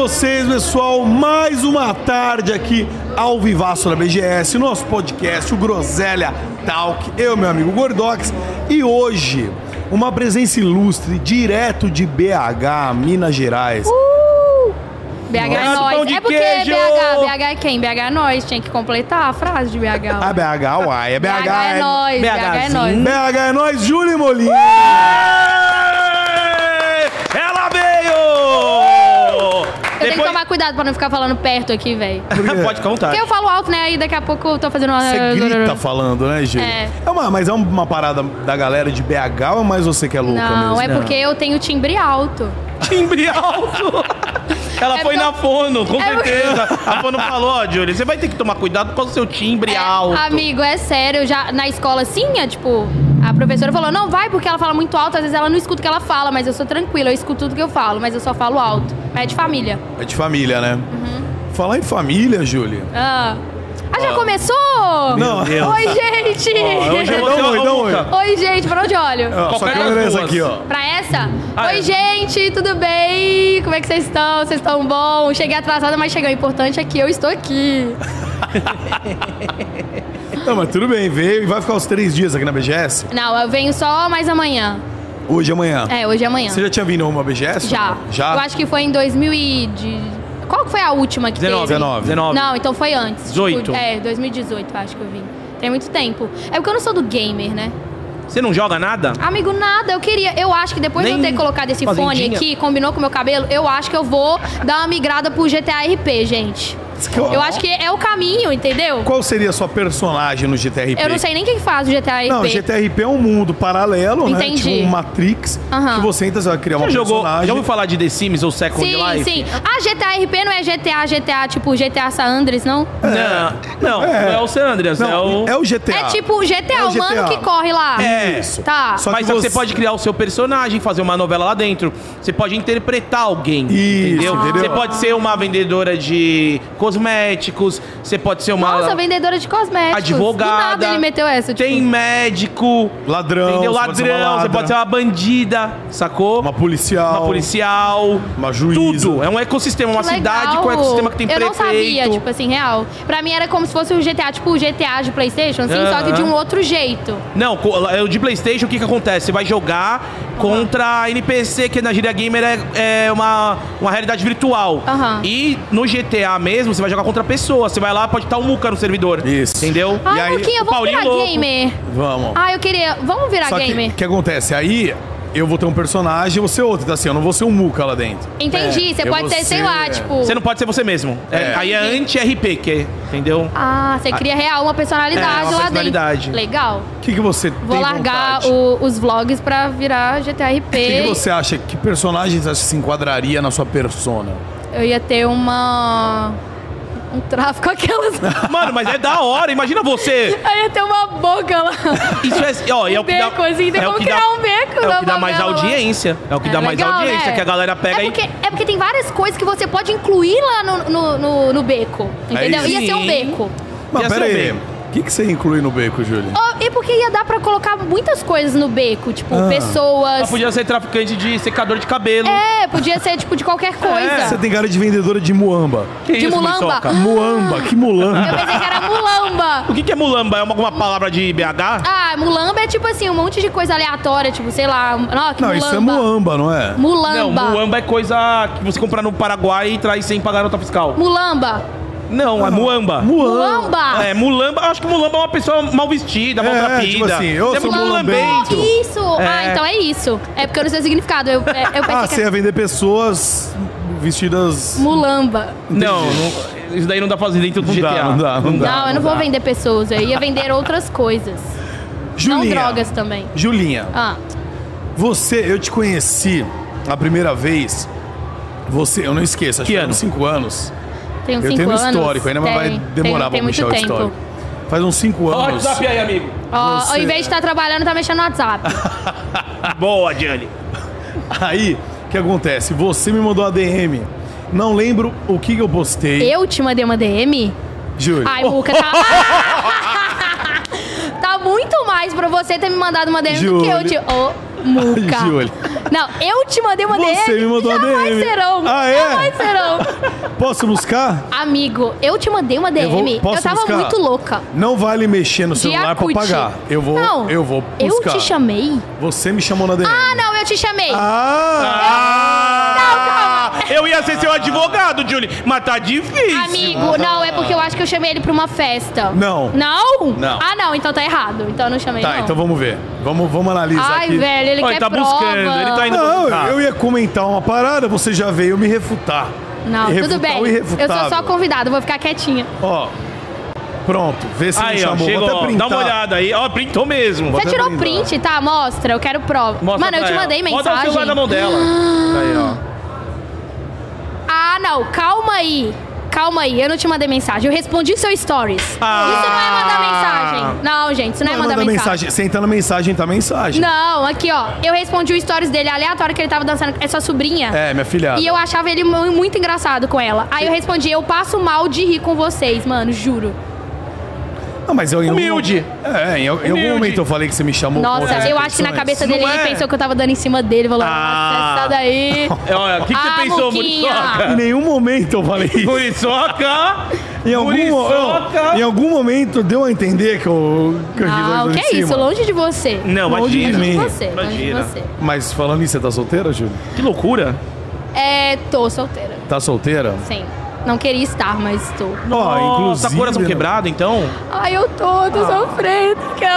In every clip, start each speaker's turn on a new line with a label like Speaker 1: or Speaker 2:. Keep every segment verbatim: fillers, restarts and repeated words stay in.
Speaker 1: vocês, pessoal, mais uma tarde aqui ao vivaço da B G S, nosso podcast, o Groselha Talk, eu, meu amigo Gordox, e hoje uma presença ilustre, direto de B H, Minas Gerais.
Speaker 2: Uh! B H é
Speaker 3: Nossa,
Speaker 2: nós. É porque
Speaker 3: queijo.
Speaker 2: B H, B H é quem? B H é nós. Tinha que completar a frase de B H.
Speaker 1: Ah, B H, uai, é B H.
Speaker 2: B H é nós. B H é nós.
Speaker 1: B H é nós, Júlia Molina.
Speaker 3: Ela veio!
Speaker 2: Eu tenho que tomar cuidado pra não ficar falando perto aqui, velho.
Speaker 3: Pode contar.
Speaker 2: Porque eu falo alto, né? Aí daqui a pouco eu tô fazendo uma...
Speaker 1: Você grita falando, né, Júlia?
Speaker 2: É.
Speaker 1: é uma, mas é uma parada da galera de B H ou é mais você que é louca
Speaker 2: Não,
Speaker 1: mesmo?
Speaker 2: é porque eu tenho timbre alto.
Speaker 3: Timbre alto. Ela
Speaker 2: É
Speaker 3: foi
Speaker 2: porque-
Speaker 3: na fono, com
Speaker 2: É porque-
Speaker 3: certeza. A fono falou, ó, Júlia, você vai ter que tomar cuidado com o seu timbre
Speaker 2: É,
Speaker 3: alto.
Speaker 2: amigo, é sério. Eu já, na escola, assim, é, tipo... A professora falou, não, vai, porque ela fala muito alto. Às vezes ela não escuta o que ela fala, mas eu sou tranquila. Eu escuto tudo que eu falo, mas eu só falo alto. Mas é de família.
Speaker 1: É de família, né?
Speaker 2: Uhum.
Speaker 1: Falar em família, Júlia.
Speaker 2: Ah, ah já começou?
Speaker 1: Não.
Speaker 3: Deus.
Speaker 2: Oi, gente!
Speaker 3: Ó, hoje eu vou
Speaker 1: Dá
Speaker 3: ser
Speaker 1: um oi,
Speaker 3: uma
Speaker 1: dá um
Speaker 3: louca.
Speaker 2: Oi, gente, pra onde eu olho?
Speaker 1: Ó, sua
Speaker 3: Qualquer
Speaker 1: câmera é
Speaker 3: das
Speaker 1: essa
Speaker 3: duas.
Speaker 1: aqui, ó.
Speaker 2: Pra essa?
Speaker 3: Ah,
Speaker 2: Oi,
Speaker 3: é.
Speaker 2: gente, tudo bem? Como é que vocês estão? Vocês estão bom? Cheguei atrasada, mas cheguei. O importante é que eu estou aqui.
Speaker 1: Não, mas tudo bem, veio e vai ficar os três dias aqui na B G S?
Speaker 2: Não, eu venho só mais amanhã.
Speaker 1: Hoje e amanhã.
Speaker 2: É, hoje e amanhã.
Speaker 1: Você já tinha vindo a uma B G S?
Speaker 2: Já.
Speaker 1: Já?
Speaker 2: Eu acho que foi em dois mil e... de- Qual que foi a última que
Speaker 3: dezenove.
Speaker 2: teve?
Speaker 1: dezenove.
Speaker 3: dezenove.
Speaker 2: Não, então foi antes.
Speaker 3: dezoito.
Speaker 2: Tipo, é, dois mil e dezoito, eu acho que eu vim. Tem muito tempo. É porque eu não sou do gamer, né?
Speaker 3: Você não joga nada?
Speaker 2: Amigo, nada. Eu queria... Eu acho que depois de eu
Speaker 3: Nem
Speaker 2: ter colocado esse fone
Speaker 3: fazendinha?
Speaker 2: aqui, combinou com o meu cabelo, eu acho que eu vou dar uma migrada pro G T A R P, gente. Eu acho que é o caminho, entendeu?
Speaker 1: Qual seria a sua personagem no G T R P?
Speaker 2: Eu não sei nem quem faz o G T A R P.
Speaker 1: Não, G T R P é um mundo paralelo, né?
Speaker 2: Entendi.
Speaker 1: Tipo um Matrix,
Speaker 2: Aham.
Speaker 1: que você entra, você vai criar uma
Speaker 3: Já jogou?
Speaker 1: personagem.
Speaker 3: Já ouviu falar de The Sims ou Second
Speaker 2: Sim,
Speaker 3: Life?
Speaker 2: sim. Ah, G T A R P não é G T A, G T A, tipo G T A San Andreas, não?
Speaker 3: Não, não,
Speaker 1: É.
Speaker 3: não é o San Andreas, é
Speaker 1: Não,
Speaker 3: o...
Speaker 1: é o G T A.
Speaker 2: É tipo G T A,
Speaker 1: É o
Speaker 2: o mano
Speaker 1: G T A.
Speaker 2: que corre lá.
Speaker 3: É.
Speaker 1: Isso.
Speaker 2: Tá.
Speaker 1: Só
Speaker 3: Mas
Speaker 1: que
Speaker 3: só que
Speaker 1: você-
Speaker 3: você pode criar o seu personagem, fazer uma novela lá dentro. Você pode interpretar alguém,
Speaker 1: Isso,
Speaker 3: entendeu?
Speaker 1: entendeu?
Speaker 3: Você pode ser uma vendedora de cosméticos, você pode ser uma
Speaker 2: Nossa, vendedora de cosméticos.
Speaker 3: advogada.
Speaker 2: Do nada ele meteu essa, tipo...
Speaker 3: Tem médico,
Speaker 1: Ladrão,
Speaker 3: entendeu?
Speaker 1: você pode ser uma
Speaker 3: Ladrão, você
Speaker 1: ladra.
Speaker 3: pode ser uma bandida, sacou?
Speaker 1: Uma policial.
Speaker 3: Uma policial.
Speaker 1: Uma juíza.
Speaker 3: Tudo. É um ecossistema, uma
Speaker 2: Que
Speaker 3: cidade
Speaker 2: legal.
Speaker 3: com um ecossistema que tem
Speaker 2: Eu
Speaker 3: prefeito.
Speaker 2: não sabia, tipo assim, real. Pra mim era como se fosse o G T A, tipo o G T A de PlayStation, assim,
Speaker 3: Aham.
Speaker 2: só que de um outro jeito.
Speaker 3: Não, co- é o de PlayStation, o que que acontece? Você vai jogar contra a N P C, que na gíria gamer é, é uma, uma realidade virtual.
Speaker 2: Aham.
Speaker 3: E no G T A mesmo, você vai jogar contra pessoas. Você vai lá, pode estar um muca no servidor.
Speaker 1: Isso.
Speaker 3: Entendeu?
Speaker 2: Ah,
Speaker 1: E aí,
Speaker 2: Luquinha,
Speaker 3: o
Speaker 2: vamos
Speaker 3: Paulinho
Speaker 2: virar
Speaker 3: louco.
Speaker 2: gamer.
Speaker 1: Vamos.
Speaker 2: Ah, eu queria... Vamos virar
Speaker 1: Só que
Speaker 2: gamer.
Speaker 1: o que acontece? Aí eu vou ter um personagem e você outro. Então assim, eu não vou ser um muca lá dentro.
Speaker 2: Entendi, você
Speaker 1: eu
Speaker 2: pode
Speaker 1: vou
Speaker 2: ser, sei
Speaker 1: ser-
Speaker 2: lá, tipo...
Speaker 3: Você não pode ser você mesmo. É,
Speaker 1: É.
Speaker 3: aí é anti-R P, que é, entendeu?
Speaker 2: Ah, você cria real uma personalidade
Speaker 3: É, uma
Speaker 2: lá
Speaker 3: personalidade.
Speaker 2: dentro. Legal.
Speaker 1: O que, que você
Speaker 2: Vou
Speaker 1: tem
Speaker 2: largar
Speaker 1: vontade?
Speaker 2: o- os vlogs pra virar G T A R P.
Speaker 1: O que, que você acha? Que personagem você acha que se enquadraria na sua persona?
Speaker 2: Eu ia ter uma... Um tráfico aquelas...
Speaker 3: Mano, mas é da hora. Imagina você.
Speaker 2: Eu ia ter uma boca lá.
Speaker 3: Isso é, ó, é
Speaker 2: Um
Speaker 3: o que dá,
Speaker 2: beco, assim, tem
Speaker 3: é o
Speaker 2: como
Speaker 3: que
Speaker 2: criar
Speaker 3: dá,
Speaker 2: um beco
Speaker 3: é
Speaker 2: na
Speaker 3: o que dá mais
Speaker 2: favela lá.
Speaker 3: audiência. É o que
Speaker 2: É
Speaker 3: dá mais
Speaker 2: legal,
Speaker 3: audiência,
Speaker 2: né?
Speaker 3: que a galera pega
Speaker 2: é
Speaker 3: aí.
Speaker 2: porque, é porque tem várias coisas que você pode incluir lá no, no, no, no beco. Entendeu?
Speaker 1: isso.
Speaker 2: Ia ser um
Speaker 3: Sim.
Speaker 2: beco.
Speaker 1: Mas
Speaker 3: Ia ser
Speaker 1: pera
Speaker 3: um
Speaker 1: aí,
Speaker 3: beco.
Speaker 1: o que, que você inclui no beco, Júlia?
Speaker 2: Oh, e porque ia dar pra colocar muitas coisas no beco. Tipo,
Speaker 1: Ah.
Speaker 2: pessoas...
Speaker 3: Ela podia ser traficante de secador de cabelo.
Speaker 2: É, podia ser tipo de qualquer coisa.
Speaker 1: Você tem cara de vendedora de muamba.
Speaker 3: Que
Speaker 2: de
Speaker 3: isso,
Speaker 2: mulamba.
Speaker 3: Muriçoca?
Speaker 1: Muamba, que mulamba.
Speaker 2: Eu pensei que era mulamba.
Speaker 3: O que, que é mulamba? É uma, alguma palavra de B H?
Speaker 2: Ah, mulamba é tipo assim, um monte de coisa aleatória. Tipo, sei lá... Ó, que
Speaker 1: Não,
Speaker 2: mulamba.
Speaker 1: isso é muamba, não é?
Speaker 2: Mulamba.
Speaker 3: Não, muamba é coisa que você compra no Paraguai e traz sem pagar nota fiscal.
Speaker 2: Mulamba.
Speaker 3: Não, é muamba.
Speaker 2: Mulamba.
Speaker 3: É, mulamba, acho que mulamba é uma pessoa mal vestida, mal
Speaker 1: É,
Speaker 3: trapida.
Speaker 1: tipo assim, eu
Speaker 3: é
Speaker 1: sou
Speaker 3: muito
Speaker 1: mulambento.
Speaker 3: mulambento.
Speaker 2: Isso!
Speaker 3: É.
Speaker 2: Ah, então é isso. É porque eu não sei o significado. Eu, é, eu pensei
Speaker 1: Ah,
Speaker 2: que
Speaker 1: você
Speaker 2: era
Speaker 1: ia vender pessoas vestidas...
Speaker 2: mulamba.
Speaker 3: Não, não, isso daí não dá pra fazer dentro do
Speaker 1: Não
Speaker 3: G T A.
Speaker 1: dá, não dá, não dá.
Speaker 2: Não, eu não vou vender pessoas. Eu ia vender outras coisas.
Speaker 1: Julinha.
Speaker 2: Não drogas também.
Speaker 1: Julinha,
Speaker 2: Ah,
Speaker 1: você, eu te conheci a primeira vez. Você, eu não esqueço, acho
Speaker 3: Que
Speaker 1: que
Speaker 3: ano?
Speaker 1: uns cinco anos.
Speaker 2: tenho
Speaker 1: Eu
Speaker 2: cinco
Speaker 1: tenho um
Speaker 2: anos.
Speaker 1: histórico, ainda mas vai
Speaker 2: Tem,
Speaker 1: demorar
Speaker 2: tem, tem
Speaker 1: pra
Speaker 2: muito
Speaker 1: puxar o
Speaker 2: tempo.
Speaker 1: histórico. Faz uns cinco
Speaker 3: Olha o
Speaker 1: anos.
Speaker 3: WhatsApp aí, amigo.
Speaker 2: Ó,
Speaker 1: Você-
Speaker 2: ao invés de estar trabalhando, tá mexendo no WhatsApp.
Speaker 3: Boa, Gianni.
Speaker 1: Aí, o que acontece? Você me mandou a D M. Não lembro o que, que eu postei.
Speaker 2: Eu te mandei uma D M?
Speaker 1: Júlia.
Speaker 2: Ai, Muca, tá... tá muito mais pra você ter me mandado uma D M do que eu te... Ô, Muca.
Speaker 1: Júlia.
Speaker 2: Não, eu te mandei uma D M.
Speaker 1: Você me mandou uma D M.
Speaker 2: Jamais serão.
Speaker 1: Ah, é?
Speaker 2: Jamais serão.
Speaker 1: Posso buscar?
Speaker 2: Amigo, eu te mandei uma D M.
Speaker 1: Eu
Speaker 2: Eu,
Speaker 1: vou- posso
Speaker 2: tava
Speaker 1: buscar?
Speaker 2: muito louca.
Speaker 1: Não vale mexer no celular pra
Speaker 2: Yakut.
Speaker 1: pagar. Eu vou,
Speaker 2: Não,
Speaker 1: eu vou buscar.
Speaker 2: Eu te chamei?
Speaker 1: Você me chamou na D M.
Speaker 2: Ah, não, eu te chamei.
Speaker 1: Ah!
Speaker 3: Ah, eu ia ser seu advogado, Julie, mas tá difícil.
Speaker 2: Amigo, não, é porque eu acho que eu chamei ele pra uma festa.
Speaker 1: Não.
Speaker 2: Não?
Speaker 1: Não.
Speaker 2: Ah, não, então tá errado. Então eu não chamei,
Speaker 1: Tá,
Speaker 2: não.
Speaker 1: então vamos ver. Vamos, vamos analisar
Speaker 2: Ai,
Speaker 1: aqui.
Speaker 2: velho, ele
Speaker 3: Ó,
Speaker 2: quer
Speaker 3: ele tá
Speaker 2: prova.
Speaker 3: buscando, ele tá indo
Speaker 1: Não,
Speaker 3: buscar.
Speaker 1: eu ia comentar uma parada, você já veio me refutar.
Speaker 2: Não,
Speaker 1: Irrefutar
Speaker 2: tudo bem.
Speaker 1: o
Speaker 2: Eu
Speaker 1: irrefutável.
Speaker 2: sou só convidada, vou ficar quietinha.
Speaker 1: Ó, pronto, vê se
Speaker 3: Aí,
Speaker 1: me
Speaker 3: ó,
Speaker 1: chamou.
Speaker 3: chegou,
Speaker 1: Vou até
Speaker 3: ó,
Speaker 1: printar.
Speaker 3: dá uma olhada aí. Ó, printou mesmo.
Speaker 1: Vou
Speaker 2: Você
Speaker 1: até
Speaker 2: tirou
Speaker 1: brindar.
Speaker 2: print, tá? Mostra, eu quero prova.
Speaker 3: Mostra
Speaker 2: Mano, eu
Speaker 3: pra
Speaker 2: te
Speaker 3: ela.
Speaker 2: mandei
Speaker 3: Bota o
Speaker 2: mensagem.
Speaker 3: celular na mão dela. Aí, ó.
Speaker 2: Ah, não, calma aí. Calma aí, eu não te mandei mensagem. Eu respondi seu stories.
Speaker 3: Ah.
Speaker 2: Isso não é mandar mensagem. Não, gente, isso não,
Speaker 1: Não,
Speaker 2: é mandar
Speaker 1: manda
Speaker 2: mensagem.
Speaker 1: mensagem. Você entra na mensagem, tá mensagem.
Speaker 2: Não, aqui, ó. Eu respondi o stories dele aleatório que ele tava dançando. É sua sobrinha.
Speaker 1: É, minha filhada.
Speaker 2: E eu achava ele mu- muito engraçado com ela. Aí eu respondi, eu passo mal de rir com vocês, mano, juro.
Speaker 1: Não, mas eu em algum-
Speaker 3: Humilde.
Speaker 1: É, em, em algum
Speaker 3: Humilde.
Speaker 1: momento eu falei que você me chamou com
Speaker 2: Nossa,
Speaker 1: outras
Speaker 2: eu acho que na
Speaker 1: intenções.
Speaker 2: cabeça
Speaker 3: Não
Speaker 2: dele
Speaker 3: é?
Speaker 2: ele pensou que eu tava dando em cima dele. Falou,
Speaker 3: Ah.
Speaker 2: nossa, essa daí.
Speaker 3: É, olha, o que, que
Speaker 2: Ah,
Speaker 3: você pensou,
Speaker 2: Muquinha.
Speaker 1: Em
Speaker 3: Muriçoca?
Speaker 1: nenhum momento eu falei isso.
Speaker 3: Muriçoca!
Speaker 1: Em algum,
Speaker 3: Muriçoca!
Speaker 1: em algum momento deu a entender que eu, que eu quis dar
Speaker 2: Não,
Speaker 1: em
Speaker 2: que é
Speaker 1: cima.
Speaker 2: isso, longe de você.
Speaker 3: Não,
Speaker 1: Longe de
Speaker 3: imagina.
Speaker 1: mim.
Speaker 2: Longe de você, longe de
Speaker 3: Imagina.
Speaker 2: você.
Speaker 1: Mas falando isso, você tá solteira, Júlio?
Speaker 3: Que loucura.
Speaker 2: É, tô solteira,
Speaker 1: Tá solteira?
Speaker 2: sim. Não queria estar, mas tô.
Speaker 1: Ó,
Speaker 3: Nossa,
Speaker 1: inclusive...
Speaker 3: coração
Speaker 1: né,
Speaker 3: quebrado, então?
Speaker 2: Ai, eu tô, tô sofrendo.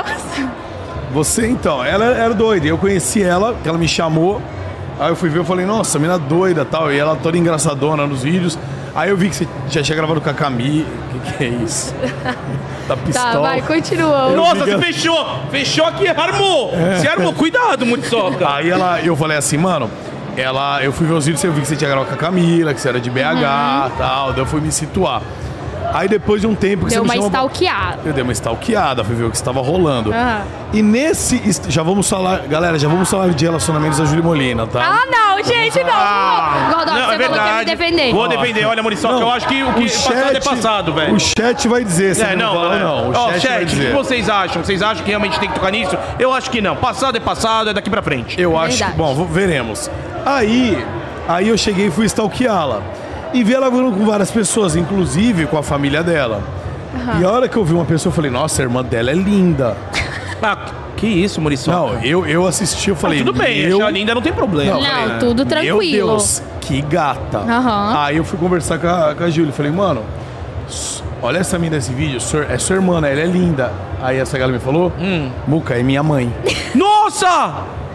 Speaker 1: Você, então, ela era doida. Eu conheci ela, que ela me chamou. Aí eu fui ver, eu falei, nossa, mina doida e tal. E ela toda engraçadona nos vídeos. Aí eu vi que você já tinha gravado com a Camille. O que, que é isso? Tá pistola.
Speaker 2: Tá, vai, continua.
Speaker 3: Nossa,
Speaker 1: digo-
Speaker 3: você fechou! Fechou aqui, armou! Você armou, cuidado, Muriçoca!
Speaker 1: Aí ela, eu falei assim, mano, ela, eu fui ver os vídeos, eu vi que você tinha gravado com a Camila, que você era de B H e tal, daí eu fui me situar. Aí depois de um tempo que
Speaker 2: Deu
Speaker 1: você
Speaker 2: uma
Speaker 1: me chamou...
Speaker 2: stalkeada.
Speaker 1: Eu dei uma stalkeada, fui ver o que estava rolando.
Speaker 2: Aham.
Speaker 1: E nesse... est- Já vamos falar... Galera, já vamos falar de relacionamentos da Júlia Molina, tá?
Speaker 2: Ah, não, gente, não.
Speaker 3: Ah,
Speaker 2: Gordon,
Speaker 3: não,
Speaker 2: você
Speaker 3: é
Speaker 2: falou que ia me
Speaker 3: verdade.
Speaker 2: defender.
Speaker 3: Vou defender, olha, Muriçoca, eu acho que o que passado é passado, velho.
Speaker 1: O chat vai dizer, se
Speaker 3: É,
Speaker 1: não,
Speaker 3: não,
Speaker 1: fala,
Speaker 3: é.
Speaker 1: não. O
Speaker 3: Ó,
Speaker 1: chat, vai
Speaker 3: chat, o que
Speaker 1: dizer.
Speaker 3: vocês acham? Vocês acham que realmente tem que tocar nisso? Eu acho que não. Passado é passado, é daqui pra frente.
Speaker 1: Eu acho
Speaker 2: Verdade.
Speaker 1: que... Bom, v- veremos. Aí... Aí eu cheguei e fui stalkeá-la. E vi ela falando com várias pessoas, inclusive com a família dela. E a hora que eu vi uma pessoa, eu falei, nossa, a irmã dela é linda.
Speaker 3: Ah, que isso, Muriçoca?
Speaker 1: Não, eu, eu assisti, eu falei...
Speaker 3: Ah, tudo bem,
Speaker 1: meu...
Speaker 3: achar linda não tem problema.
Speaker 1: Não,
Speaker 2: Não,
Speaker 3: falei, né?
Speaker 2: tudo tranquilo.
Speaker 1: Meu Deus, que gata.
Speaker 2: Aham.
Speaker 1: Aí eu fui conversar com a, com a Júlia. Falei, mano, s- olha essa mina desse vídeo. sua- É sua irmã, né? Ela é linda. Aí essa galera me falou,
Speaker 3: Hum.
Speaker 1: Muca, é minha mãe.
Speaker 3: Nossa!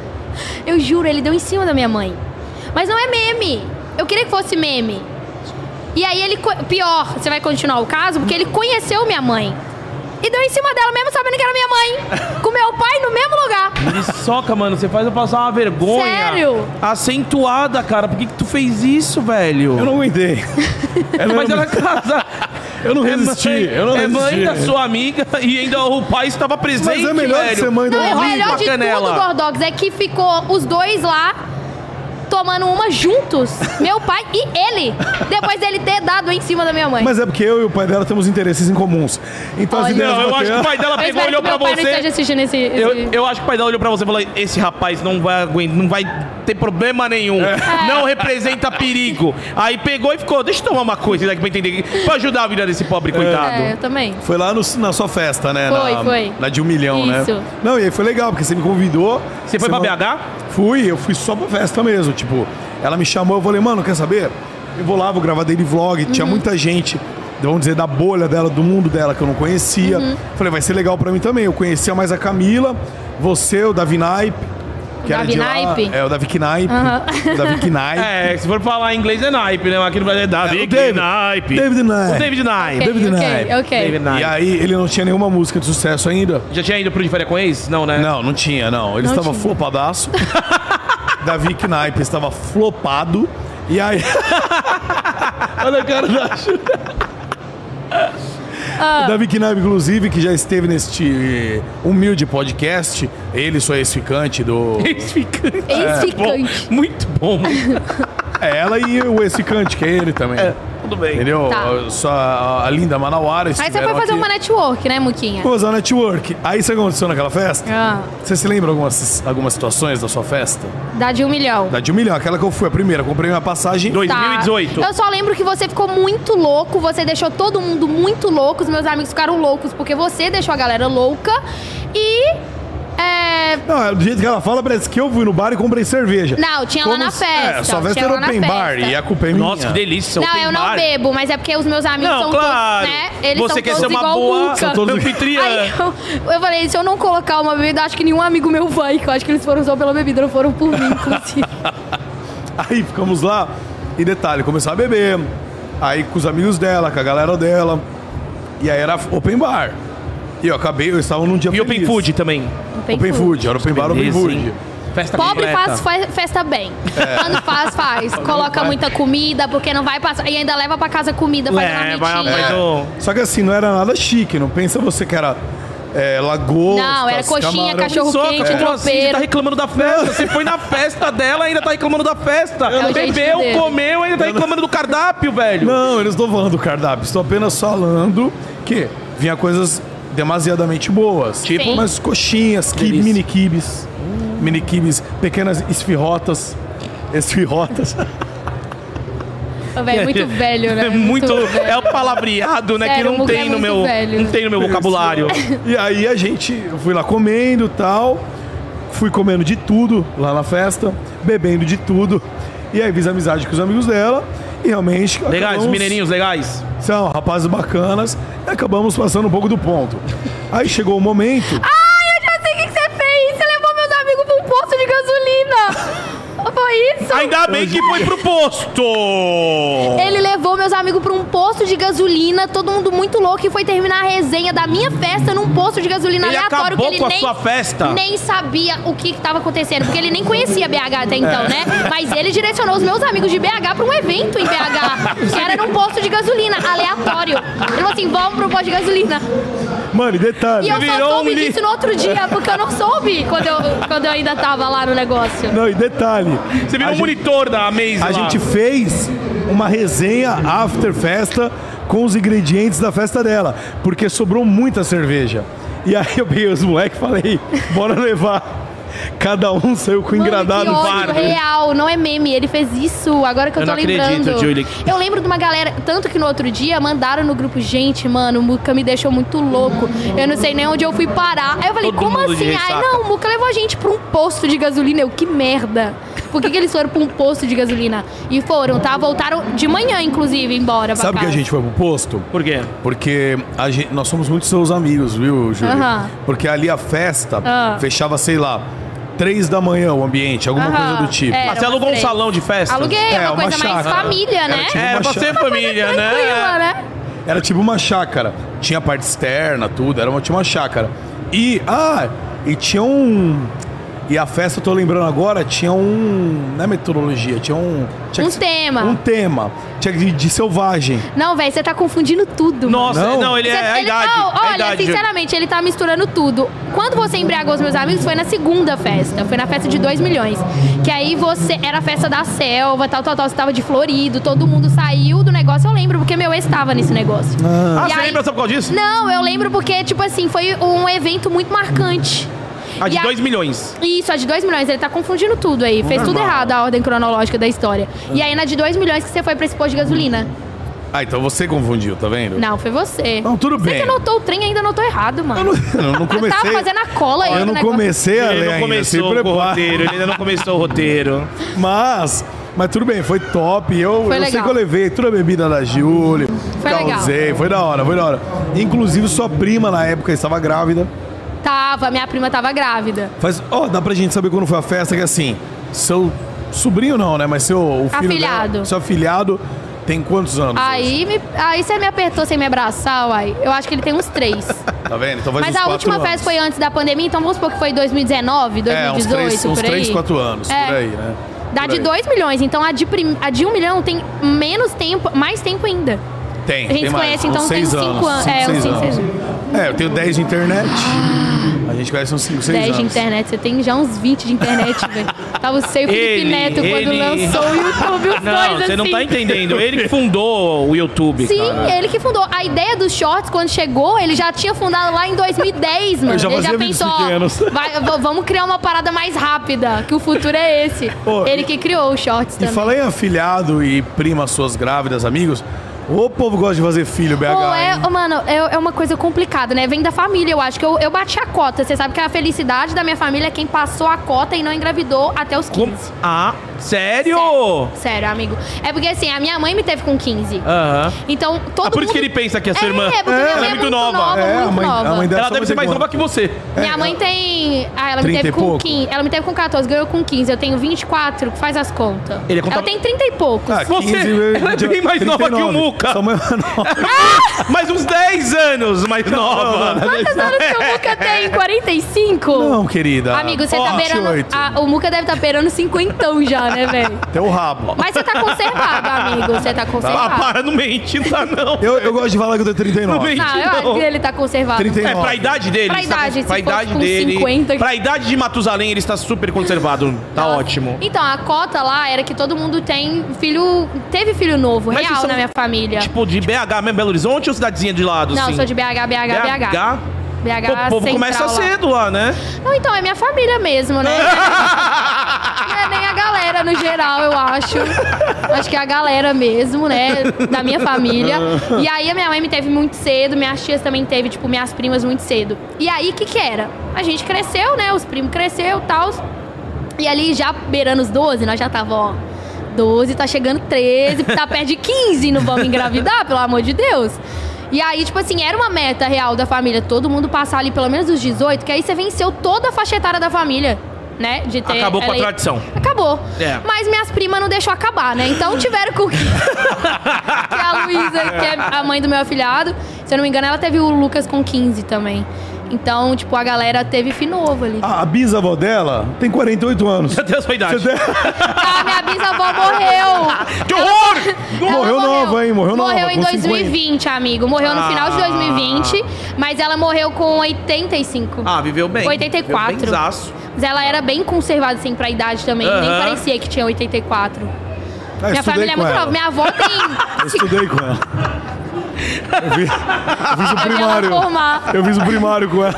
Speaker 2: Eu juro, ele deu em cima da minha mãe. Mas não é meme. Eu queria que fosse meme. E aí ele... co- Pior, você vai continuar o caso, porque ele conheceu minha mãe. E deu em cima dela, mesmo sabendo que era minha mãe. Com meu pai no mesmo lugar.
Speaker 3: Muriçoca, mano, você faz eu passar uma vergonha.
Speaker 2: Sério?
Speaker 3: Acentuada, cara. Por que, que tu fez isso, velho?
Speaker 1: Eu não aguentei. Ela
Speaker 3: Mas
Speaker 1: era-
Speaker 3: ela casa.
Speaker 1: Eu não
Speaker 3: É
Speaker 1: resisti,
Speaker 3: mãe-
Speaker 1: eu não
Speaker 3: é
Speaker 1: resisti.
Speaker 3: mãe da sua amiga e ainda o pai estava presente.
Speaker 1: Mas é melhor
Speaker 3: velho.
Speaker 1: que ser mãe da
Speaker 2: Não, o
Speaker 1: amiga.
Speaker 2: melhor de
Speaker 3: Canela.
Speaker 2: tudo, Gordox, é que ficou os dois lá tomando uma juntos. Meu pai e ele. Depois dele ter dado em cima da minha mãe.
Speaker 1: Mas é porque eu e o pai dela temos interesses em comuns. Então as
Speaker 2: Olha.
Speaker 1: ideias
Speaker 3: Não, eu acho
Speaker 1: bateram.
Speaker 3: que o pai dela
Speaker 2: Eu
Speaker 3: pegou e
Speaker 2: espero
Speaker 3: olhou
Speaker 2: que
Speaker 3: pra
Speaker 2: meu pai não esteja
Speaker 3: você.
Speaker 2: assistindo esse... esse...
Speaker 3: Eu, eu acho que o pai dela olhou pra você e falou: esse rapaz não vai aguentar, não vai ter problema nenhum.
Speaker 2: É.
Speaker 3: Não representa perigo. Aí pegou e ficou, deixa eu tomar uma coisa daqui pra entender. Pra ajudar a vida desse pobre coitado.
Speaker 2: É, eu também.
Speaker 1: Foi lá no- na sua festa, né?
Speaker 2: Foi,
Speaker 1: na,
Speaker 2: foi.
Speaker 1: Na de um milhão,
Speaker 2: Isso.
Speaker 1: né? Não, e aí foi legal, porque você me convidou.
Speaker 3: Você foi pra
Speaker 1: ma-
Speaker 3: B H?
Speaker 1: Fui, eu fui só pra festa mesmo. Tipo, ela me chamou, eu falei, mano, quer saber? Eu vou lá, vou gravar daily vlog.
Speaker 2: Uhum.
Speaker 1: Tinha muita gente, vamos dizer, da bolha dela, do mundo dela, que eu não conhecia.
Speaker 2: Uhum.
Speaker 1: Falei, vai ser legal pra mim também. Eu conhecia mais a Camila, você, o Davi Naipe. que era
Speaker 2: Davi
Speaker 1: de lá.
Speaker 2: Naipe?
Speaker 1: É, o Davi Knaip. O Davi Knaip.
Speaker 3: É, se for falar em inglês é naipe, né? Aqui no Brasil é
Speaker 1: É,
Speaker 3: David
Speaker 1: o David.
Speaker 3: Naipe.
Speaker 1: David Naipe.
Speaker 3: O David Naipe.
Speaker 2: Ok,
Speaker 1: David
Speaker 2: ok,
Speaker 1: Knipe.
Speaker 2: ok.
Speaker 3: David Naipe.
Speaker 1: E aí, ele não tinha nenhuma música de sucesso ainda.
Speaker 3: Já tinha ido pro De Férias com Ex? Não, né?
Speaker 1: Não, não tinha, não. Ele
Speaker 2: Não
Speaker 1: estava
Speaker 2: tinha.
Speaker 1: flopadaço. Davi Knaip estava flopado. E aí... Olha a cara da Ju. O Davi Knaip, inclusive, que já esteve neste humilde podcast. Ele, sua ex-ficante do...
Speaker 3: Ex-ficante.
Speaker 2: Ex-ficante.
Speaker 3: Bom, muito bom.
Speaker 1: É ela e o ex-ficante, que é ele também.
Speaker 3: tudo bem.
Speaker 1: Entendeu?
Speaker 2: Tá.
Speaker 1: Só a, a linda Manauara.
Speaker 2: Aí você foi
Speaker 1: estiveram
Speaker 2: fazer
Speaker 1: aqui.
Speaker 2: uma network, né, Muquinha?
Speaker 1: Vou fazer uma network. Aí sabe o que aconteceu naquela festa?
Speaker 2: Ah,
Speaker 1: Você se lembra algumas, algumas situações da sua festa?
Speaker 2: dá de um milhão.
Speaker 1: Da de um milhão, aquela que eu fui a primeira. Comprei uma passagem.
Speaker 3: dois mil e dezoito.
Speaker 2: Tá. Eu só lembro que você ficou muito louco, você deixou todo mundo muito louco, os meus amigos ficaram loucos porque você deixou a galera louca e... É...
Speaker 1: Não, do jeito que ela fala, parece que eu fui no bar e comprei cerveja.
Speaker 2: Não, tinha lá na
Speaker 1: se-
Speaker 2: festa,
Speaker 1: É, sua festa
Speaker 2: tinha
Speaker 1: era
Speaker 2: lá na
Speaker 1: open bar
Speaker 2: festa.
Speaker 1: e a culpa é minha.
Speaker 3: Nossa, que delícia.
Speaker 2: Não,
Speaker 3: open
Speaker 2: eu não
Speaker 3: bar.
Speaker 2: bebo, mas é porque os meus amigos
Speaker 3: Não,
Speaker 2: são
Speaker 3: claro.
Speaker 2: todos, né? Eles
Speaker 3: Você
Speaker 2: são
Speaker 3: quer
Speaker 2: todos
Speaker 3: ser uma
Speaker 2: igual o
Speaker 3: boa
Speaker 2: Muca.
Speaker 1: São todos-
Speaker 3: anfitriã.
Speaker 2: Aí eu, eu falei, se eu não colocar uma bebida, acho que nenhum amigo meu vai, que eu acho que eles foram só pela bebida, não foram por mim, inclusive.
Speaker 1: Aí ficamos lá e detalhe, começou a beber. Aí com os amigos dela, com a galera dela. E aí era open bar. E eu acabei, eu estava num dia
Speaker 3: E
Speaker 1: feliz.
Speaker 3: Open Food também.
Speaker 1: Open food, era open bar, open
Speaker 3: Beleza,
Speaker 1: food.
Speaker 3: hein? Festa
Speaker 2: Pobre
Speaker 3: completa.
Speaker 2: faz, faz festa bem.
Speaker 1: É.
Speaker 2: Quando faz, faz. Coloca
Speaker 1: faz.
Speaker 2: muita comida, porque não vai passar. E ainda leva pra casa comida, faz uma
Speaker 3: É, vai-
Speaker 2: mitinha.
Speaker 3: vai do-
Speaker 1: Só que assim, não era nada chique. Não pensa você que era é, lagosta,
Speaker 2: Não, era coxinha, cachorro
Speaker 3: Só,
Speaker 2: quente,
Speaker 3: como assim? Você
Speaker 2: tropeiro.
Speaker 3: tá reclamando da festa. Você foi na festa dela e ainda tá reclamando da festa.
Speaker 2: É o jeitinho
Speaker 3: Bebeu,
Speaker 2: dele.
Speaker 3: comeu, ainda tá reclamando do cardápio, velho.
Speaker 1: Não, eu não estou falando do cardápio. Estou apenas falando que vinha coisas demasiadamente boas.
Speaker 3: Tipo?
Speaker 2: Sim.
Speaker 1: Umas coxinhas, que,
Speaker 3: Delícia.
Speaker 1: mini quibes. Mini quibes, pequenas esfirrotas. Esfirrotas.
Speaker 2: Ô, velho, muito velho, né?
Speaker 3: É muito.
Speaker 2: velho.
Speaker 3: É o palavreado, né?
Speaker 2: Sério,
Speaker 3: que
Speaker 2: o
Speaker 3: não
Speaker 2: Muca
Speaker 3: tem
Speaker 2: é
Speaker 3: no
Speaker 2: muito
Speaker 3: meu.
Speaker 2: velho.
Speaker 3: Não tem no meu vocabulário.
Speaker 1: E aí a gente, eu fui lá comendo e tal. Fui comendo de tudo lá na festa. Bebendo de tudo. E aí fiz amizade com os amigos dela. E realmente...
Speaker 3: Legais,
Speaker 1: acabamos-
Speaker 3: mineirinhos legais.
Speaker 1: São rapazes bacanas. E acabamos passando um pouco do ponto. Aí chegou o momento...
Speaker 2: Ai, eu já sei o que que você fez. Você levou meus amigos pra um posto de gasolina. Foi isso?
Speaker 3: Ainda bem que foi pro posto!
Speaker 2: Ele levou meus amigos pra um posto de gasolina, todo mundo muito louco, e foi terminar a resenha da minha festa num posto de gasolina
Speaker 3: Ele
Speaker 2: aleatório.
Speaker 3: acabou
Speaker 2: que ele
Speaker 3: com a
Speaker 2: nem,
Speaker 3: sua festa?
Speaker 2: nem sabia o que estava acontecendo, porque ele nem conhecia B H até então, né? Mas ele direcionou os meus amigos de B H pra um evento em B H, que era num posto de gasolina, aleatório. Ele falou assim, vamos pro posto de gasolina.
Speaker 1: Mano, e detalhe...
Speaker 2: E eu
Speaker 3: Virou
Speaker 2: só soube
Speaker 3: um li-
Speaker 2: disso no outro dia, porque eu não soube quando eu, quando eu ainda tava lá no negócio.
Speaker 1: Não, e detalhe...
Speaker 3: Você virou
Speaker 1: a
Speaker 3: um
Speaker 1: gente-
Speaker 3: monitor da Maze
Speaker 1: A
Speaker 3: lá.
Speaker 1: gente fez uma resenha after festa com os ingredientes da festa dela, porque sobrou muita cerveja. E aí eu peguei os moleques e falei, bora levar. Cada um saiu com o engradado
Speaker 2: Mano, que ódio,
Speaker 1: fardo.
Speaker 2: real, não é meme, ele fez isso, agora que eu,
Speaker 3: Eu
Speaker 2: tô
Speaker 3: não
Speaker 2: lembrando.
Speaker 3: acredito, Julie.
Speaker 2: Eu lembro de uma galera, tanto que no outro dia mandaram no grupo, gente, mano, o Muca me deixou muito louco, eu não sei nem onde eu fui parar. Aí eu falei,
Speaker 3: Todo
Speaker 2: como
Speaker 3: mundo de
Speaker 2: assim? Aí,
Speaker 3: ressaca.
Speaker 2: não, o Muca levou a gente pra um posto de gasolina, eu, que merda. Por que, que eles foram pra um posto de gasolina? E foram, tá? Voltaram de manhã, inclusive, embora pra
Speaker 1: Sabe que
Speaker 2: casa.
Speaker 1: a gente foi pro posto?
Speaker 3: Por quê?
Speaker 1: Porque a gente- nós somos muito seus amigos, viu, Júlio?
Speaker 2: Aham.
Speaker 1: Porque ali a festa
Speaker 2: Ah.
Speaker 1: fechava, sei lá, três da manhã o ambiente, alguma
Speaker 2: Aham,
Speaker 1: coisa do tipo.
Speaker 2: é.
Speaker 3: Ah, você
Speaker 2: Era
Speaker 3: alugou um
Speaker 2: umas três.
Speaker 3: salão de festa?
Speaker 2: Aluguei,
Speaker 1: É,
Speaker 2: uma
Speaker 1: uma
Speaker 2: coisa mais
Speaker 1: chácara.
Speaker 2: família, né?
Speaker 1: Era tipo-
Speaker 3: É,
Speaker 1: uma
Speaker 3: pra ser
Speaker 1: chácara.
Speaker 3: família,
Speaker 2: Tranquila,
Speaker 3: né?
Speaker 2: né?
Speaker 1: Era tipo uma chácara. Tinha parte externa, tudo. Era uma, tinha uma chácara. E, ah, e tinha um... E a festa, eu tô lembrando agora, tinha um... Não é metodologia, tinha um... Tinha
Speaker 2: Um
Speaker 1: que-
Speaker 2: tema.
Speaker 1: Um tema. Tinha de, de selvagem.
Speaker 2: Não, velho, você tá confundindo tudo, mano.
Speaker 3: Nossa,
Speaker 1: Não.
Speaker 3: não, ele é
Speaker 2: Você-
Speaker 3: a
Speaker 2: ele-
Speaker 3: idade.
Speaker 2: não,
Speaker 3: é a
Speaker 2: olha,
Speaker 3: idade.
Speaker 2: sinceramente, ele tá misturando tudo. Quando você embriagou os meus amigos, foi na segunda festa. Foi na festa de dois milhões. Que aí você... Era a festa da selva, tal, tal, tal. Você tava de Florido, todo mundo saiu do negócio. Eu lembro, porque meu ex tava nesse negócio.
Speaker 3: Ah,
Speaker 2: E
Speaker 3: você
Speaker 2: aí-
Speaker 3: lembra só por causa disso?
Speaker 2: Não, eu lembro porque, tipo assim, foi um evento muito marcante.
Speaker 3: A de
Speaker 2: E a-
Speaker 3: dois milhões.
Speaker 2: Isso, a de dois milhões. Ele tá confundindo tudo aí. Fez tudo
Speaker 1: Normal.
Speaker 2: errado, a ordem cronológica da história. E aí, na de dois milhões que você foi pra esse posto de gasolina.
Speaker 1: Ah, então você confundiu, tá vendo?
Speaker 2: Não, foi você.
Speaker 1: Não, tudo
Speaker 2: Você
Speaker 1: bem.
Speaker 2: que anotou o trem ainda anotou errado, mano.
Speaker 1: Eu não, eu não comecei...
Speaker 2: Tava fazendo a cola aí
Speaker 1: Eu
Speaker 2: do
Speaker 1: não
Speaker 2: negócio.
Speaker 1: comecei a
Speaker 3: Ele
Speaker 1: ler
Speaker 3: não
Speaker 1: ainda, se
Speaker 3: começou com o
Speaker 1: prepara.
Speaker 3: roteiro, ele ainda não começou o roteiro.
Speaker 1: Mas, mas tudo bem, foi top. Eu,
Speaker 2: Foi
Speaker 1: eu sei
Speaker 2: legal.
Speaker 1: que eu levei toda a bebida da Giulia.
Speaker 2: Foi legal.
Speaker 1: Causei, foi da hora, foi da hora. Inclusive, sua prima na época estava grávida.
Speaker 2: Tava, minha prima tava grávida.
Speaker 1: Faz, ó, dá pra gente saber quando foi a festa, que assim, seu sobrinho não, né? Mas seu o filho
Speaker 2: Afilhado.
Speaker 1: dela, seu afilhado tem quantos anos?
Speaker 2: Aí, me, aí você me apertou sem me abraçar, uai. Eu acho que ele tem uns três.
Speaker 1: Tá vendo? Então faz
Speaker 2: Mas
Speaker 1: uns
Speaker 2: a
Speaker 1: quatro
Speaker 2: última
Speaker 1: anos.
Speaker 2: festa foi antes da pandemia, então vamos supor que foi dois mil e dezenove, dois
Speaker 1: É,
Speaker 2: mil e
Speaker 1: uns
Speaker 2: dezoito,
Speaker 1: três, uns
Speaker 2: por aí.
Speaker 1: três, quatro anos,
Speaker 2: É.
Speaker 1: por aí, né?
Speaker 2: Dá
Speaker 1: Por
Speaker 2: de
Speaker 1: aí.
Speaker 2: dois milhões, então a de, prim- a de um milhão tem menos tempo, mais tempo ainda.
Speaker 1: Tem,
Speaker 2: A gente
Speaker 1: tem
Speaker 2: se
Speaker 1: mais,
Speaker 2: conhece,
Speaker 1: uns
Speaker 2: então, tem
Speaker 1: seis
Speaker 2: cinco
Speaker 1: anos.
Speaker 2: anos.
Speaker 1: cinco,
Speaker 2: É, uns
Speaker 1: seis
Speaker 2: cinco,
Speaker 1: anos.
Speaker 2: seis
Speaker 1: É, eu tenho dez de internet. A gente conhece uns cinco, seis
Speaker 2: dez
Speaker 1: anos.
Speaker 2: de internet. Você tem já uns vinte de internet, velho. Tava você e o Felipe
Speaker 3: Ele,
Speaker 2: Neto quando
Speaker 3: ele-
Speaker 2: lançou o YouTube, os
Speaker 3: Não,
Speaker 2: dois
Speaker 3: você
Speaker 2: assim.
Speaker 3: não tá entendendo. Ele que fundou o YouTube,
Speaker 2: Sim,
Speaker 3: cara.
Speaker 2: ele que fundou. A ideia dos shorts, quando chegou, ele já tinha fundado lá em dois mil e dez, mano.
Speaker 1: Eu já
Speaker 2: ele já
Speaker 1: fazia vídeos
Speaker 2: pensou, ó,
Speaker 1: pequenos.
Speaker 2: vai- v- vamos criar uma parada mais rápida, que o futuro é esse.
Speaker 1: Pô,
Speaker 2: ele
Speaker 1: e-
Speaker 2: que criou os shorts
Speaker 1: E
Speaker 2: também.
Speaker 1: fala em afilhado e primas suas grávidas, amigos. O povo gosta de fazer filho, B H.
Speaker 2: Pô, é,
Speaker 1: hein?
Speaker 2: ô, mano, é, é uma coisa complicada, né? Vem da família, eu acho que eu, eu bati a cota. Você sabe que a felicidade da minha família é quem passou a cota e não engravidou até os
Speaker 3: Como-
Speaker 2: quinze.
Speaker 3: Ah, sério?
Speaker 2: Sério, sério, amigo. É porque assim, a minha mãe me teve com quinze.
Speaker 3: Aham.
Speaker 2: Então, todo
Speaker 3: Ah, por
Speaker 2: mundo...
Speaker 3: isso que ele pensa que é sua irmã.
Speaker 2: É, porque minha mãe é muito nova,
Speaker 1: É,
Speaker 2: muito
Speaker 1: a mãe,
Speaker 2: nova.
Speaker 1: a mãe dela
Speaker 3: Ela
Speaker 1: só
Speaker 3: deve
Speaker 1: vai
Speaker 3: ser
Speaker 1: ter
Speaker 3: mais
Speaker 1: quanto?
Speaker 3: nova que você.
Speaker 2: Minha mãe tem... Ah, ela me
Speaker 1: trinta
Speaker 2: teve
Speaker 1: e
Speaker 2: com
Speaker 1: pouco?
Speaker 2: quinze. Ela me teve com quatorze, ganhou com quinze. Eu tenho vinte e quatro, faz as contas.
Speaker 3: Ele é conta-
Speaker 2: Ela tem trinta e poucos.
Speaker 1: Ah,
Speaker 3: Você-
Speaker 1: quinze,
Speaker 3: ela é bem mais nova que o Muca.
Speaker 1: Sua mãe é nova.
Speaker 3: Mais uns dez anos mais nova.
Speaker 2: Quantos anos que o Muca tem? quarenta e cinco?
Speaker 1: Não, querida.
Speaker 2: Amigo, você
Speaker 1: Ó,
Speaker 2: tá beirando...
Speaker 1: vinte e oito.
Speaker 2: ah, o Muca deve estar beirando cinquentão já, né, velho?
Speaker 1: Até o rabo.
Speaker 2: Mas você tá conservado, amigo. Você tá
Speaker 3: Ah,
Speaker 2: conservado.
Speaker 3: para, não mente, não tá não.
Speaker 1: Eu, eu gosto de falar que eu tenho trinta e
Speaker 3: Não
Speaker 1: nove.
Speaker 3: vem.
Speaker 2: Não, eu acho que ele tá conservado.
Speaker 1: trinta e
Speaker 3: É,
Speaker 1: nove.
Speaker 3: pra idade dele.
Speaker 2: Pra
Speaker 3: ele está-
Speaker 2: idade, se
Speaker 3: pra
Speaker 2: fosse
Speaker 3: idade
Speaker 2: com
Speaker 3: dele.
Speaker 2: cinquenta.
Speaker 3: Pra idade de Matusalém, ele está super conservado. Tá
Speaker 2: Nossa.
Speaker 3: ótimo.
Speaker 2: Então, a cota lá era que todo mundo tem filho... Teve filho novo,
Speaker 3: Mas vocês
Speaker 2: real,
Speaker 3: são,
Speaker 2: na minha família.
Speaker 3: Tipo, de B H mesmo, Belo Horizonte ou cidadezinha de lado,
Speaker 2: Não,
Speaker 3: assim?
Speaker 2: eu sou de B H, B H, B H.
Speaker 3: B H?
Speaker 2: B H
Speaker 3: Pô, o povo
Speaker 2: central
Speaker 3: começa
Speaker 2: lá.
Speaker 3: cedo lá, né?
Speaker 2: Não, então, é minha família mesmo, né? Não é nem a galera no geral, eu acho. Acho que é a galera mesmo, né? Da minha família. E aí a minha mãe me teve muito cedo, minhas tias também teve, tipo, minhas primas muito cedo. E aí, o que que era? A gente cresceu, né? Os primos cresceu e tal. E ali, já beirando os doze, nós já tava, ó... doze, tá chegando treze, tá perto de quinze, não vamos engravidar, pelo amor de Deus. E aí, tipo assim, era uma meta real da família, todo mundo passar ali pelo menos os dezoito, que aí você venceu toda a faixa etária da família, né? De ter
Speaker 3: Acabou com a
Speaker 2: ela-
Speaker 3: tradição.
Speaker 2: Acabou.
Speaker 3: É.
Speaker 2: Mas minhas primas não deixou acabar, né? Então tiveram com... que é a Luísa, que é a mãe do meu afilhado. Se eu não me engano, ela teve o Lucas com quinze também. Então, tipo, a galera teve filho novo ali.
Speaker 1: A, a bisavó dela tem quarenta e oito anos.
Speaker 3: Já tem a sua idade.
Speaker 1: Você tem-
Speaker 2: A minha bisavó morreu.
Speaker 3: Que horror!
Speaker 2: Ela
Speaker 1: Morreu nova, hein? Morreu nova,
Speaker 2: Morreu em
Speaker 1: com
Speaker 2: dois mil e vinte, amigo. Morreu no
Speaker 3: Ah.
Speaker 2: final de dois mil e vinte, mas ela morreu com oitenta e cinco.
Speaker 3: Ah, viveu bem.
Speaker 2: oitenta e quatro.
Speaker 3: Viveu benzaço.
Speaker 2: Mas ela era bem conservada, assim, pra idade também. Nem
Speaker 3: Aham.
Speaker 2: parecia que tinha oitenta e quatro.
Speaker 1: Ah,
Speaker 2: Minha
Speaker 1: estudei
Speaker 2: família é
Speaker 1: com
Speaker 2: muito
Speaker 1: ela.
Speaker 2: nova. Minha avó tem...
Speaker 1: Eu estudei com ela. Eu, vi, eu fiz o
Speaker 2: ela
Speaker 1: primário.
Speaker 2: formar.
Speaker 1: Eu fiz o primário com ela.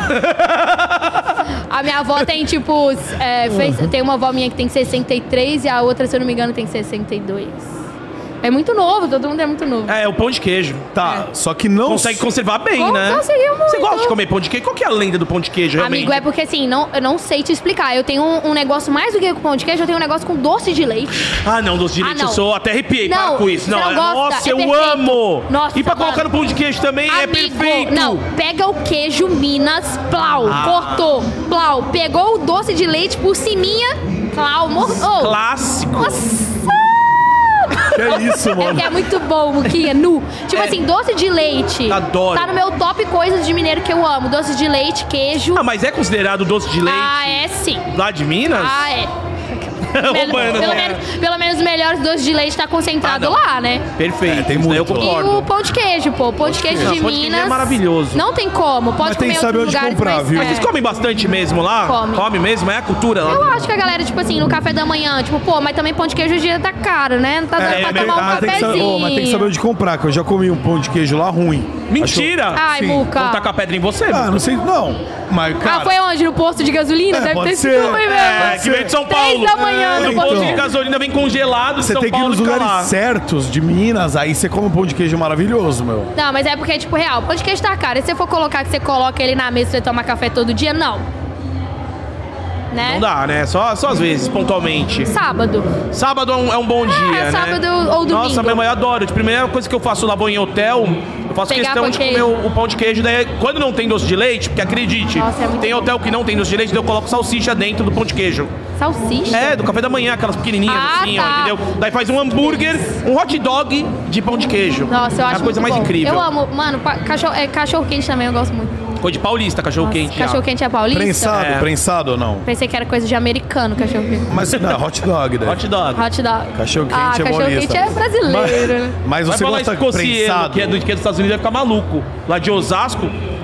Speaker 2: A minha avó tem, tipo... é, fez- tem uma avó minha que tem sessenta e três e a outra, se eu não me engano, tem sessenta e dois. É muito novo, todo mundo é muito novo.
Speaker 3: É, o pão de queijo.
Speaker 1: Tá, só que não...
Speaker 3: Consegue conservar bem,
Speaker 2: Con-
Speaker 3: né?
Speaker 2: conseguiu muito.
Speaker 3: Você gosta de comer pão de queijo? Qual que é a lenda do pão de queijo, realmente?
Speaker 2: Amigo, é porque assim, não, eu não sei te explicar. Eu tenho um, um negócio mais do que com pão de queijo, eu tenho um negócio com doce de leite.
Speaker 3: Ah, não, doce de
Speaker 2: Ah,
Speaker 3: leite,
Speaker 2: não.
Speaker 3: eu sou até arrepiei, para
Speaker 2: Não,
Speaker 3: com isso.
Speaker 2: você não
Speaker 3: é-
Speaker 2: gosta?
Speaker 3: Nossa,
Speaker 2: É
Speaker 3: eu
Speaker 2: perfeito.
Speaker 3: amo!
Speaker 2: Nossa,
Speaker 3: E pra
Speaker 2: mano.
Speaker 3: colocar no pão de queijo também é
Speaker 2: Amigo,
Speaker 3: perfeito!
Speaker 2: não, pega o queijo Minas, plau,
Speaker 3: Ah.
Speaker 2: cortou, plau, pegou o doce de leite por ciminha, plau, morreu.
Speaker 3: Clássico!
Speaker 2: Nossa!
Speaker 1: Que é isso,
Speaker 2: É
Speaker 1: mano?
Speaker 2: porque é muito bom, Muquinha, nu. Tipo
Speaker 3: É.
Speaker 2: assim, doce de leite.
Speaker 3: Adoro.
Speaker 2: Tá no meu top coisas de mineiro que eu amo. Doce de leite, queijo.
Speaker 3: Ah, mas é considerado doce de leite
Speaker 2: Ah, é sim.
Speaker 3: lá de Minas?
Speaker 2: Ah, é. Mel-
Speaker 3: Roubando,
Speaker 2: pelo,
Speaker 3: né?
Speaker 2: menos, pelo menos os melhores doces de leite tá concentrado
Speaker 3: Ah, não.
Speaker 2: lá, né?
Speaker 3: Perfeito,
Speaker 1: É, tem
Speaker 3: isso daí eu
Speaker 1: muito.
Speaker 2: E
Speaker 3: concordo.
Speaker 2: o pão de queijo, pô. Pão de queijo
Speaker 3: Não,
Speaker 2: de
Speaker 3: pão de queijo
Speaker 2: Minas.
Speaker 3: é maravilhoso.
Speaker 2: Não tem como. Pode
Speaker 1: Mas tem
Speaker 2: comer
Speaker 1: que
Speaker 2: em
Speaker 1: saber
Speaker 2: outros
Speaker 1: onde
Speaker 2: lugares,
Speaker 1: comprar,
Speaker 2: mas,
Speaker 1: viu?
Speaker 2: é.
Speaker 3: Vocês comem bastante mesmo lá?
Speaker 2: Come.
Speaker 3: Come mesmo? É a cultura lá?
Speaker 2: Eu acho que a galera, tipo assim, no café da manhã, tipo, pô, mas também pão de queijo hoje em dia tá caro, né? Não tá dando
Speaker 3: É,
Speaker 2: pra
Speaker 3: é
Speaker 2: tomar um
Speaker 1: mas, tem que saber,
Speaker 2: cafezinho.
Speaker 1: oh, mas tem que saber onde comprar, que eu já comi um pão de queijo lá ruim.
Speaker 3: Mentira!
Speaker 2: Ai,
Speaker 1: Sim.
Speaker 2: Muca.
Speaker 3: Vamos tacar pedra em você?
Speaker 1: Acho- Ah, não sei, não. Mas, cara...
Speaker 2: Ah, foi onde? No posto de gasolina?
Speaker 1: É,
Speaker 2: Deve
Speaker 1: pode
Speaker 2: ter
Speaker 1: ser.
Speaker 2: sido ruim mesmo.
Speaker 3: É, que vem de São
Speaker 2: Três
Speaker 3: Paulo.
Speaker 2: da manhã
Speaker 3: no
Speaker 2: no
Speaker 3: posto
Speaker 1: então.
Speaker 3: de gasolina vem congelado de
Speaker 1: Você
Speaker 3: São
Speaker 1: tem que ir
Speaker 3: Paulo
Speaker 1: nos
Speaker 3: e fica
Speaker 1: lugares
Speaker 3: lá.
Speaker 1: certos de Minas, aí você come um pão de queijo maravilhoso, meu.
Speaker 2: Não, mas é porque, tipo, real, pão de queijo tá caro. E se você for colocar que você coloca ele na mesa e você toma café todo dia, não. Né?
Speaker 3: Não dá, né? Só, só às vezes, pontualmente.
Speaker 2: Sábado.
Speaker 3: Sábado é um, é um bom dia, né?
Speaker 2: sábado ou domingo.
Speaker 3: Nossa, minha mãe adora. A primeira coisa que eu faço lá vou em hotel, eu faço
Speaker 2: Pegar
Speaker 3: questão
Speaker 2: pão
Speaker 3: de
Speaker 2: de
Speaker 3: comer
Speaker 2: queijo.
Speaker 3: o, o pão de queijo. Daí, quando não tem doce de leite, porque acredite,
Speaker 2: Nossa, é muito
Speaker 3: tem
Speaker 2: bom.
Speaker 3: hotel que não tem doce de leite, daí eu coloco salsicha dentro do pão de queijo.
Speaker 2: Salsicha?
Speaker 3: É, do café da manhã, aquelas pequenininhas
Speaker 2: Ah,
Speaker 3: assim, ó,
Speaker 2: tá.
Speaker 3: entendeu? Daí faz um hambúrguer, um hot dog de pão de queijo.
Speaker 2: Nossa, eu acho
Speaker 3: É a coisa
Speaker 2: muito
Speaker 3: mais
Speaker 2: bom.
Speaker 3: incrível.
Speaker 2: Eu amo. Mano, pa- cachorro, é, cachorro quente também eu gosto muito.
Speaker 3: Coisa de paulista, cachorro quente.
Speaker 2: Cachorro quente é paulista?
Speaker 1: Prensado,
Speaker 3: É.
Speaker 1: prensado ou não?
Speaker 2: Pensei que era coisa de americano, cachorro quente.
Speaker 1: Mas não, hot dog, né?
Speaker 3: Hot dog.
Speaker 2: Hot dog.
Speaker 1: Cachorro quente
Speaker 2: ah,
Speaker 1: é
Speaker 2: cachorro
Speaker 1: paulista.
Speaker 2: quente é brasileiro.
Speaker 1: Mas, mas
Speaker 3: Vai
Speaker 1: você
Speaker 3: falar
Speaker 1: gosta de
Speaker 3: escocielo,
Speaker 1: prensado?
Speaker 3: que é, do, que é dos Estados Unidos, vai ficar maluco. Lá de Osasco,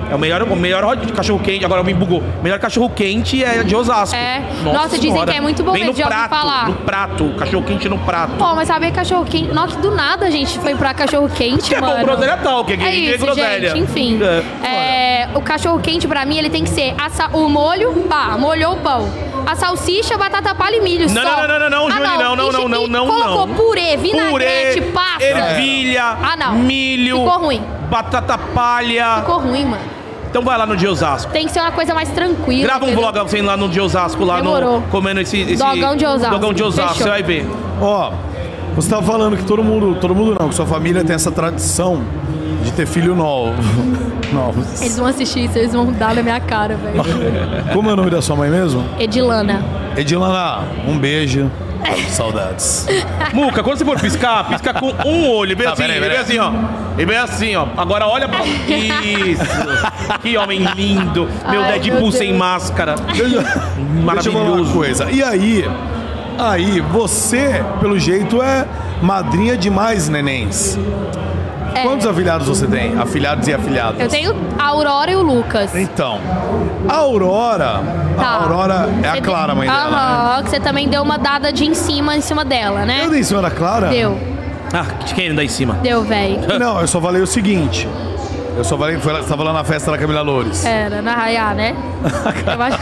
Speaker 3: É o melhor, o melhor cachorro quente, agora me bugou. O melhor cachorro quente é de Osasco.
Speaker 2: É. Nossa, dizem que é muito bom
Speaker 3: Vem
Speaker 2: mesmo,
Speaker 3: no
Speaker 2: já ouvi
Speaker 3: prato,
Speaker 2: falar.
Speaker 3: no prato, cachorro quente no prato.
Speaker 2: Pô, mas sabe cachorro quente? Nossa, que do nada a gente foi pra cachorro quente,
Speaker 3: É
Speaker 2: mano.
Speaker 3: bom, groselha tal, que
Speaker 2: É isso,
Speaker 3: groselha.
Speaker 2: gente, enfim.
Speaker 3: É.
Speaker 2: É, o cachorro quente pra mim, ele tem que ser a sa- o molho, pá, molhou o pão. A salsicha, batata palha e milho
Speaker 3: Não,
Speaker 2: só.
Speaker 3: não, não, não, não,
Speaker 2: ah,
Speaker 3: Júlio, não, não,
Speaker 2: Enche-
Speaker 3: não, não,
Speaker 2: e
Speaker 3: não,
Speaker 2: colocou
Speaker 3: não.
Speaker 2: purê, vinagrete,
Speaker 3: Purê,
Speaker 2: pasta.
Speaker 3: ervilha,
Speaker 2: Ah, não.
Speaker 3: milho,
Speaker 2: Ficou ruim.
Speaker 3: batata palha.
Speaker 2: Ficou ruim, mano.
Speaker 3: Então vai lá no de Osasco.
Speaker 2: Tem que ser uma coisa mais tranquila.
Speaker 3: Grava um
Speaker 2: entendeu?
Speaker 3: vlog assim lá no de Osasco, lá
Speaker 2: Demorou.
Speaker 3: no comendo esse, esse
Speaker 2: Dogão de Osasco.
Speaker 3: Dogão de Osasco,
Speaker 2: Fechou.
Speaker 3: você vai ver.
Speaker 1: Ó, você tava falando que todo mundo, todo mundo não, que sua família tem essa tradição de ter filho novo. Novos.
Speaker 2: Eles vão assistir isso, eles vão dar na minha cara, velho.
Speaker 1: Como é o nome da sua mãe mesmo?
Speaker 2: Edilana.
Speaker 1: Edilana, um beijo. Saudades.
Speaker 3: Muca, quando você for piscar, pisca com um olho. Bem
Speaker 1: Tá,
Speaker 3: assim,
Speaker 1: peraí,
Speaker 3: bem
Speaker 1: peraí.
Speaker 3: assim, ó. E bem assim, ó. Agora olha pra... Isso. Que homem lindo. Meu
Speaker 2: Ai,
Speaker 3: Deadpool
Speaker 2: meu
Speaker 3: sem
Speaker 2: Deus.
Speaker 3: máscara.
Speaker 1: Deixa, deixa eu falar uma
Speaker 3: Maravilhoso.
Speaker 1: coisa. E aí, aí, você, pelo jeito, é madrinha de mais nenéns.
Speaker 2: É.
Speaker 1: Quantos afilhados você tem? Afilhados e afilhadas?
Speaker 2: Eu tenho a Aurora e o Lucas.
Speaker 1: Então, a Aurora,
Speaker 2: Tá.
Speaker 1: a Aurora é a
Speaker 2: Você
Speaker 1: Clara,
Speaker 2: deu-
Speaker 1: mãe dela, né?
Speaker 2: Aham, que você também deu uma dada de em cima, em cima dela, né?
Speaker 1: Eu dei em cima da Clara?
Speaker 2: Deu.
Speaker 3: Ah, de quem ainda em cima?
Speaker 2: Deu, velho.
Speaker 1: Não, eu só falei o seguinte. Eu só falei, foi, lá- você tava lá na festa da Camila Loures.
Speaker 2: Era, na Raiá, né? Eu acho...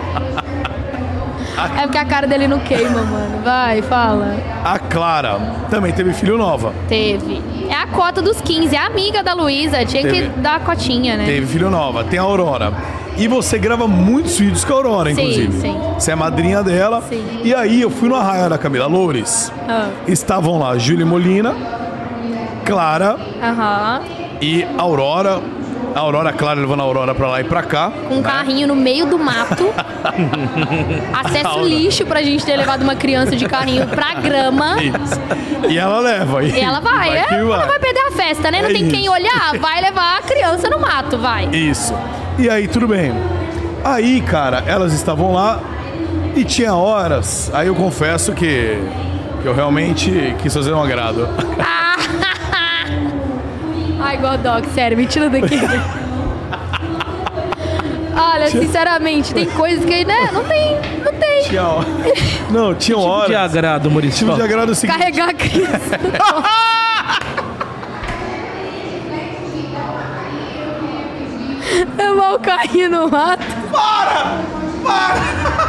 Speaker 2: É porque a cara dele não queima, mano. Vai, fala.
Speaker 1: A Clara também teve filho nova.
Speaker 2: Teve. É a cota dos quinze, é a amiga da Luísa. Tinha
Speaker 1: Teve.
Speaker 2: que dar a cotinha, né?
Speaker 1: Teve filho nova. Tem a Aurora. E você grava muitos vídeos com a Aurora,
Speaker 2: Sim,
Speaker 1: inclusive.
Speaker 2: sim.
Speaker 1: Você é madrinha dela.
Speaker 2: Sim.
Speaker 1: E aí, eu fui no arraia da Camila Loures.
Speaker 2: Ah.
Speaker 1: Estavam lá Júlia Molina, Clara
Speaker 2: Aham.
Speaker 1: e Aurora. A Aurora, a Clara levando a Aurora pra lá e pra cá.
Speaker 2: Com um carrinho no meio do mato. Acesso
Speaker 1: Aurora.
Speaker 2: lixo pra gente ter levado uma criança de carrinho pra grama.
Speaker 1: Isso. E ela leva.
Speaker 2: E ela vai. é,
Speaker 1: que
Speaker 2: ela vai perder a festa, né? Não
Speaker 1: É
Speaker 2: tem quem
Speaker 1: isso.
Speaker 2: olhar. Vai levar a criança no mato, vai.
Speaker 1: Isso. E aí, tudo bem. Aí, cara, elas estavam lá e tinha horas. Aí eu confesso que, que eu realmente quis fazer um agrado.
Speaker 2: Ah. Ai, Gordox, sério, me tira daqui. Olha, sinceramente, tem coisas que, né? Não tem, não tem.
Speaker 1: Tinha hora. Não, tinha
Speaker 3: De
Speaker 1: horas.
Speaker 3: agrado, Maurício.
Speaker 1: Tipo de agrado é o seguinte.
Speaker 2: Carregar a criança. Levar o carrinho no mato.
Speaker 3: Para! Para!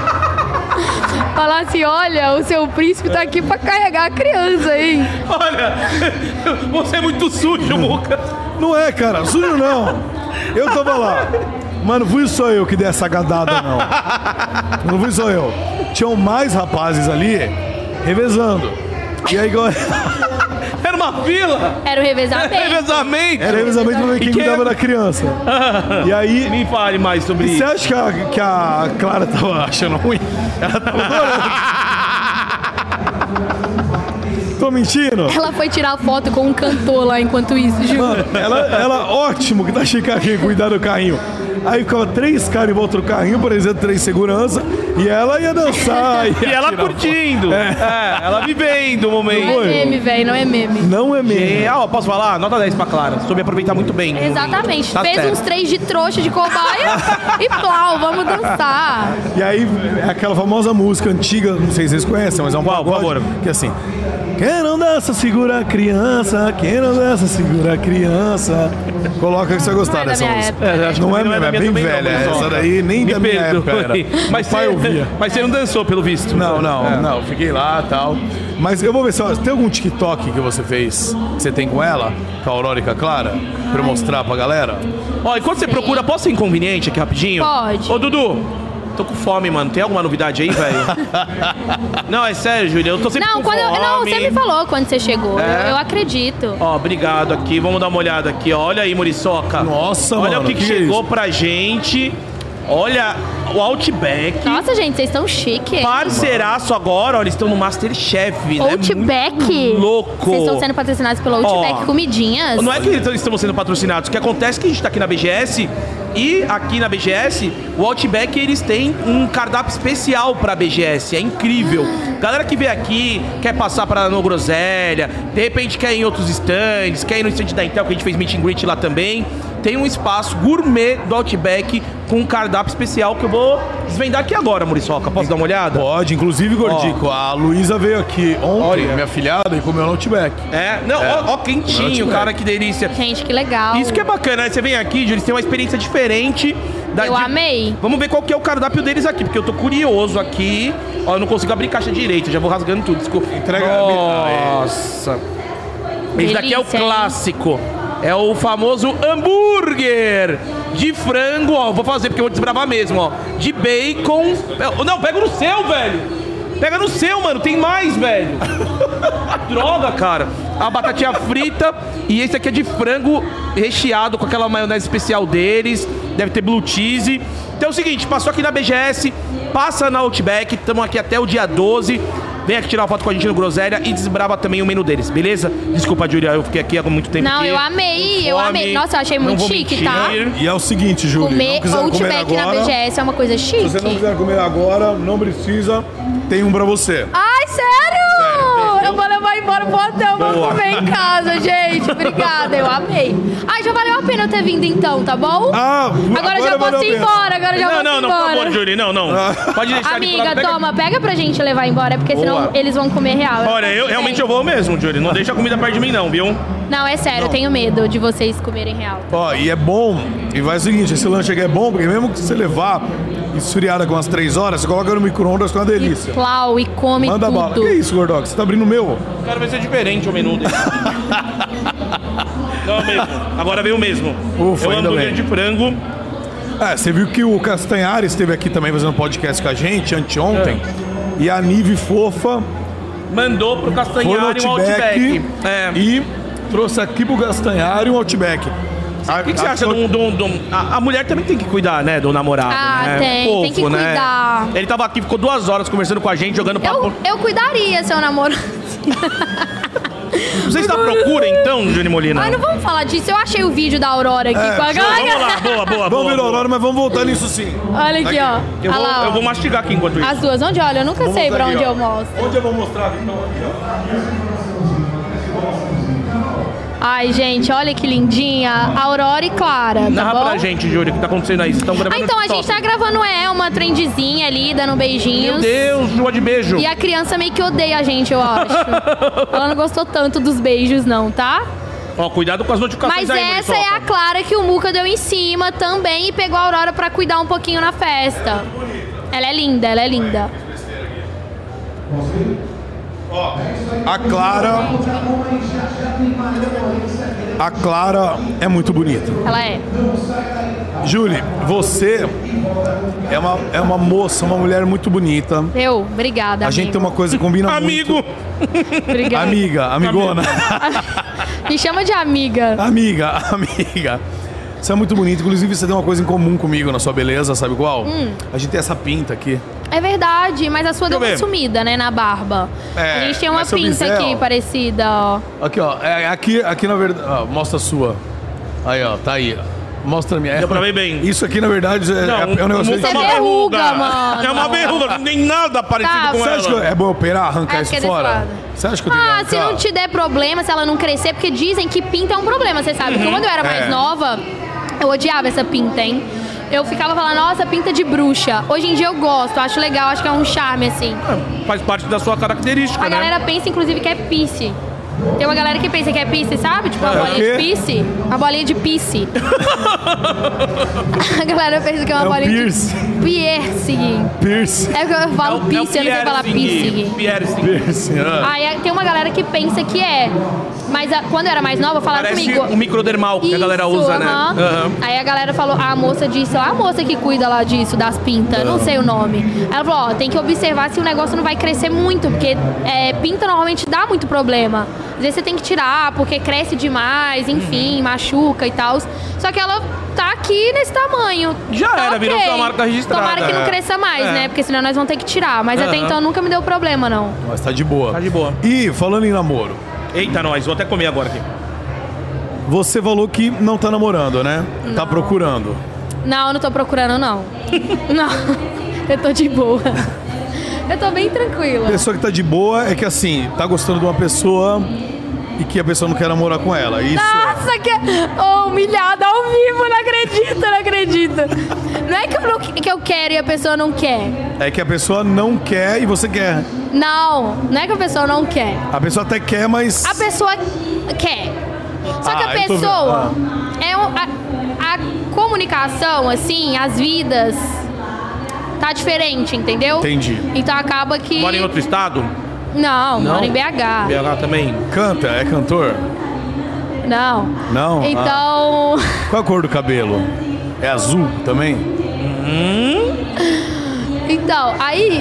Speaker 2: Falar assim, olha, o seu príncipe tá aqui pra carregar a criança, hein?
Speaker 3: Olha, você é muito sujo, Muca.
Speaker 1: Não é, cara, sujo não. Eu tava lá. Mano, fui só eu que dei essa gadada, não. Não fui só eu. Tinham mais rapazes ali revezando. E aí, igual-
Speaker 3: Era uma fila.
Speaker 2: Era o revezamento.
Speaker 3: Revezamento.
Speaker 1: era revezamento pra ver quem
Speaker 3: E quem
Speaker 1: cuidava
Speaker 3: é-
Speaker 1: da criança. E aí,
Speaker 3: Me fale mais sobre
Speaker 1: e você
Speaker 3: isso.
Speaker 1: acha que a, que a Clara tava achando ruim? Ela tava adorando. Tô mentindo?
Speaker 2: Ela foi tirar foto com um cantor lá enquanto isso, juro.
Speaker 1: Mano, ela, ela, ótimo que tá cheio de carrinho, cuidar do carrinho. Aí ficava três caras em volta do carrinho, por exemplo, três segurança, e ela ia dançar. Ia
Speaker 3: E ela
Speaker 1: tirar
Speaker 3: curtindo. É. ela vivendo o
Speaker 2: Não
Speaker 3: momento.
Speaker 2: é meme, velho, não é meme.
Speaker 1: foto. Não é
Speaker 3: E,
Speaker 1: mesmo.
Speaker 3: ah, ó, posso falar? Nota dez pra Clara. Soube aproveitar muito bem.
Speaker 2: Exatamente.
Speaker 3: Tá
Speaker 2: Fez
Speaker 3: certo.
Speaker 2: uns três de trouxa de cobaia e plau, vamos dançar.
Speaker 1: E aí, é aquela famosa música antiga, não sei se vocês conhecem, mas é um
Speaker 3: Qual, por
Speaker 1: pagode,
Speaker 3: favor?
Speaker 1: que é assim... Quem não dança, segura a criança. Quem não dança, segura a criança. Coloca que você vai gostar
Speaker 2: Não é da
Speaker 1: dessa
Speaker 2: minha
Speaker 1: música.
Speaker 2: época.
Speaker 3: É, acho
Speaker 1: Não
Speaker 3: que
Speaker 1: é
Speaker 3: da
Speaker 1: mesmo, é
Speaker 3: minha
Speaker 1: bem
Speaker 3: também não,
Speaker 1: velha.
Speaker 3: Muriçoca.
Speaker 1: Essa daí nem
Speaker 3: Me
Speaker 1: da minha
Speaker 3: perdoe.
Speaker 1: época era.
Speaker 3: Mas
Speaker 1: Meu pai
Speaker 3: você,
Speaker 1: ouvia.
Speaker 3: mas você não dançou, pelo visto.
Speaker 1: Não, não,
Speaker 3: É.
Speaker 1: não. Fiquei lá e tal. Mas eu vou ver se ó, tem algum TikTok que você fez, que você tem com ela, com a Aurora e com a Clara, pra eu mostrar pra galera.
Speaker 3: Ó, enquanto você
Speaker 2: Sei.
Speaker 3: procura, posso ser inconveniente aqui rapidinho?
Speaker 2: Pode.
Speaker 3: Ô, Dudu, tô com fome, mano. Tem alguma novidade aí, velho? Não, é sério, Júlia. Eu tô sempre
Speaker 2: Não,
Speaker 3: com
Speaker 2: quando eu,
Speaker 3: fome.
Speaker 2: não, você me falou quando você chegou.
Speaker 3: É?
Speaker 2: Eu, eu acredito.
Speaker 3: Ó, obrigado aqui. Vamos dar uma olhada aqui, ó. Olha aí, Muriçoca.
Speaker 1: Nossa,
Speaker 3: Olha
Speaker 1: mano,
Speaker 3: o que, que
Speaker 1: que é
Speaker 3: chegou
Speaker 1: isso?
Speaker 3: pra gente. Olha o Outback.
Speaker 2: Nossa, gente, vocês estão chique.
Speaker 3: Parceiraço agora, ó. Eles estão no Masterchef, né?
Speaker 2: Outback.
Speaker 3: Muito louco.
Speaker 2: Vocês estão sendo patrocinados pelo Outback
Speaker 3: Ó,
Speaker 2: Comidinhas.
Speaker 3: Não é que eles estão sendo patrocinados. O que acontece é que a gente tá aqui na B G S e aqui na B G S, o Outback, eles têm um cardápio especial pra B G S. É incrível. Galera que vem aqui, quer passar para no Groselha, de repente quer ir em outros stands, quer ir no stand da Intel, que a gente fez meet and greet lá também. tem um espaço gourmet do Outback com um cardápio especial que eu vou desvendar aqui agora, Muriçoca. Posso dar uma olhada?
Speaker 1: Pode, inclusive, Gordico, oh. a Luísa veio aqui ontem, Olha. minha filhada, e comeu no Outback.
Speaker 3: É, não, é. ó, ó quentinho, cara, que delícia.
Speaker 2: Gente, que legal.
Speaker 3: Isso que é bacana, né? Você vem aqui, eles têm uma experiência diferente. Da,
Speaker 2: eu
Speaker 3: de...
Speaker 2: amei.
Speaker 3: Vamos ver qual que é o cardápio deles aqui, porque eu tô curioso aqui. Ó, eu não consigo abrir caixa direito, já vou rasgando tudo, desculpa.
Speaker 1: Entrega.
Speaker 3: Nossa. Esse daqui é o clássico. É o famoso hambúrguer de frango, ó. Vou fazer porque eu vou desbravar mesmo, ó. De bacon. Não, pega no seu, velho. Pega no seu, mano. Tem mais, velho. Droga, cara. A batatinha frita. E esse aqui é de frango recheado com aquela maionese especial deles. Deve ter blue cheese. Então é o seguinte, passou aqui na B G S, passa na Outback. Estamos aqui até o dia doze. Vem aqui tirar uma foto com a gente no Groselha e desbrava também o menu deles, beleza? Desculpa, Júlia, eu fiquei aqui há muito tempo.
Speaker 2: Não,
Speaker 3: aqui.
Speaker 2: eu amei, eu
Speaker 3: Fome,
Speaker 2: amei. Nossa, eu achei muito chique,
Speaker 3: mentir.
Speaker 2: tá?
Speaker 1: E é o seguinte, Júlia,
Speaker 2: Comer
Speaker 1: não quiser comer
Speaker 2: Outback
Speaker 1: agora,
Speaker 2: na B G S é uma coisa chique.
Speaker 1: se você não quiser comer agora, não precisa, tem um pra você.
Speaker 2: Ai, sério? sério? Eu vou levar embora pro hotel, vou
Speaker 3: Boa.
Speaker 2: comer em casa, gente. Obrigada, eu amei. Ai, já valeu a pena eu ter vindo então, tá bom?
Speaker 1: Ah,
Speaker 2: agora, agora já
Speaker 1: valeu
Speaker 2: posso ir embora, agora já
Speaker 3: Não,
Speaker 2: posso
Speaker 3: não,
Speaker 2: ir
Speaker 3: não,
Speaker 2: embora.
Speaker 3: por favor, Júlia, não, não.
Speaker 1: Ah.
Speaker 3: Pode deixar
Speaker 2: Amiga,
Speaker 3: ali. Pega...
Speaker 2: toma, pega pra gente levar embora, porque senão
Speaker 3: Boa.
Speaker 2: eles vão comer real.
Speaker 3: Olha, eu realmente eu vou mesmo, Júlia. Não deixa a comida perto de mim, não, viu?
Speaker 2: Não, é sério, eu tenho medo de vocês comerem real.
Speaker 1: Ó, e é bom, e vai o seguinte, esse lanche aqui é bom, porque mesmo que você levar esfriada com umas três horas, você coloca no micro-ondas com uma delícia.
Speaker 2: Plau, e come
Speaker 1: Manda
Speaker 2: tudo.
Speaker 1: bala. Que isso, Gordox? Você tá abrindo o meu?
Speaker 3: Quero ver se é diferente o menu dele. Não, mesmo. Agora veio o mesmo.
Speaker 1: Ufa,
Speaker 3: eu
Speaker 1: ainda
Speaker 3: amo
Speaker 1: bem.
Speaker 3: de frango.
Speaker 1: É, você viu que o Castanhari esteve aqui também fazendo podcast com a gente, anteontem, é. e a Nive Fofa
Speaker 3: mandou pro
Speaker 1: foi no
Speaker 3: Castanhari um
Speaker 1: Outback,
Speaker 3: Outback. É.
Speaker 1: e trouxe aqui pro Castanhari um Outback.
Speaker 3: O que, que você acha de um... De um, de um a, a mulher também tem que cuidar, né, do namorado,
Speaker 2: Ah,
Speaker 3: né?
Speaker 2: tem,
Speaker 3: Fofo,
Speaker 2: tem que
Speaker 3: né?
Speaker 2: cuidar.
Speaker 3: Ele tava aqui, ficou duas horas conversando com a gente, jogando papo.
Speaker 2: Eu, eu cuidaria, seu namoro.
Speaker 3: Você está à procura, então, Júnior Molina?
Speaker 2: Ai, não vamos falar disso. Eu achei o vídeo da Aurora aqui
Speaker 1: É,
Speaker 2: com a
Speaker 1: show,
Speaker 2: galera.
Speaker 3: Vamos lá, boa, boa, boa.
Speaker 1: Vamos ver
Speaker 3: boa.
Speaker 1: a Aurora, mas vamos voltar nisso sim.
Speaker 2: Olha aqui, ó.
Speaker 3: Eu
Speaker 2: Olha
Speaker 3: vou,
Speaker 2: lá, ó.
Speaker 3: eu vou mastigar aqui enquanto isso.
Speaker 2: As duas, onde olha? Eu nunca
Speaker 1: Vamos
Speaker 2: sei pra
Speaker 1: aqui,
Speaker 2: onde
Speaker 1: ó.
Speaker 2: eu mostro.
Speaker 1: Onde eu vou mostrar, então? Aqui, ó.
Speaker 2: Ai, gente, olha que lindinha. Aurora e Clara, tá
Speaker 3: Narra
Speaker 2: bom?
Speaker 3: pra gente, Júlia, o que tá acontecendo aí. Vocês estão gravando
Speaker 2: Ah, então, a
Speaker 3: TikTok.
Speaker 2: gente tá gravando é, uma trendzinha ali, dando
Speaker 3: Meu
Speaker 2: beijinhos.
Speaker 3: Deus, lua de beijo.
Speaker 2: E a criança meio que odeia a gente, eu acho. Ela não gostou tanto dos beijos, não, tá?
Speaker 3: Ó, cuidado com as notificações
Speaker 2: Mas
Speaker 3: aí,
Speaker 2: essa é a
Speaker 3: Muriçoca.
Speaker 2: Clara que o Muca deu em cima também e pegou a Aurora pra cuidar um pouquinho na festa. Ela é linda, ela é linda.
Speaker 1: A Clara... A Clara é muito bonita.
Speaker 2: Ela é.
Speaker 1: Júlia, você é uma, é uma moça, uma mulher muito bonita.
Speaker 2: Eu, obrigada,
Speaker 1: A
Speaker 2: amigo.
Speaker 1: gente tem uma coisa que combina
Speaker 3: Amigo.
Speaker 1: muito.
Speaker 2: Obrigada.
Speaker 1: Amiga, amigona.
Speaker 2: Me chama de amiga.
Speaker 1: Amiga, amiga. Você é muito bonita. Inclusive, você tem uma coisa em comum comigo na sua beleza, sabe qual?
Speaker 2: Hum.
Speaker 1: A gente tem essa pinta aqui.
Speaker 2: É verdade, mas a sua deu uma
Speaker 3: Deixa eu ver.
Speaker 2: sumida, né, na barba.
Speaker 1: É,
Speaker 2: a gente tem uma
Speaker 1: mas se eu
Speaker 2: pinta
Speaker 1: fizer,
Speaker 2: aqui
Speaker 1: ó.
Speaker 2: parecida, ó.
Speaker 1: Aqui, ó. É, aqui, aqui na verdade... ó, mostra a sua. Aí, ó. Tá aí. Mostra a minha.
Speaker 3: Deu pra ver bem.
Speaker 1: Isso aqui, na verdade, é,
Speaker 3: Não,
Speaker 1: é, é um negócio...
Speaker 3: Muca é
Speaker 2: Você
Speaker 3: uma
Speaker 2: verruga,
Speaker 3: verruga.
Speaker 2: mano.
Speaker 3: É uma verruga, não tem nada parecido
Speaker 2: Tá,
Speaker 3: com
Speaker 1: Você acha que
Speaker 3: ela.
Speaker 1: é bom operar, arrancar
Speaker 2: É,
Speaker 1: isso
Speaker 2: porque é desse
Speaker 1: fora?
Speaker 2: lado.
Speaker 1: Você acha que eu tenho
Speaker 2: Ah,
Speaker 1: que
Speaker 2: se
Speaker 1: arrancar?
Speaker 2: não te der problema, se ela não crescer, porque dizem que pinta é um problema, você sabe. Porque quando eu era mais
Speaker 1: É.
Speaker 2: nova, eu odiava essa pinta, hein? Eu ficava falando, nossa, pinta de bruxa. Hoje em dia eu gosto, acho legal, acho que é um charme, assim.
Speaker 3: Faz parte da sua característica,
Speaker 2: A
Speaker 3: né?
Speaker 2: galera pensa, inclusive, que é pisse. Tem uma galera que pensa que é pisse, sabe? Tipo, uma
Speaker 1: É o
Speaker 2: bolinha de
Speaker 1: quê?
Speaker 2: pisse. Uma bolinha de pisse. A galera pensa que é uma
Speaker 1: É o
Speaker 2: bolinha
Speaker 1: piercing.
Speaker 2: de piercing.
Speaker 1: Pierce.
Speaker 2: É que eu falo
Speaker 3: É o- é o
Speaker 2: piercing, eu não sei falar piercing.
Speaker 3: Piercing.
Speaker 1: Piercing, ah.
Speaker 2: Aí tem uma galera que pensa que é. Mas a- quando eu era mais nova, falaram
Speaker 3: Parece
Speaker 2: comigo.
Speaker 3: um microdermal que a galera
Speaker 2: Isso,
Speaker 3: usa, né?
Speaker 2: aham.
Speaker 3: Aham.
Speaker 2: Aí a galera falou, a moça disse, a moça que cuida lá disso, das pintas, não sei o nome. Ela falou, ó, tem que observar se o negócio não vai crescer muito, porque é, pinta normalmente dá muito problema. Às vezes você tem que tirar, porque cresce demais, enfim, machuca e tal. Só que ela tá aqui nesse tamanho.
Speaker 3: Já
Speaker 2: Tá
Speaker 3: era,
Speaker 2: ok.
Speaker 3: virou sua marca registrada.
Speaker 2: Tomara que não
Speaker 3: É.
Speaker 2: cresça mais,
Speaker 3: É.
Speaker 2: né? Porque senão nós vamos ter que tirar. Mas até
Speaker 3: Aham.
Speaker 2: então nunca me deu problema, não.
Speaker 1: Mas tá de boa.
Speaker 3: Tá de boa.
Speaker 1: E, falando em namoro,
Speaker 3: Eita, nós, vou até comer agora aqui.
Speaker 1: você falou que não tá namorando, né? Tá procurando.
Speaker 2: Não, eu não tô procurando, não. Não, eu tô de boa. Eu tô bem tranquila.
Speaker 1: Pessoa que tá de boa é que, assim, tá gostando de uma pessoa e que a pessoa não quer namorar com ela. Isso
Speaker 2: Nossa,
Speaker 1: é...
Speaker 2: que oh, humilhada ao vivo, não acredito, não acredito. Não é que eu, não, que eu quero e a pessoa não quer.
Speaker 1: É que a pessoa não quer e você quer.
Speaker 2: Não, não é que a pessoa não quer.
Speaker 1: A pessoa até quer, mas...
Speaker 2: A pessoa quer. Só que
Speaker 1: Ah,
Speaker 2: a
Speaker 1: eu tô vendo.
Speaker 2: pessoa... É um, a, a comunicação, assim, as vidas... Tá diferente, entendeu?
Speaker 1: Entendi.
Speaker 2: Então acaba que...
Speaker 3: Mora em outro estado?
Speaker 2: Não,
Speaker 3: Não?
Speaker 2: mora em B H.
Speaker 3: B H também.
Speaker 1: Canta, é cantor?
Speaker 2: Não.
Speaker 1: Não?
Speaker 2: Então...
Speaker 1: Qual a cor do cabelo? É azul também?
Speaker 2: Então, aí...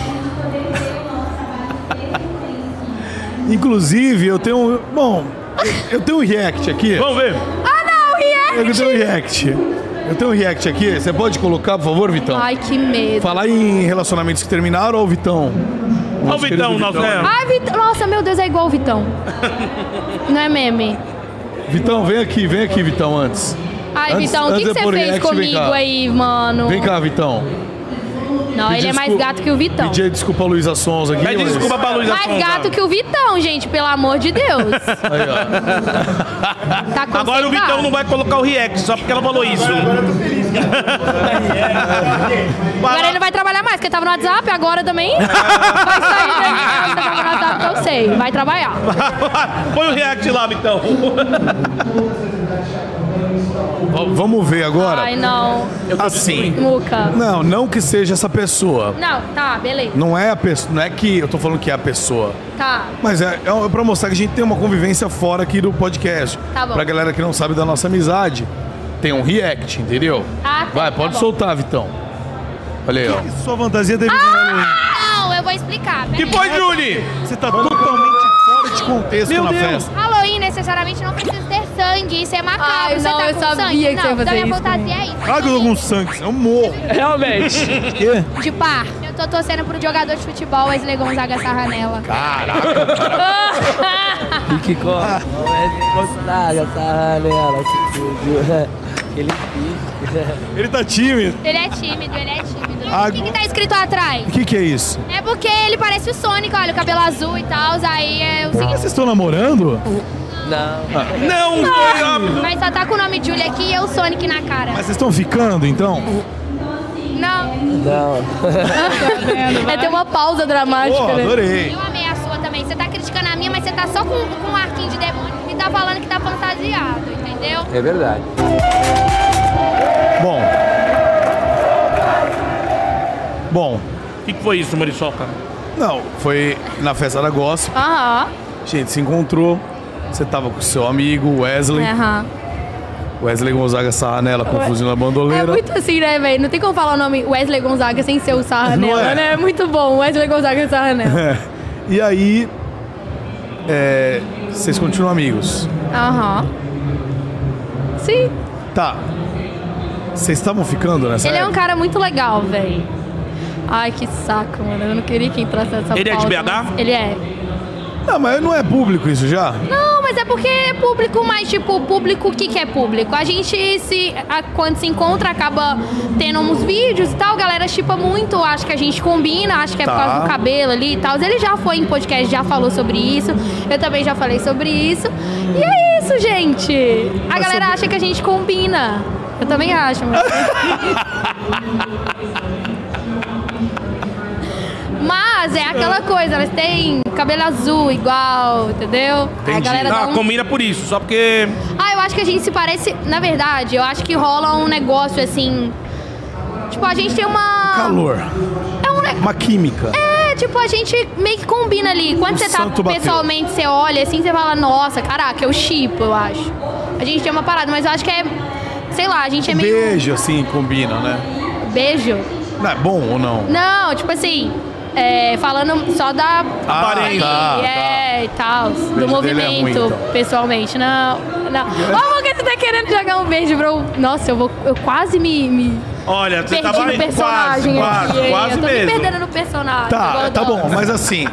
Speaker 1: Inclusive, eu tenho... Bom, eu tenho um react aqui.
Speaker 3: Vamos ver.
Speaker 2: Ah, não,
Speaker 1: Eu
Speaker 2: react!
Speaker 1: tenho um react. Eu tenho um react aqui. Você pode colocar, por favor, Vitão?
Speaker 2: Ai, que medo.
Speaker 1: Falar em relacionamentos que terminaram ou Vitão?
Speaker 3: Ó o
Speaker 1: Nosso
Speaker 3: Vitão,
Speaker 1: querido
Speaker 3: nosso... É.
Speaker 2: Ai, Vitão. Nossa, meu Deus, é igual o Vitão. Não é meme?
Speaker 1: Vitão, vem aqui, vem aqui, Vitão, antes.
Speaker 2: Ai,
Speaker 1: Antes-
Speaker 2: Vitão, o
Speaker 1: antes
Speaker 2: que, que
Speaker 1: de
Speaker 2: você
Speaker 1: pôr
Speaker 2: fez
Speaker 1: react, vem
Speaker 2: comigo
Speaker 1: cá.
Speaker 2: aí, mano?
Speaker 1: Vem cá, Vitão.
Speaker 2: Não, ele é mais
Speaker 1: Desculpa-
Speaker 2: gato que o Vitão.
Speaker 1: Pedir desculpa a Luísa Sons aqui.
Speaker 3: Pede
Speaker 1: mas-
Speaker 3: desculpa pra Luísa
Speaker 2: Mais
Speaker 3: Sonza.
Speaker 2: gato que o Vitão, gente, pelo amor de Deus.
Speaker 1: Aí, ó.
Speaker 2: Tá
Speaker 3: Agora o Vitão
Speaker 2: conceituado.
Speaker 3: não vai colocar o react, só porque ela falou isso.
Speaker 2: Agora ele não vai trabalhar mais, porque tava no WhatsApp, agora também. Vai sair daí, você tava no WhatsApp que eu sei. Vai trabalhar.
Speaker 3: Põe o react lá, Vitão.
Speaker 1: V- Vamos ver agora.
Speaker 2: Ai, não.
Speaker 1: Assim.
Speaker 2: Muca.
Speaker 1: Não, não que seja essa pessoa.
Speaker 2: Não, tá, beleza.
Speaker 1: Não é a pessoa. Não é que eu tô falando que é a pessoa.
Speaker 2: Tá.
Speaker 1: Mas é, é pra mostrar que a gente tem uma convivência fora aqui do podcast.
Speaker 2: Tá bom.
Speaker 1: Pra galera que não sabe da nossa amizade, tem um react, entendeu?
Speaker 2: Ah, tá,
Speaker 1: Vai,
Speaker 2: tá
Speaker 1: pode
Speaker 2: bom.
Speaker 1: soltar, Vitão. Olha aí, ó. Sua fantasia teve
Speaker 2: Não, eu vou explicar.
Speaker 3: Que foi, Julie?
Speaker 1: Você tá totalmente fora de contexto
Speaker 3: Meu
Speaker 1: na
Speaker 3: Deus.
Speaker 1: festa.
Speaker 4: Halloween necessariamente não precisa ter sangue, isso é macabro.
Speaker 2: Ai,
Speaker 4: você
Speaker 2: não,
Speaker 4: tá
Speaker 2: eu
Speaker 4: com
Speaker 2: sabia
Speaker 4: sangue?
Speaker 2: que você ia
Speaker 4: Não,
Speaker 2: fazer
Speaker 4: da minha
Speaker 2: isso
Speaker 4: fantasia é isso.
Speaker 1: Claro que eu tô com sangue, eu morro.
Speaker 5: Realmente.
Speaker 1: Quê?
Speaker 4: De par. Eu tô torcendo pro jogador de futebol, Wesley Gonzaga Sarranella.
Speaker 5: Que corre. Gonzaga, Sarranella, aquele pique.
Speaker 1: Ele tá tímido.
Speaker 4: Ele é tímido, ele é tímido.
Speaker 1: Ah,
Speaker 4: O que que tá escrito atrás?
Speaker 1: O que que é isso?
Speaker 4: É porque ele parece o Sonic, olha, o cabelo azul e tal, aí é o seguinte.
Speaker 1: Vocês estão namorando?
Speaker 5: Não.
Speaker 3: Não, foi rápido.
Speaker 4: Mas só tá com o nome Julie aqui e eu Sonic na cara.
Speaker 1: Mas vocês estão ficando, então?
Speaker 4: Não,
Speaker 5: Não.
Speaker 2: É ter uma pausa dramática,
Speaker 1: Pô,
Speaker 2: né?
Speaker 1: adorei.
Speaker 4: eu amei a sua também. Você tá criticando a minha, mas você tá só com, com um arquinho de demônio e tá falando que tá fantasiado, entendeu?
Speaker 5: É verdade.
Speaker 1: Bom. Bom.
Speaker 3: O que que foi isso, Marisoca?
Speaker 1: Não, foi na festa da Gossip.
Speaker 2: Aham.
Speaker 1: A gente se encontrou. Você tava com o seu amigo Wesley.
Speaker 2: Aham.
Speaker 1: Wesley Gonzaga Sarranella com fuzil na
Speaker 2: É
Speaker 1: bandoleira.
Speaker 2: muito assim, né, velho? Não tem como falar o nome Wesley Gonzaga sem ser o Sarranella,
Speaker 1: Não é?
Speaker 2: né? É muito bom, Wesley Gonzaga Sarranella.
Speaker 1: É. E aí, é, vocês continuam amigos.
Speaker 2: Aham. Sim.
Speaker 1: Tá. Vocês estavam ficando nessa
Speaker 2: Ele é um
Speaker 1: época?
Speaker 2: cara muito legal, velho. Ai, que saco, mano. Eu não queria que entrasse nessa
Speaker 3: Ele é de
Speaker 2: pauta,
Speaker 3: B H?
Speaker 2: mas Ele é.
Speaker 1: Não, mas não é público isso já?
Speaker 2: Não, mas é porque é público, mas tipo, público, o que que é público? A gente, se, a- quando se encontra, acaba tendo uns vídeos e tal, a galera chipa muito, acho que a gente combina, acho que é
Speaker 1: Tá.
Speaker 2: por causa do cabelo ali e tal. Ele já foi em podcast, já falou sobre isso, eu também já falei sobre isso. E é isso, gente. A
Speaker 1: Mas
Speaker 2: galera
Speaker 1: sobre-
Speaker 2: acha que a gente combina. Eu também acho, mas... Mas é aquela coisa, elas têm cabelo azul igual, entendeu?
Speaker 1: Entendi.
Speaker 2: A galera dá
Speaker 3: Ah,
Speaker 2: um...
Speaker 3: combina por isso, só porque...
Speaker 2: Ah, eu acho que a gente se parece... Na verdade, eu acho que rola um negócio assim... Tipo, a gente tem uma...
Speaker 1: Calor.
Speaker 2: É um... ne-
Speaker 1: Uma química.
Speaker 2: É, tipo, a gente meio que combina ali. Quando
Speaker 1: O
Speaker 2: você tá
Speaker 1: santo bateu.
Speaker 2: pessoalmente, você olha assim, você fala, nossa, caraca, eu chipo, eu acho. A gente tem uma parada, mas eu acho que é... Sei lá, a gente é meio...
Speaker 1: Beijo, assim, combina, né?
Speaker 2: Beijo?
Speaker 1: Não é bom ou não?
Speaker 2: Não, tipo assim... É, falando só da
Speaker 3: Aparência.
Speaker 1: tá,
Speaker 2: é, e tal, do
Speaker 1: dele é
Speaker 2: movimento,
Speaker 1: ruim, então.
Speaker 2: pessoalmente. Não, não. Ó, porque você tá querendo jogar um beijo pra eu... Nossa, eu vou. Eu quase me. me
Speaker 3: Olha, você
Speaker 2: perdi
Speaker 3: tava
Speaker 2: no
Speaker 3: aí
Speaker 2: personagem
Speaker 3: quase, quase,
Speaker 2: aqui, hein?
Speaker 3: quase
Speaker 2: Eu tô me
Speaker 3: mesmo.
Speaker 2: perdendo no personagem.
Speaker 1: Tá,
Speaker 2: igual
Speaker 1: tá
Speaker 2: o
Speaker 1: bom,
Speaker 2: Douglas.
Speaker 1: mas assim...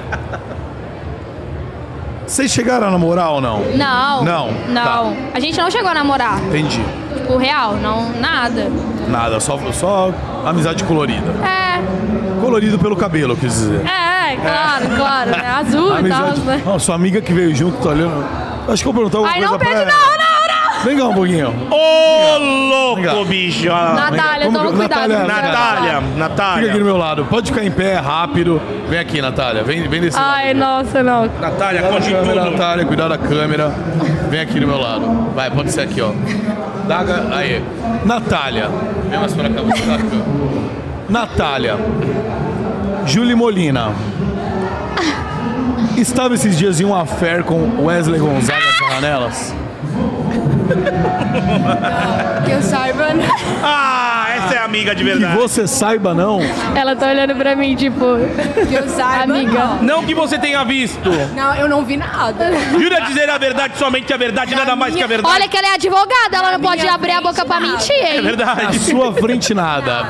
Speaker 1: Vocês chegaram a namorar ou não?
Speaker 2: Não.
Speaker 1: Não?
Speaker 2: Não. A gente não chegou a namorar.
Speaker 1: Entendi.
Speaker 2: Tipo, real, não, nada.
Speaker 1: Nada, só, só amizade colorida.
Speaker 2: É,
Speaker 1: Colorido pelo cabelo, eu quis dizer.
Speaker 2: é, claro, claro, né? Azul e tal,
Speaker 1: Amizade.
Speaker 2: né?
Speaker 1: Não, sua amiga que veio junto, tá olhando. Acho que eu vou perguntar alguma
Speaker 2: Ai,
Speaker 1: coisa
Speaker 2: não
Speaker 1: pra
Speaker 2: pede,
Speaker 1: ela.
Speaker 2: não, não, não.
Speaker 1: Vem cá um pouquinho.
Speaker 3: Ô, louco,
Speaker 1: Legal.
Speaker 3: bicho.
Speaker 2: Natália,
Speaker 1: Como
Speaker 2: toma
Speaker 1: que-
Speaker 2: cuidado.
Speaker 1: Natália,
Speaker 2: com o que você vai
Speaker 3: Natália,
Speaker 2: falar.
Speaker 1: Fica
Speaker 3: Natália.
Speaker 1: aqui do meu lado. Pode ficar em pé, rápido. Vem aqui, Natália. Vem, vem desse lado.
Speaker 2: Ai, nossa, não.
Speaker 3: Natália,
Speaker 1: Cuidado
Speaker 3: conte
Speaker 1: da câmera,
Speaker 3: tudo.
Speaker 1: Natália. Cuidado da câmera. Vem aqui do meu lado. Vai, pode ser aqui, ó. Daga, aí. Natália. Vem mais pra cá, vou tirar a câmera. Natália. Júlia Molina. Estava esses dias em um affair com Wesley Gonzaga Sarranelas?
Speaker 6: Que eu saiba, né?
Speaker 3: Ah, essa é amiga de
Speaker 1: Que
Speaker 3: verdade.
Speaker 1: você saiba, não?
Speaker 2: Ela tá olhando pra mim, tipo...
Speaker 6: Que eu saiba,
Speaker 2: Amiga.
Speaker 6: não.
Speaker 3: Não que você tenha visto.
Speaker 6: Não, eu não vi nada.
Speaker 3: Jura dizer a verdade, somente a verdade, nada mais que a verdade.
Speaker 2: Olha que ela é advogada, ela não
Speaker 6: Na
Speaker 2: pode
Speaker 6: minha
Speaker 2: abrir a boca
Speaker 6: frente,
Speaker 2: pra
Speaker 6: nada.
Speaker 2: mentir,
Speaker 3: É
Speaker 2: hein?
Speaker 1: Na
Speaker 3: verdade.
Speaker 1: sua frente, nada.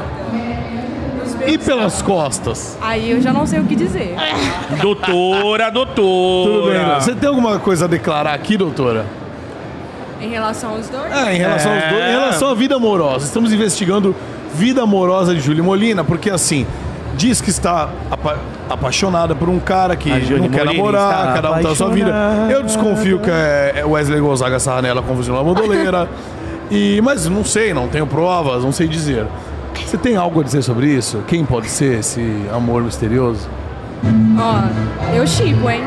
Speaker 1: E pelas costas?
Speaker 6: Aí eu já não sei o que dizer.
Speaker 3: Doutora, doutora.
Speaker 1: Tudo bem, né? Você tem alguma coisa a declarar aqui, doutora?
Speaker 6: Em relação aos dois.
Speaker 1: É, em relação,
Speaker 3: É.
Speaker 1: aos dois, em relação à vida amorosa. Estamos investigando vida amorosa de Júlia Molina, porque assim, diz que está apa- apaixonada por um cara que
Speaker 3: A Júlia
Speaker 1: não quer
Speaker 3: Molina
Speaker 1: namorar,
Speaker 3: está
Speaker 1: cada um tá na sua vida.
Speaker 3: apaixonada.
Speaker 1: Eu desconfio que é é Wesley Gonzaga Sarranela com Fuzila Bandoleira. E, mas não sei, não tenho provas, não sei dizer. Você tem algo a dizer sobre isso? Quem pode ser esse amor misterioso?
Speaker 6: Ó, eu chipo, hein?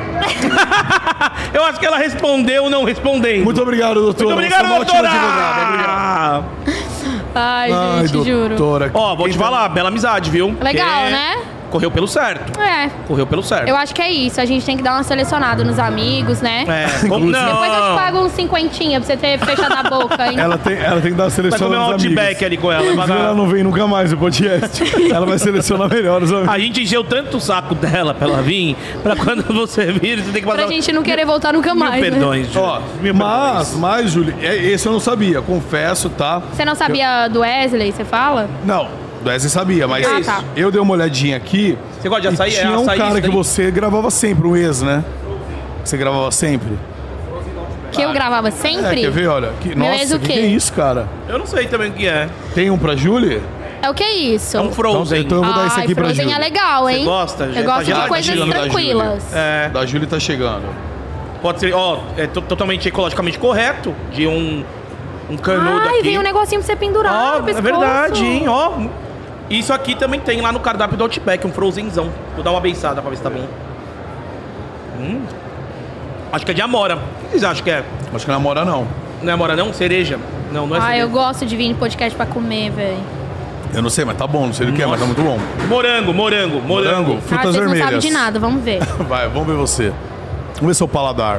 Speaker 3: Eu acho que ela respondeu não respondendo.
Speaker 1: Muito obrigado, doutora.
Speaker 3: Muito obrigado,
Speaker 1: Você é uma ótima
Speaker 3: doutora.
Speaker 1: advogada. Obrigado.
Speaker 2: Ai,
Speaker 1: Ai,
Speaker 2: gente, juro.
Speaker 1: doutora.
Speaker 3: Ó, vou
Speaker 1: quem
Speaker 3: te
Speaker 1: tá-
Speaker 3: falar, bela amizade, viu?
Speaker 2: Legal,
Speaker 3: Porque
Speaker 2: né?
Speaker 3: Correu pelo certo.
Speaker 2: É,
Speaker 3: Correu pelo certo.
Speaker 2: eu acho que é isso. A gente tem que dar uma selecionada nos amigos, né?
Speaker 3: É, como não?
Speaker 2: Depois eu te pago uns cinquentinha pra você ter fechado a boca, hein?
Speaker 1: Ela tem, ela tem que dar a
Speaker 3: Vai
Speaker 1: seleção
Speaker 3: comer um
Speaker 1: dos
Speaker 3: outback
Speaker 1: amigos.
Speaker 3: ali com ela. vai
Speaker 1: Inclusive,
Speaker 3: dar-
Speaker 1: ela não vem nunca mais no podcast. Ela vai selecionar melhor os amigos.
Speaker 3: A gente encheu tanto o saco dela pra ela vir, pra quando você vir, você tem que
Speaker 2: Pra
Speaker 3: passar...
Speaker 2: gente não querer voltar nunca
Speaker 3: Mil
Speaker 2: mais, né?
Speaker 3: perdões, Júlio.
Speaker 1: Ó,
Speaker 3: Mil
Speaker 1: mas,
Speaker 3: perdões.
Speaker 1: mas, Júlio, é- esse eu não sabia, confesso, tá?
Speaker 2: Você não sabia do Wesley, você fala?
Speaker 1: Não, do Wesley sabia, mas
Speaker 2: Ah, tá.
Speaker 1: eu dei uma olhadinha aqui.
Speaker 3: Você gosta de
Speaker 1: e
Speaker 3: açaí? É
Speaker 1: tinha um
Speaker 3: açaí
Speaker 1: cara
Speaker 3: isso
Speaker 1: que
Speaker 3: daí?
Speaker 1: você gravava sempre, um ex, né? Você gravava sempre?
Speaker 2: Que eu gravava
Speaker 1: É,
Speaker 2: sempre?
Speaker 1: quer ver, olha. Que,
Speaker 2: Meu
Speaker 1: nossa,
Speaker 2: ex o
Speaker 1: que,
Speaker 2: quê?
Speaker 1: que é isso, cara?
Speaker 3: Eu não sei também o que é.
Speaker 1: Tem um pra Júlia?
Speaker 2: É o que é isso?
Speaker 3: É um Frozen.
Speaker 1: Então eu vou dar esse
Speaker 2: Ai,
Speaker 1: aqui pra
Speaker 2: Frozen
Speaker 1: Júlia.
Speaker 2: é legal, hein?
Speaker 3: Você gosta? Já
Speaker 2: Eu
Speaker 3: tá
Speaker 2: gosto de
Speaker 3: geladinho
Speaker 2: coisas
Speaker 1: da
Speaker 2: tranquilas.
Speaker 1: Júlia.
Speaker 3: É,
Speaker 1: Da Júlia tá chegando.
Speaker 3: pode ser, ó, é to- totalmente ecologicamente correto, de um, um canudo
Speaker 2: Ai,
Speaker 3: aqui.
Speaker 2: vem um negocinho pra você pendurar
Speaker 3: Ó,
Speaker 2: no
Speaker 3: é
Speaker 2: pescoço.
Speaker 3: verdade, hein, ó. Isso aqui também tem lá no cardápio do Outback, um frozenzão. Vou dar uma beiçada pra ver se tá bom. Hum. Acho que é de amora. O que vocês acham que é?
Speaker 1: Acho que namora não.
Speaker 3: Não é amora não? Cereja? Não, não é
Speaker 2: Ai,
Speaker 3: cereja.
Speaker 2: eu gosto de vir no podcast pra comer, velho.
Speaker 1: Eu não sei, mas tá bom, não sei do que é, mas tá muito bom.
Speaker 3: Morango, morango, morango.
Speaker 1: Morango,
Speaker 2: Ah,
Speaker 1: frutas
Speaker 2: vocês não
Speaker 1: vermelhas.
Speaker 2: sabem de nada, vamos ver.
Speaker 1: Vai, vamos ver você. Vamos ver seu paladar.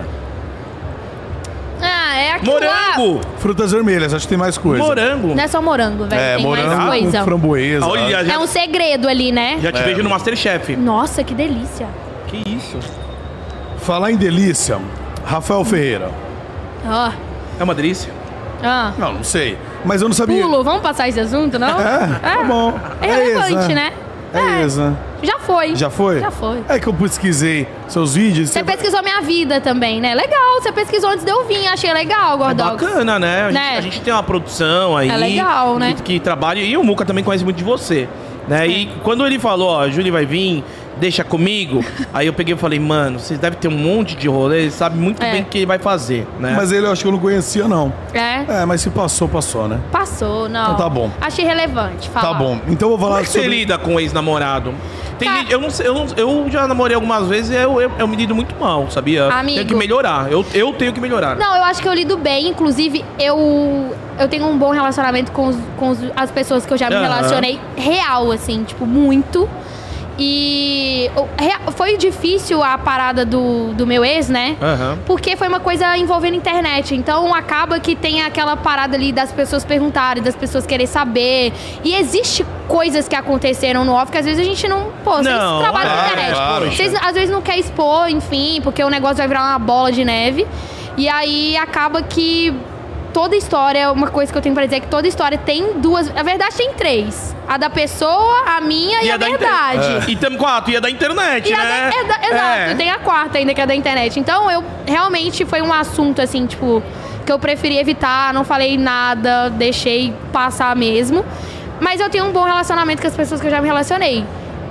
Speaker 2: Ah, é aquilo lá.
Speaker 3: Morango!
Speaker 1: Frutas vermelhas, acho que tem mais coisa.
Speaker 3: Morango.
Speaker 2: Não é só morango, velho.
Speaker 1: É,
Speaker 2: Tem
Speaker 1: morango
Speaker 2: mais
Speaker 1: com
Speaker 2: coisa.
Speaker 1: framboesa.
Speaker 3: Olha, já,
Speaker 2: É um segredo ali, né?
Speaker 3: já te
Speaker 1: É.
Speaker 3: vejo no Masterchef.
Speaker 2: Nossa, que delícia.
Speaker 3: Que isso?
Speaker 1: Falar em delícia, Rafael Ferreira.
Speaker 2: Ó.
Speaker 3: É uma delícia?
Speaker 2: Ah.
Speaker 1: Não, não sei. Mas eu não sabia.
Speaker 2: Pulo, vamos passar esse assunto, não?
Speaker 1: É, tá bom.
Speaker 2: É relevante,
Speaker 1: ex,
Speaker 2: né?
Speaker 1: É,
Speaker 2: É.
Speaker 1: ex, né?
Speaker 2: Já foi.
Speaker 1: Já foi?
Speaker 2: Já foi.
Speaker 1: É que eu pesquisei seus vídeos.
Speaker 2: Você pesquisou minha vida também, né? Legal, você pesquisou antes de eu vir, achei legal,
Speaker 3: É
Speaker 2: Gordox.
Speaker 3: bacana, né? A gente,
Speaker 2: Né?
Speaker 3: a gente tem uma produção aí.
Speaker 2: É legal, né?
Speaker 3: Que, que trabalha. E o Muca também conhece muito de você. Né? E quando ele falou, ó, a Júlia vai vir, deixa comigo. Aí eu peguei e falei, mano, vocês devem ter um monte de rolê, ele sabe muito
Speaker 2: É.
Speaker 3: bem o que ele vai fazer, né?
Speaker 1: Mas ele eu acho que eu não conhecia, não.
Speaker 2: É,
Speaker 1: É, mas se passou, passou, né?
Speaker 2: passou, não.
Speaker 1: Então tá bom.
Speaker 2: Achei relevante, fala.
Speaker 1: Tá bom. Então eu vou
Speaker 3: Como
Speaker 1: falar
Speaker 3: é que você
Speaker 1: sobre...
Speaker 3: lida com o ex-namorado? Tem
Speaker 2: Tá.
Speaker 3: gente- eu não sei, eu, não- eu já namorei algumas vezes e eu, eu, eu me lido muito mal, sabia?
Speaker 2: Amigo.
Speaker 3: Tenho que melhorar. Eu, eu tenho que melhorar.
Speaker 2: Não, eu acho que eu lido bem. Inclusive, eu, eu tenho um bom relacionamento com, os- com os- as pessoas que eu já me
Speaker 3: Aham.
Speaker 2: relacionei real, assim, tipo, muito. E o- rea- foi difícil a parada do, do meu ex, né?
Speaker 3: Aham.
Speaker 2: Porque foi uma coisa envolvendo internet. Então acaba que tem aquela parada ali das pessoas perguntarem, das pessoas querer saber. E existe coisas que aconteceram no off que às vezes a gente não. Pô, vocês
Speaker 3: Não,
Speaker 2: trabalham na
Speaker 3: é,
Speaker 2: internet.
Speaker 1: claro.
Speaker 2: Vocês às vezes não quer expor, enfim, porque o negócio vai virar uma bola de neve. E aí acaba que toda história, é uma coisa que eu tenho pra dizer é que toda história tem duas. Na verdade, tem três: a da pessoa, a minha e, a
Speaker 3: da inter-
Speaker 2: verdade.
Speaker 3: E temos quatro, e a da internet,
Speaker 2: E a
Speaker 3: né?
Speaker 2: da- é da- exato,
Speaker 3: É.
Speaker 2: tem a quarta ainda, que é da internet. Então, eu realmente foi um assunto, assim, tipo, que eu preferi evitar, não falei nada, deixei passar mesmo. Mas eu tenho um bom relacionamento com as pessoas que eu já me relacionei.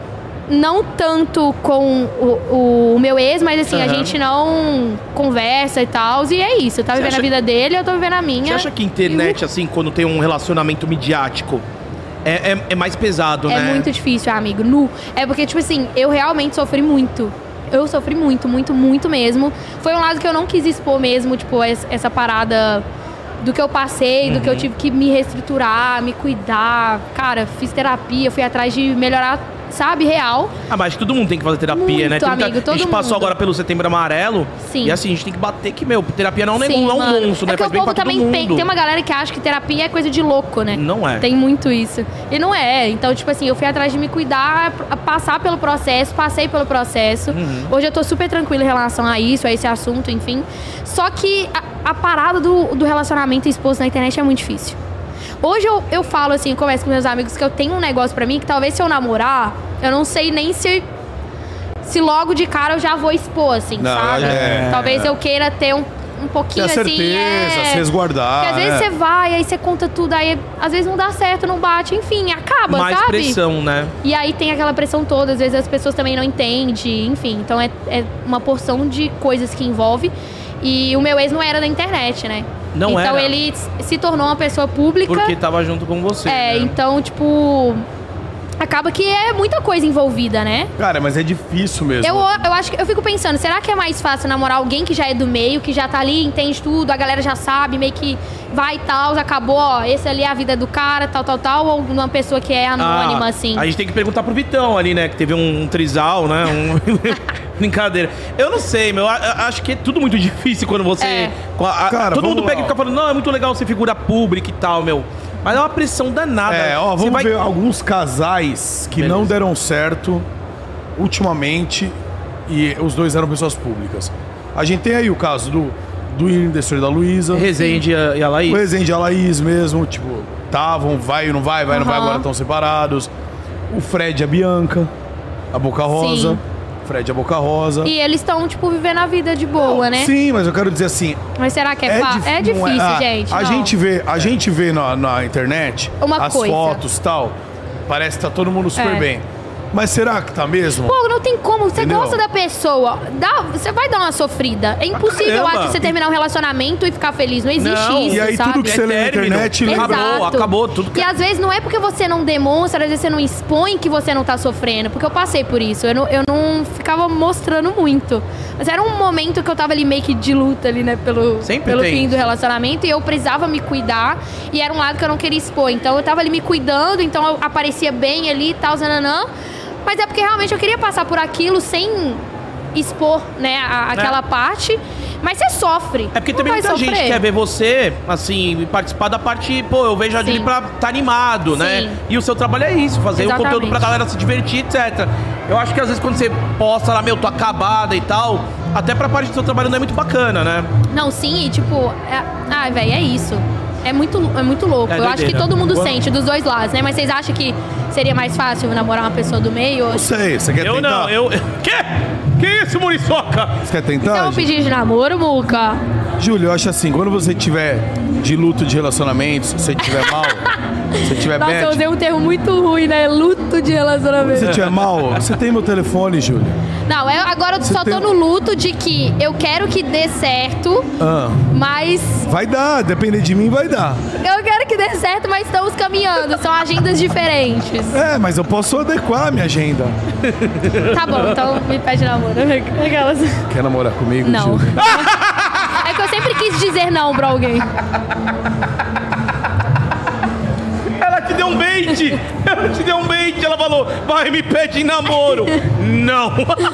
Speaker 2: não tanto com o, o meu ex, mas assim,
Speaker 3: Uhum.
Speaker 2: a gente não conversa e tal. E é isso. Tá vivendo
Speaker 3: acha-
Speaker 2: a vida dele, eu tô vivendo a minha.
Speaker 3: Você acha que a internet, assim, quando tem um relacionamento midiático, é, é, é mais pesado,
Speaker 2: É
Speaker 3: né?
Speaker 2: muito difícil, amigo. Nu. É porque, tipo assim, eu realmente sofri muito. Eu sofri muito, muito, muito mesmo. Foi um lado que eu não quis expor mesmo, tipo, es- essa parada do que eu passei, do que eu tive que me reestruturar, me cuidar. Cara, fiz terapia, fui atrás de melhorar, sabe, real.
Speaker 3: Ah, mas acho que todo mundo tem que fazer terapia,
Speaker 2: Muito,
Speaker 3: né? Tem muita-
Speaker 2: amigo, todo
Speaker 3: a gente passou
Speaker 2: mundo.
Speaker 3: agora pelo Setembro Amarelo.
Speaker 2: Sim.
Speaker 3: E assim, a gente tem que bater que, meu, terapia não é um,
Speaker 2: Sim,
Speaker 3: não é um
Speaker 2: mano.
Speaker 3: monstro, né?
Speaker 2: É que
Speaker 3: Faz
Speaker 2: o
Speaker 3: bem
Speaker 2: povo
Speaker 3: pra todo
Speaker 2: também
Speaker 3: mundo.
Speaker 2: tem, tem uma galera que acha que terapia é coisa de louco, né?
Speaker 3: Não é.
Speaker 2: Tem muito isso. E não é. Então, tipo assim, eu fui atrás de me cuidar, a- passar pelo processo, passei pelo processo.
Speaker 3: Uhum.
Speaker 2: Hoje eu tô super tranquila em relação a isso, a esse assunto, enfim. Só que a, a parada do, do relacionamento exposto na internet é muito difícil. Hoje eu, eu falo assim, eu converso com meus amigos que eu tenho um negócio pra mim que talvez se eu namorar, eu não sei nem se se logo de cara eu já vou expor, assim,
Speaker 1: Não,
Speaker 2: sabe?
Speaker 1: é.
Speaker 2: Talvez eu queira ter um, um pouquinho
Speaker 1: Ter a
Speaker 2: assim.
Speaker 1: certeza,
Speaker 2: é...
Speaker 1: se resguardar,
Speaker 2: Porque às vezes
Speaker 1: é.
Speaker 2: você vai, aí você conta tudo, aí às vezes não dá certo, não bate, enfim, acaba,
Speaker 3: Mais
Speaker 2: sabe?
Speaker 3: pressão, né?
Speaker 2: E aí tem aquela pressão toda, às vezes as pessoas também não entendem, enfim. Então é, é uma porção de coisas que envolve. E o meu ex não era da internet, né?
Speaker 3: Não
Speaker 2: então
Speaker 3: era?
Speaker 2: ele se tornou uma pessoa pública.
Speaker 3: Porque tava junto com você.
Speaker 2: É,
Speaker 3: né?
Speaker 2: então, tipo. Acaba que é muita coisa envolvida, né?
Speaker 1: Cara, mas é difícil mesmo.
Speaker 2: Eu, eu acho que eu fico pensando, será que é mais fácil namorar alguém que já é do meio, que já tá ali, entende tudo, a galera já sabe, meio que vai e tal, acabou, ó, esse ali é a vida do cara, tal, tal, tal, ou uma pessoa que é anônima,
Speaker 3: Ah,
Speaker 2: assim?
Speaker 3: A gente tem que perguntar pro Vitão ali, né? Que teve um, um trisal, né? Um... Brincadeira. Eu não sei, meu. eu acho que é tudo muito difícil quando você.
Speaker 2: É.
Speaker 3: com a- a-
Speaker 1: Cara,
Speaker 3: todo
Speaker 1: vamos
Speaker 3: mundo pega
Speaker 1: lá,
Speaker 3: e fica
Speaker 1: ó.
Speaker 3: falando, não, é muito legal ser figura pública e tal, meu. Mas é uma pressão danada.
Speaker 1: É, ó,
Speaker 3: Você
Speaker 1: vamos
Speaker 3: vai-
Speaker 1: ver alguns casais que
Speaker 3: Beleza.
Speaker 1: não deram certo ultimamente e os dois eram pessoas públicas. A gente tem aí o caso do, do Whindersson e da Luísa.
Speaker 3: Rezende e a, e a Laís.
Speaker 1: O Rezende e a Laís mesmo, tipo, estavam, vai ou não vai, vai ou não vai,
Speaker 2: Aham.
Speaker 1: agora estão separados. O Fred e a Bianca, a Boca Rosa.
Speaker 2: Sim.
Speaker 1: Fred e a Boca Rosa.
Speaker 2: E eles estão, tipo, vivendo a vida de boa, né?
Speaker 1: Sim, mas eu quero dizer assim,
Speaker 2: Mas será que é, fácil?
Speaker 1: dif-
Speaker 2: É
Speaker 1: não
Speaker 2: difícil,
Speaker 1: ah,
Speaker 2: gente.
Speaker 1: A
Speaker 2: não.
Speaker 1: gente vê, a gente vê na, na internet
Speaker 2: Uma
Speaker 1: as
Speaker 2: coisa.
Speaker 1: fotos e tal, parece que tá todo mundo super
Speaker 2: É.
Speaker 1: bem. Mas será que tá mesmo?
Speaker 2: Pô, não tem como. Você
Speaker 1: Entendeu?
Speaker 2: gosta da pessoa, dá, você vai dar uma sofrida. É impossível, eu
Speaker 3: caramba.
Speaker 2: acho, você terminar um relacionamento e ficar feliz. Não existe
Speaker 3: Não.
Speaker 2: isso,
Speaker 1: E aí
Speaker 2: sabe?
Speaker 1: tudo que você lê na
Speaker 3: É término.
Speaker 1: internet
Speaker 3: Exato.
Speaker 1: lembra.
Speaker 3: Acabou, acabou tudo que-
Speaker 2: E às vezes não é porque você não demonstra, às vezes você não expõe que você não tá sofrendo. Porque eu passei por isso. Eu não, eu não ficava mostrando muito. Mas era um momento que eu tava ali meio que de luta ali, né? Pelo,
Speaker 3: Sempre
Speaker 2: pelo
Speaker 3: tem.
Speaker 2: fim do relacionamento. E eu precisava me cuidar. E era um lado que eu não queria expor. Então eu tava ali me cuidando. Então eu aparecia bem ali e tal, zananã. Mas é porque realmente eu queria passar por aquilo sem expor, né, a- aquela parte. Mas você sofre.
Speaker 3: É porque
Speaker 2: Não
Speaker 3: também
Speaker 2: vai
Speaker 3: muita gente
Speaker 2: sofrer.
Speaker 3: quer ver você, assim, participar da parte, pô, eu vejo a
Speaker 2: Sim.
Speaker 3: Adili pra tá animado, né?
Speaker 2: Sim.
Speaker 3: E o seu trabalho é isso, fazer o
Speaker 2: Exatamente.
Speaker 3: conteúdo pra galera se divertir, etcétera. Eu acho que às vezes quando você posta lá, meu, tô acabada e tal, até pra parte do seu trabalho não é muito bacana, né?
Speaker 2: Não, sim, e tipo, é... ai, velho, é isso. É muito, é muito louco.
Speaker 3: É
Speaker 2: eu acho que
Speaker 3: doideira.
Speaker 2: todo mundo
Speaker 1: Quando-
Speaker 2: sente, dos dois lados, né? Mas vocês acham que seria mais fácil namorar uma pessoa do meio?
Speaker 1: Não sei, você quer
Speaker 3: Eu
Speaker 1: tentar?
Speaker 3: não, eu. Que? Que isso, Muriçoca?
Speaker 1: Você quer
Speaker 2: Então eu
Speaker 1: tentar?
Speaker 2: vou pedir de namoro, Muca.
Speaker 1: Júlio, eu acho assim, quando você tiver de luto de relacionamentos, se você tiver mal, se você tiver
Speaker 2: Nossa, eu
Speaker 1: bad,
Speaker 2: usei um termo muito ruim, né? Luto de
Speaker 1: se
Speaker 2: relacionamento.
Speaker 1: você tiver mal, você tem meu telefone, Júlio.
Speaker 2: Não, eu, agora eu
Speaker 1: Você
Speaker 2: só
Speaker 1: tem-
Speaker 2: tô no luto de que eu quero que dê certo,
Speaker 1: Ah,
Speaker 2: mas
Speaker 1: vai dar, depender de mim vai dar.
Speaker 2: eu quero que dê certo, mas estamos caminhando. São agendas diferentes.
Speaker 1: É, mas eu posso adequar a minha agenda.
Speaker 2: Tá bom, então me pede namoro. Aquelas...
Speaker 1: Quer namorar comigo,
Speaker 2: Não.
Speaker 1: Júlio?
Speaker 2: É que eu sempre quis dizer não pra alguém.
Speaker 3: Ela te deu um bait! Ela te deu um bait! Ela falou, vai, me pede em namoro! Não!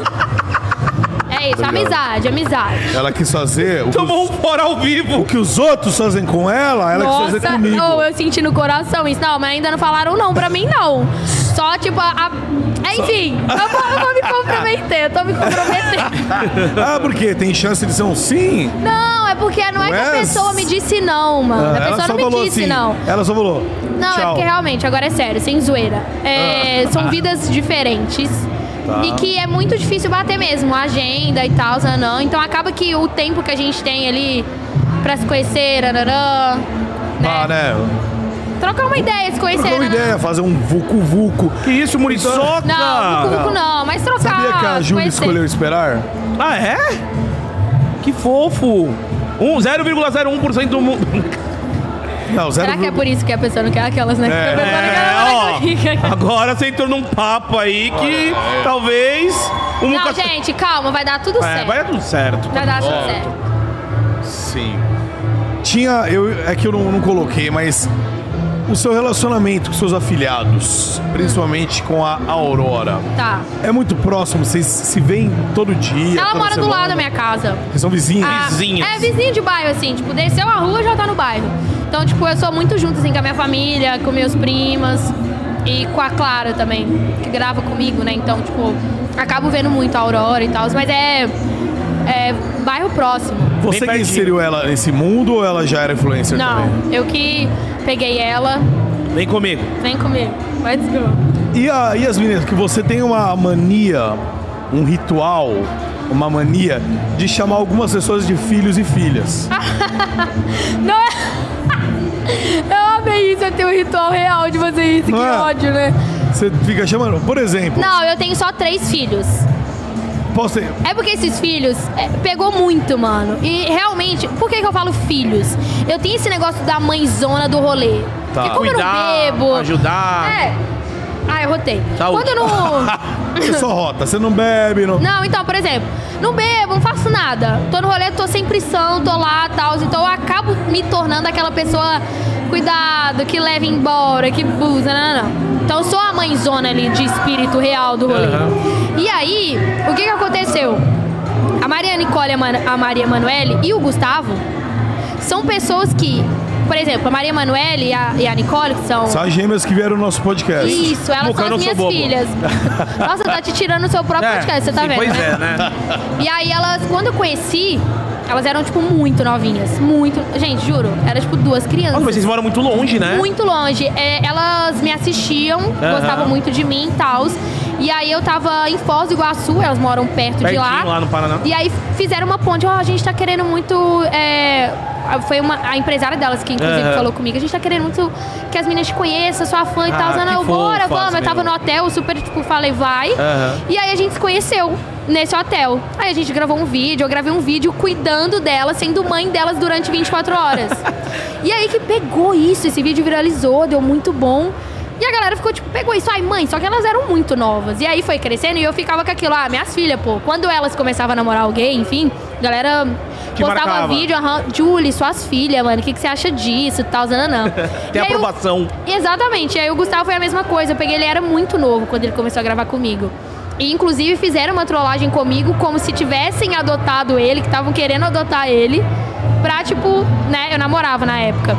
Speaker 2: É isso, amizade, amizade.
Speaker 1: Ela quis fazer o que,
Speaker 3: Tomou
Speaker 1: os,
Speaker 3: um fora ao
Speaker 1: o
Speaker 3: vivo!
Speaker 1: que os outros fazem com ela, ela quis
Speaker 2: Nossa,
Speaker 1: fazer comigo.
Speaker 2: oh, eu senti no coração isso. Não, mas ainda não falaram não pra mim, não. Só, tipo, a... a- Enfim, eu vou, eu vou me comprometer, eu tô me comprometendo.
Speaker 1: Ah, por quê? Tem chance de ser um sim?
Speaker 2: Não, é porque não é que a
Speaker 1: Ué?
Speaker 2: pessoa me disse não, mano.
Speaker 1: Ah,
Speaker 2: A pessoa não me
Speaker 1: falou
Speaker 2: disse
Speaker 1: assim.
Speaker 2: não.
Speaker 1: Ela só falou.
Speaker 2: Não, é
Speaker 1: tchau.
Speaker 2: porque realmente, agora é sério, sem zoeira. É, são vidas diferentes.
Speaker 1: Tá.
Speaker 2: E que é muito difícil bater mesmo, a agenda e tal, não. Então acaba que o tempo que a gente tem ali pra se conhecer, nananã,
Speaker 1: Ah, né?
Speaker 2: trocar uma ideia, se conhecer.
Speaker 1: Trocar uma
Speaker 2: né?
Speaker 1: ideia, fazer um vucu-vucu.
Speaker 3: Que isso, Muriçoca?
Speaker 2: Não, vucu-vucu não, mas trocar.
Speaker 1: Sabia que a
Speaker 2: se
Speaker 1: Júlia
Speaker 2: conhecer.
Speaker 1: escolheu esperar?
Speaker 3: Ah, é? Que fofo. Um, zero vírgula zero um por cento do mundo.
Speaker 1: Não, zero.
Speaker 2: Será que é por isso que a pessoa não quer aquelas, né?
Speaker 1: É.
Speaker 2: A pessoa não quer
Speaker 3: É,
Speaker 2: namorar
Speaker 3: ó,
Speaker 2: comigo.
Speaker 3: agora você entrou num papo aí que talvez o
Speaker 2: Não,
Speaker 3: Muca-
Speaker 2: gente, calma, vai dar tudo
Speaker 3: É,
Speaker 2: certo.
Speaker 3: vai dar tudo certo.
Speaker 2: Vai dar tudo certo.
Speaker 1: Sim. Tinha, eu, é que eu não, não coloquei, mas o seu relacionamento com seus afilhados, principalmente com a Aurora,
Speaker 2: Tá.
Speaker 1: é muito próximo? Vocês se veem todo dia?
Speaker 2: Ela
Speaker 1: toda
Speaker 2: mora do
Speaker 1: semana?
Speaker 2: lado da minha casa.
Speaker 1: Vocês são vizinhos?
Speaker 2: Ah,
Speaker 3: Vizinhas.
Speaker 2: É, vizinho de bairro, assim. Tipo, desceu a rua, já tá no bairro. Então, tipo, eu sou muito junto, assim, com a minha família, com meus primos. E com a Clara também, que grava comigo, né? Então, tipo, acabo vendo muito a Aurora e tal. Mas é... É bairro próximo.
Speaker 1: Você que
Speaker 3: pertinho.
Speaker 1: inseriu ela nesse mundo ou ela já era influencer
Speaker 2: Não,
Speaker 1: também?
Speaker 2: eu que peguei ela.
Speaker 3: Vem comigo.
Speaker 2: Vem comigo. Let's go.
Speaker 1: E, a, e as meninas, que você tem uma mania, um ritual, uma mania de chamar algumas pessoas de filhos e filhas.
Speaker 2: Não é... Eu amei isso, eu tenho um ritual real de fazer isso.
Speaker 1: Não
Speaker 2: que
Speaker 1: é?
Speaker 2: ódio, né?
Speaker 1: Você fica chamando, por exemplo,
Speaker 2: Não, eu tenho só três filhos.
Speaker 1: posso ter,
Speaker 2: É porque esses filhos é, pegou muito, mano. E realmente, por que, que eu falo filhos? Eu tenho esse negócio da mãezona do rolê.
Speaker 1: Tá.
Speaker 2: Porque como eu
Speaker 3: Cuidar,
Speaker 2: não bebo.
Speaker 3: ajudar.
Speaker 2: É. Ah, eu rotei.
Speaker 3: Saúde.
Speaker 2: Quando eu não.
Speaker 1: você só rota, você não bebe, não...
Speaker 2: Não, então, por exemplo, não bebo, não faço nada. Tô no rolê, tô sem pressão, tô lá e tal. Então eu acabo me tornando aquela pessoa, cuidado, que leva embora, que buza, não, não, não. Então eu sou a mãezona ali de espírito real do rolê.
Speaker 3: Uhum.
Speaker 2: E aí, o que que aconteceu? A Maria Nicole, a, Man a Maria Emanuele e o Gustavo são pessoas que, por exemplo, a Maria Emanuele e a, e a Nicole, que são...
Speaker 1: São as gêmeas que vieram no nosso podcast.
Speaker 2: Isso, elas
Speaker 3: Muca, eu
Speaker 2: são
Speaker 3: não
Speaker 2: as
Speaker 3: sou
Speaker 2: minhas
Speaker 3: bobo.
Speaker 2: filhas. Nossa, tá te tirando o seu próprio
Speaker 3: É,
Speaker 2: podcast, você tá
Speaker 3: sim,
Speaker 2: vendo,
Speaker 3: pois
Speaker 2: né?
Speaker 3: é, né?
Speaker 2: E aí elas, quando eu conheci, elas eram, tipo, muito novinhas. Muito. Gente, juro, era tipo duas crianças.
Speaker 3: Nossa, mas vocês moram muito longe, né?
Speaker 2: Muito longe. É, elas me assistiam, gostavam muito de mim e tal. E aí eu tava em Foz do Iguaçu, elas moram perto de
Speaker 3: Pertinho,
Speaker 2: lá.
Speaker 3: lá no Paraná.
Speaker 2: E aí fizeram uma ponte, ó, a gente tá querendo muito. É... Foi uma, a empresária delas que inclusive
Speaker 3: Aham.
Speaker 2: falou comigo, a gente tá querendo muito que as meninas te conheçam, sua fã e
Speaker 3: Ah,
Speaker 2: tal.
Speaker 3: que
Speaker 2: Ana, eu, bora,
Speaker 3: fofas,
Speaker 2: vamos. Eu tava
Speaker 3: meu.
Speaker 2: no hotel, eu super, tipo, falei, vai.
Speaker 3: Aham.
Speaker 2: E aí a gente se conheceu nesse hotel. Aí a gente gravou um vídeo, eu gravei um vídeo cuidando delas, sendo mãe delas durante vinte e quatro horas. E aí que pegou isso, esse vídeo viralizou, deu muito bom. E a galera ficou tipo, pegou isso, ai mãe, só que elas eram muito novas. E aí foi crescendo e eu ficava com aquilo, ah, minhas filhas, pô. Quando elas começavam a namorar alguém, enfim, a galera
Speaker 3: Te
Speaker 2: postava
Speaker 3: marcava.
Speaker 2: vídeo, aham, Julie, suas filhas, mano, o que, que você acha disso e tal, zananã.
Speaker 3: Tem
Speaker 2: E aí o-
Speaker 3: aprovação.
Speaker 2: Exatamente, e aí o Gustavo foi a mesma coisa, eu peguei, ele era muito novo quando ele começou a gravar comigo. E inclusive fizeram uma trollagem comigo como se tivessem adotado ele, que estavam querendo adotar ele, pra tipo, né, eu namorava na época.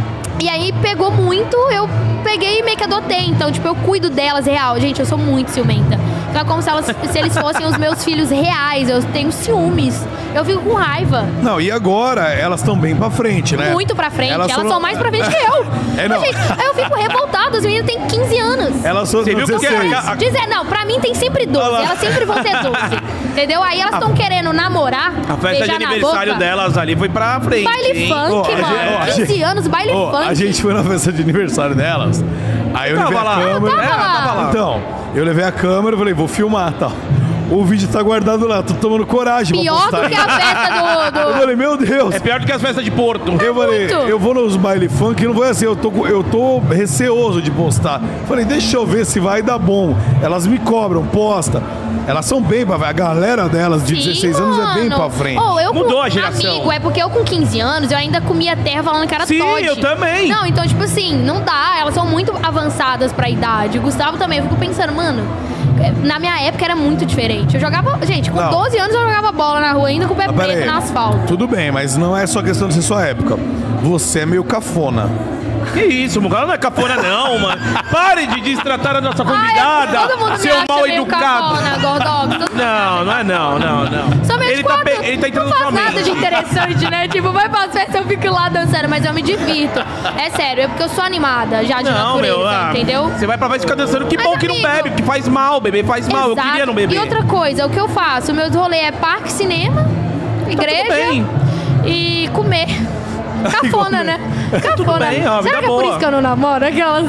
Speaker 2: E aí pegou muito, eu peguei e meio que adotei. Então, tipo, eu cuido delas real. Gente, eu sou muito ciumenta. Então é como se, elas, se eles fossem os meus filhos reais. Eu tenho ciúmes. Eu fico com raiva.
Speaker 1: Não, e agora elas estão bem pra frente, né?
Speaker 2: Muito pra frente. Elas,
Speaker 1: foram-
Speaker 2: são mais pra frente que eu.
Speaker 1: É, não.
Speaker 2: Mas, gente, aí eu fico revoltada. As meninas têm quinze anos.
Speaker 1: Elas são
Speaker 3: Você viu que
Speaker 1: dezesseis.
Speaker 3: a- a-
Speaker 2: Dizer, não, pra mim tem sempre doze.
Speaker 1: Olha lá.
Speaker 2: Elas sempre vão ter doze. Entendeu? Aí elas estão querendo namorar.
Speaker 3: A festa de
Speaker 2: beijar na
Speaker 3: aniversário
Speaker 2: boca.
Speaker 3: delas ali foi pra frente.
Speaker 2: Baile
Speaker 3: hein?
Speaker 2: funk,
Speaker 1: Ó, a gente-
Speaker 2: mano.
Speaker 1: ó, a
Speaker 2: quinze
Speaker 1: gente-
Speaker 2: anos, baile
Speaker 1: Ó,
Speaker 2: funk.
Speaker 1: a gente foi na festa de aniversário delas. Aí eu
Speaker 3: Tava
Speaker 1: levei a
Speaker 3: lá.
Speaker 1: câmera.
Speaker 2: tava
Speaker 3: É,
Speaker 2: lá.
Speaker 3: tava lá.
Speaker 1: Então, eu levei a câmera e falei, vou filmar, tal. O vídeo tá guardado lá, tô tomando coragem pra
Speaker 2: Pior
Speaker 1: postar.
Speaker 2: do que a festa do...
Speaker 1: Eu
Speaker 2: do...
Speaker 1: falei, meu Deus.
Speaker 3: É pior do que as festas de Porto.
Speaker 1: Eu falei,
Speaker 2: muito.
Speaker 1: eu vou nos baile funk e não foi assim, eu tô, eu tô receoso de postar. Falei, deixa eu ver se vai dar bom. Elas me cobram, posta. Elas são bem pra a galera delas de
Speaker 2: Sim,
Speaker 1: dezesseis anos é bem
Speaker 2: mano.
Speaker 1: pra frente.
Speaker 2: Oh, eu
Speaker 3: Mudou
Speaker 2: com,
Speaker 3: a geração.
Speaker 2: Amigo, é porque eu com quinze anos, eu ainda comia terra falando que era
Speaker 3: Sim,
Speaker 2: Todd.
Speaker 3: eu também.
Speaker 2: Não, então, tipo assim, não dá. Elas são muito avançadas pra idade. O Gustavo também, eu fico pensando, mano... Na minha época era muito diferente. Eu jogava... Gente, com
Speaker 1: Não.
Speaker 2: doze anos eu jogava bola na rua ainda com o pé
Speaker 1: Ah, pera
Speaker 2: preto
Speaker 1: aí.
Speaker 2: no asfalto.
Speaker 1: Tudo bem, mas não é só questão de ser sua época. Você é meio cafona.
Speaker 3: Que isso, Muga? Ela não é cafona não, mano. Pare de destratar a nossa convidada.
Speaker 2: Ai, todo mundo me
Speaker 3: seu
Speaker 2: acha
Speaker 3: mal
Speaker 2: meio
Speaker 3: educado.
Speaker 2: cafona, Gordox, todo mundo me
Speaker 3: Não,
Speaker 2: acha
Speaker 3: não é não, não, não.
Speaker 2: Só meus
Speaker 3: Ele tá,
Speaker 2: quatro,
Speaker 3: pe- ele tá entrando
Speaker 2: não
Speaker 3: na
Speaker 2: faz
Speaker 3: sua
Speaker 2: nada de
Speaker 3: mente.
Speaker 2: interessante, né? Tipo, vai pras festas, eu fico lá dançando, mas eu me divirto. É sério, é porque eu sou animada já de
Speaker 3: Não,
Speaker 2: natureza,
Speaker 3: meu, ah,
Speaker 2: entendeu?
Speaker 3: Você vai pra festa ficar dançando, que
Speaker 2: Mas,
Speaker 3: bom que não
Speaker 2: amigo-
Speaker 3: bebe, que faz mal, beber faz mal. Eu
Speaker 2: Exato.
Speaker 3: queria não beber.
Speaker 2: E outra coisa, o que eu faço? O meu rolê é parque, cinema, igreja
Speaker 3: bem.
Speaker 2: e comer. Cafona, né? Cafona.
Speaker 3: bem, ó,
Speaker 2: Será
Speaker 3: vida
Speaker 2: que é
Speaker 3: boa.
Speaker 2: por isso que eu não namoro? Aquelas...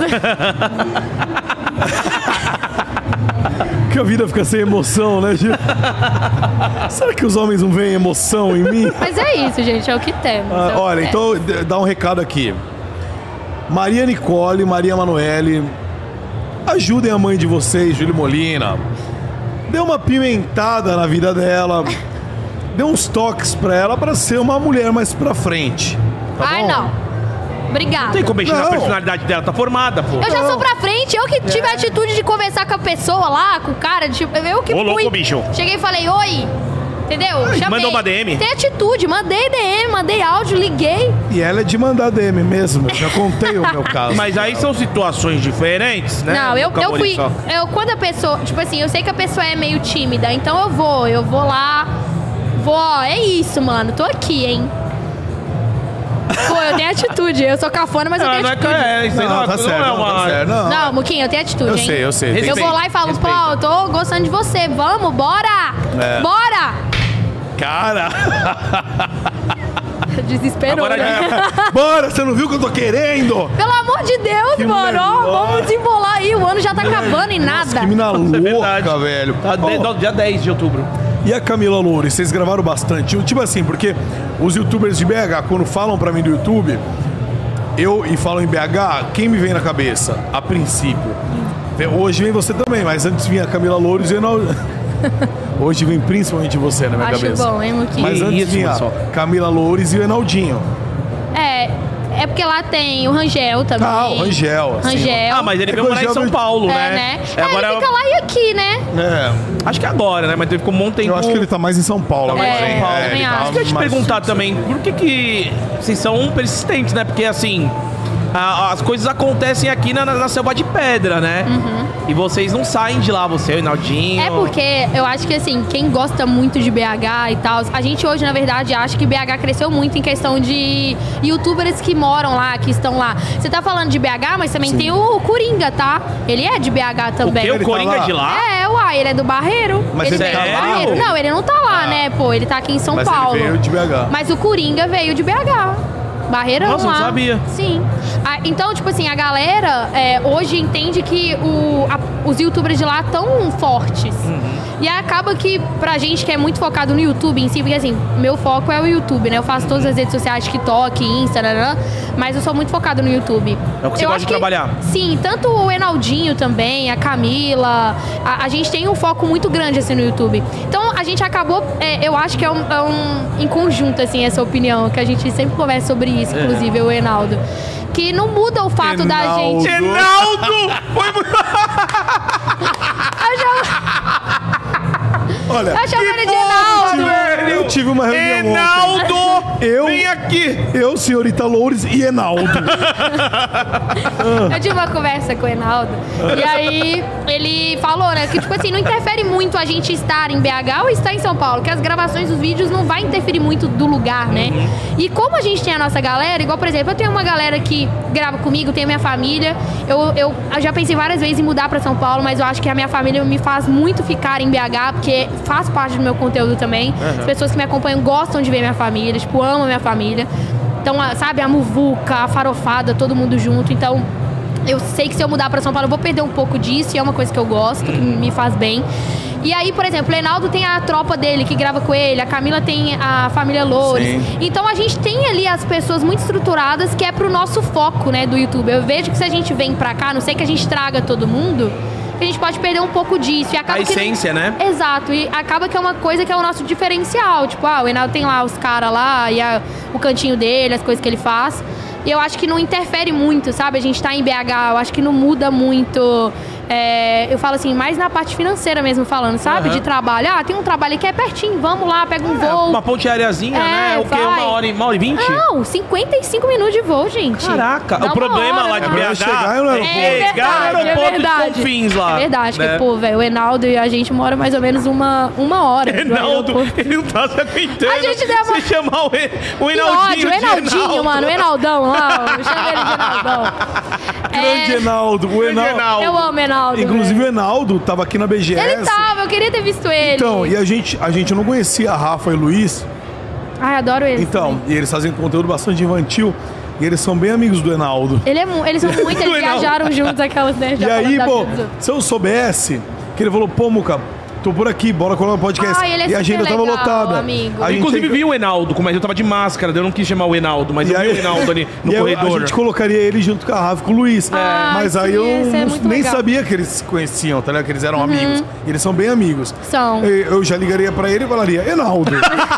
Speaker 1: Que a vida fica sem emoção, né, Gil? Será que os homens não veem emoção em mim?
Speaker 2: Mas é isso, gente, é o que temos.
Speaker 1: Ah,
Speaker 2: é o que
Speaker 1: olha,
Speaker 2: temos.
Speaker 1: então d- dá um recado aqui. Maria Nicole, Maria Manoele, ajudem a mãe de vocês, Júlia Molina. Dê uma pimentada na vida dela. Dê uns toques pra ela pra ser uma mulher mais pra frente. Tá
Speaker 2: Ai,
Speaker 1: bom?
Speaker 2: não. Obrigada.
Speaker 3: Não tem como mexer na
Speaker 1: Não.
Speaker 3: personalidade dela, tá formada, pô.
Speaker 2: Eu já sou pra frente, eu que tive a atitude de conversar com a pessoa lá, com o cara, tipo, eu que
Speaker 3: Ô,
Speaker 2: fui.
Speaker 3: louco, bicho.
Speaker 2: Cheguei e falei, oi. Entendeu? Chamei.
Speaker 3: mandou uma D M?
Speaker 2: Tem atitude, mandei D M, mandei áudio, liguei.
Speaker 1: E ela é de mandar D M mesmo. Eu já contei o meu caso.
Speaker 3: Mas aí são situações diferentes, né?
Speaker 2: Não, eu,
Speaker 3: Nunca
Speaker 2: eu
Speaker 3: morri
Speaker 2: fui.
Speaker 3: só.
Speaker 2: Eu, quando a pessoa. Tipo assim, eu sei que a pessoa é meio tímida, então eu vou, eu vou lá. Vou, ó, é isso, mano. Tô aqui, hein? Pô, eu tenho atitude. Eu sou cafona, mas eu
Speaker 3: Não,
Speaker 2: tenho
Speaker 3: não é,
Speaker 2: atitude.
Speaker 3: é, isso aí
Speaker 1: Não,
Speaker 3: não,
Speaker 1: tá
Speaker 3: não
Speaker 1: certo,
Speaker 3: é
Speaker 1: não,
Speaker 3: uma...
Speaker 1: tá certo. Não,
Speaker 2: Não, Muquinha, eu tenho atitude,
Speaker 1: eu
Speaker 2: hein?
Speaker 1: sei, eu sei.
Speaker 2: Eu
Speaker 3: Respeito,
Speaker 2: vou lá e falo, pô,
Speaker 3: respeito.
Speaker 2: eu tô gostando de você. Vamos, bora!
Speaker 1: É.
Speaker 2: Bora!
Speaker 1: Cara!
Speaker 2: Desesperou,
Speaker 3: Agora
Speaker 2: né?
Speaker 1: É. Bora, você não viu o que eu tô querendo?
Speaker 2: Pelo amor de Deus,
Speaker 1: Que
Speaker 2: mano. Ó,
Speaker 1: mulher
Speaker 2: vamos desembolar aí. O ano já tá acabando e nada.
Speaker 1: Que mina
Speaker 3: Nossa, é verdade.
Speaker 1: louca, velho.
Speaker 3: Tá de-
Speaker 1: Ó,
Speaker 3: no dia dez de outubro.
Speaker 1: E a Camila Loures, vocês gravaram bastante. Tipo assim, porque os youtubers de B H, quando falam pra mim do YouTube, eu e falam em B H, quem me vem na cabeça? A princípio. Hoje vem você também, mas antes vinha a Camila Loures e eu não... Hoje vem principalmente você na minha
Speaker 2: Acho
Speaker 1: cabeça.
Speaker 2: bom, hein, Muquinha?
Speaker 1: Mas
Speaker 3: Que
Speaker 1: antes
Speaker 3: isso,
Speaker 1: vinha
Speaker 3: pessoal.
Speaker 1: Camila Loures e o Enaldinho.
Speaker 2: É, é porque lá tem o Rangel também.
Speaker 1: Ah, o Rangel, assim.
Speaker 2: Rangel.
Speaker 3: Ah, mas ele
Speaker 1: É
Speaker 3: veio morar em
Speaker 1: que eu
Speaker 3: São
Speaker 1: já-
Speaker 3: Paulo,
Speaker 2: É,
Speaker 3: né?
Speaker 2: né?
Speaker 3: É,
Speaker 2: É,
Speaker 3: agora
Speaker 2: ele fica lá e aqui, né?
Speaker 1: É,
Speaker 3: Acho que agora, né? Mas ele ficou um monte de tempo.
Speaker 1: eu acho que ele tá mais em São Paulo.
Speaker 3: mais em
Speaker 1: agora,
Speaker 3: São
Speaker 1: hein?
Speaker 3: Paulo.
Speaker 1: É,
Speaker 2: também
Speaker 1: ele tá
Speaker 2: acho.
Speaker 3: Isso que eu ia te
Speaker 1: mais
Speaker 3: perguntar
Speaker 1: fixo.
Speaker 3: também, por que que vocês são persistentes, né? Porque assim, a- as coisas acontecem aqui na, na selva de pedra, né? E vocês não saem de lá, você, o Inaldinho.
Speaker 2: É porque eu acho que, assim, quem gosta muito de B H e tal, a gente hoje, na verdade, acha que B H cresceu muito em questão de youtubers que moram lá, que estão lá. Você tá falando de B H, mas também tem o Coringa, tá? Ele é de B H também.
Speaker 3: O, quê?
Speaker 1: Ele
Speaker 3: o
Speaker 1: tá
Speaker 3: Coringa
Speaker 1: lá?
Speaker 3: de lá?
Speaker 2: É, uai, ele é do Barreiro.
Speaker 1: Mas ele
Speaker 2: veio
Speaker 3: tá
Speaker 2: do
Speaker 3: lá,
Speaker 2: Barreiro.
Speaker 1: ou-
Speaker 2: Não, ele não tá lá,
Speaker 1: Ah.
Speaker 2: né, pô? Ele tá aqui em São
Speaker 1: Mas ele
Speaker 2: Paulo.
Speaker 1: veio de B H.
Speaker 2: Mas o Coringa veio de B H. Barreirão
Speaker 3: Nossa,
Speaker 2: lá.
Speaker 3: não sabia.
Speaker 2: Sim. Ah, então, tipo assim, a galera é, hoje entende que o, a- os youtubers de lá estão fortes. E aí acaba que, pra gente que é muito focado no YouTube em si, porque assim, meu foco é o YouTube, né? Eu faço todas as redes sociais, TikTok, Insta, nananã, mas eu sou muito focado no YouTube.
Speaker 3: É o que você
Speaker 2: Eu
Speaker 3: gosta
Speaker 2: acho
Speaker 3: de trabalhar.
Speaker 2: Sim, tanto o Enaldinho também, a Camila, a, a gente tem um foco muito grande assim no YouTube. Então a gente acabou, é, eu acho que é um, é um em conjunto assim essa opinião, que a gente sempre conversa sobre isso, inclusive eu e o Enaldo, que não muda o fato da
Speaker 1: Enaldo.
Speaker 2: gente.
Speaker 3: Enaldo! Foi muito...
Speaker 2: Eu já,
Speaker 1: Olha,
Speaker 2: eu chamo ele de
Speaker 1: tive-
Speaker 2: Enaldo.
Speaker 1: eu tive uma reunião ontem.
Speaker 3: Enaldo!
Speaker 1: Eu-
Speaker 3: Vem aqui!
Speaker 1: Eu, senhorita Loures e Enaldo.
Speaker 2: Eu tive uma conversa com o Enaldo. E aí ele falou, né, que tipo assim, não interfere muito a gente estar em B H ou estar em São Paulo, que as gravações dos vídeos não vai interferir muito do lugar, né? E como a gente tem a nossa galera, igual, por exemplo, eu tenho uma galera que grava comigo, tenho minha família. Eu, eu, eu já pensei várias vezes em mudar pra São Paulo, mas eu acho que a minha família me faz muito ficar em B H, porque faz parte do meu conteúdo também. As pessoas que me acompanham gostam de ver minha família, tipo, amam minha família. Então, a- sabe, a muvuca, a farofada, todo mundo junto. Então, eu sei que se eu mudar pra São Paulo, eu vou perder um pouco disso. E é uma coisa que eu gosto, que me faz bem. E aí, por exemplo, o Enaldo tem a tropa dele que grava com ele. A Camila tem a família Loures.
Speaker 1: Sim.
Speaker 2: Então, a gente tem ali as pessoas muito estruturadas que é pro nosso foco, né, do YouTube. Eu vejo que se a gente vem pra cá, não sei que a gente traga todo mundo, a gente pode perder um pouco disso. E acaba
Speaker 3: A
Speaker 2: que não-
Speaker 3: essência, né?
Speaker 2: Exato, e acaba que é uma coisa que é o nosso diferencial. Tipo, ah, o Enaldo tem lá os caras lá, e a- o cantinho dele, as coisas que ele faz. E eu acho que não interfere muito, sabe? A gente tá em B H, eu acho que não muda muito. É, eu falo assim, mais na parte financeira mesmo falando, sabe?
Speaker 3: Aham.
Speaker 2: De trabalho. Ah, tem um trabalho aqui, é pertinho, vamos lá, pega um voo.
Speaker 3: Uma ponte aéreazinha,
Speaker 2: É,
Speaker 3: né? O quê?
Speaker 2: vai.
Speaker 3: Uma hora, e- uma hora e vinte?
Speaker 2: Não, cinquenta e cinco minutos de voo, gente.
Speaker 3: Caraca,
Speaker 2: Dá
Speaker 3: o
Speaker 2: uma
Speaker 3: problema
Speaker 2: hora,
Speaker 3: lá de
Speaker 2: não.
Speaker 3: B H
Speaker 1: É chegar no aeroporto.
Speaker 2: É verdade,
Speaker 3: chegar no
Speaker 2: é
Speaker 3: aeroporto
Speaker 2: verdade.
Speaker 3: de Confins lá.
Speaker 2: É verdade,
Speaker 3: né?
Speaker 2: que, pô, velho, o Enaldo e a gente mora mais ou menos uma, uma hora. do
Speaker 3: Enaldo,
Speaker 2: aeroporto.
Speaker 3: ele não tá se aguentando.
Speaker 2: A gente deu uma-
Speaker 3: Você chamar o, E- o
Speaker 2: Que
Speaker 3: Enaldinho
Speaker 2: ódio, o
Speaker 3: de
Speaker 2: Enaldinho,
Speaker 3: Enaldo.
Speaker 2: mano, o Enaldão lá, ó, chama ele de Enaldão.
Speaker 1: Grande
Speaker 2: É,
Speaker 1: Enaldo. O
Speaker 3: Grande
Speaker 1: Enaldo.
Speaker 3: Enaldo.
Speaker 2: eu amo Enaldo.
Speaker 1: Inclusive o
Speaker 2: velho.
Speaker 1: Enaldo tava aqui na B G S.
Speaker 2: Ele tava, eu queria ter visto ele.
Speaker 1: Então, e a gente, a gente não conhecia a Rafa e o Luiz.
Speaker 2: Ai, adoro eles.
Speaker 1: Então,
Speaker 2: também.
Speaker 1: e eles fazem conteúdo bastante infantil. E eles são bem amigos do Enaldo.
Speaker 2: Ele é, mu- eles são muito, eles viajaram juntos aquelas, né?
Speaker 1: E
Speaker 2: já
Speaker 1: aí,
Speaker 2: falando da
Speaker 1: pô,
Speaker 2: vida dos outros.
Speaker 1: se eu soubesse que ele falou, pô, Muca, tô por aqui, bora colar um podcast.
Speaker 2: Ah, ele é
Speaker 1: e a agenda
Speaker 2: super
Speaker 1: tava
Speaker 2: legal,
Speaker 1: lotada.
Speaker 2: amigo.
Speaker 1: A gente
Speaker 3: Inclusive
Speaker 1: tem-
Speaker 3: vi o Enaldo, mas eu tava de máscara, daí eu não quis chamar o Enaldo, mas
Speaker 1: E
Speaker 3: eu
Speaker 1: aí,
Speaker 3: vi o Enaldo ali no
Speaker 1: e aí
Speaker 3: corredor.
Speaker 1: a gente colocaria ele junto com a Rafa e com o Luiz.
Speaker 2: Ah,
Speaker 1: Mas aí
Speaker 2: sim,
Speaker 1: eu
Speaker 2: esse é
Speaker 1: não-
Speaker 2: muito
Speaker 1: nem
Speaker 2: legal.
Speaker 1: sabia que eles se conheciam, tá ligado? Que eles eram amigos. E eles são bem amigos.
Speaker 2: São.
Speaker 1: E Eu já ligaria pra ele e falaria, Enaldo.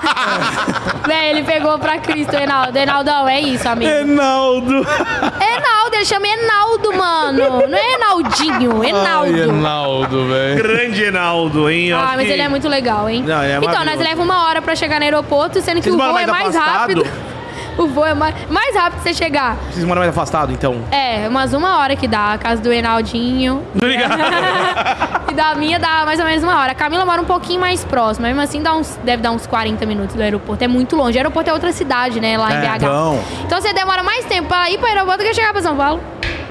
Speaker 2: Véi, ele pegou pra Cristo, Enaldo. Enaldão, é isso, amigo.
Speaker 1: Enaldo.
Speaker 2: Enaldo, ele chama Enaldo, mano. Não é Enaldinho, Enaldo.
Speaker 1: Ai, Enaldo, velho.
Speaker 3: Grande Enaldo, hein? Eu
Speaker 2: Ah,
Speaker 3: acho
Speaker 2: mas
Speaker 3: que-
Speaker 2: ele é muito legal, hein?
Speaker 3: Não, ele é
Speaker 2: então, nós
Speaker 3: maravilhoso.
Speaker 2: leva uma hora pra chegar no aeroporto, sendo que
Speaker 3: Vocês
Speaker 2: o
Speaker 3: moram
Speaker 2: voo é
Speaker 3: mais
Speaker 2: mais
Speaker 3: afastado?
Speaker 2: rápido. O voo é mais, mais rápido que você chegar.
Speaker 3: Vocês moram mais afastado, então?
Speaker 2: É, umas uma hora que dá, a casa do Enaldinho.
Speaker 3: Obrigado.
Speaker 2: E da minha dá mais ou menos uma hora. A Camila mora um pouquinho mais próximo, mas mesmo assim dá uns, deve dar uns quarenta minutos do aeroporto. É muito longe. O aeroporto é outra cidade, né, lá em
Speaker 3: É,
Speaker 2: B H.
Speaker 1: então.
Speaker 2: Então você demora mais tempo pra ir pro aeroporto do que chegar pra São Paulo.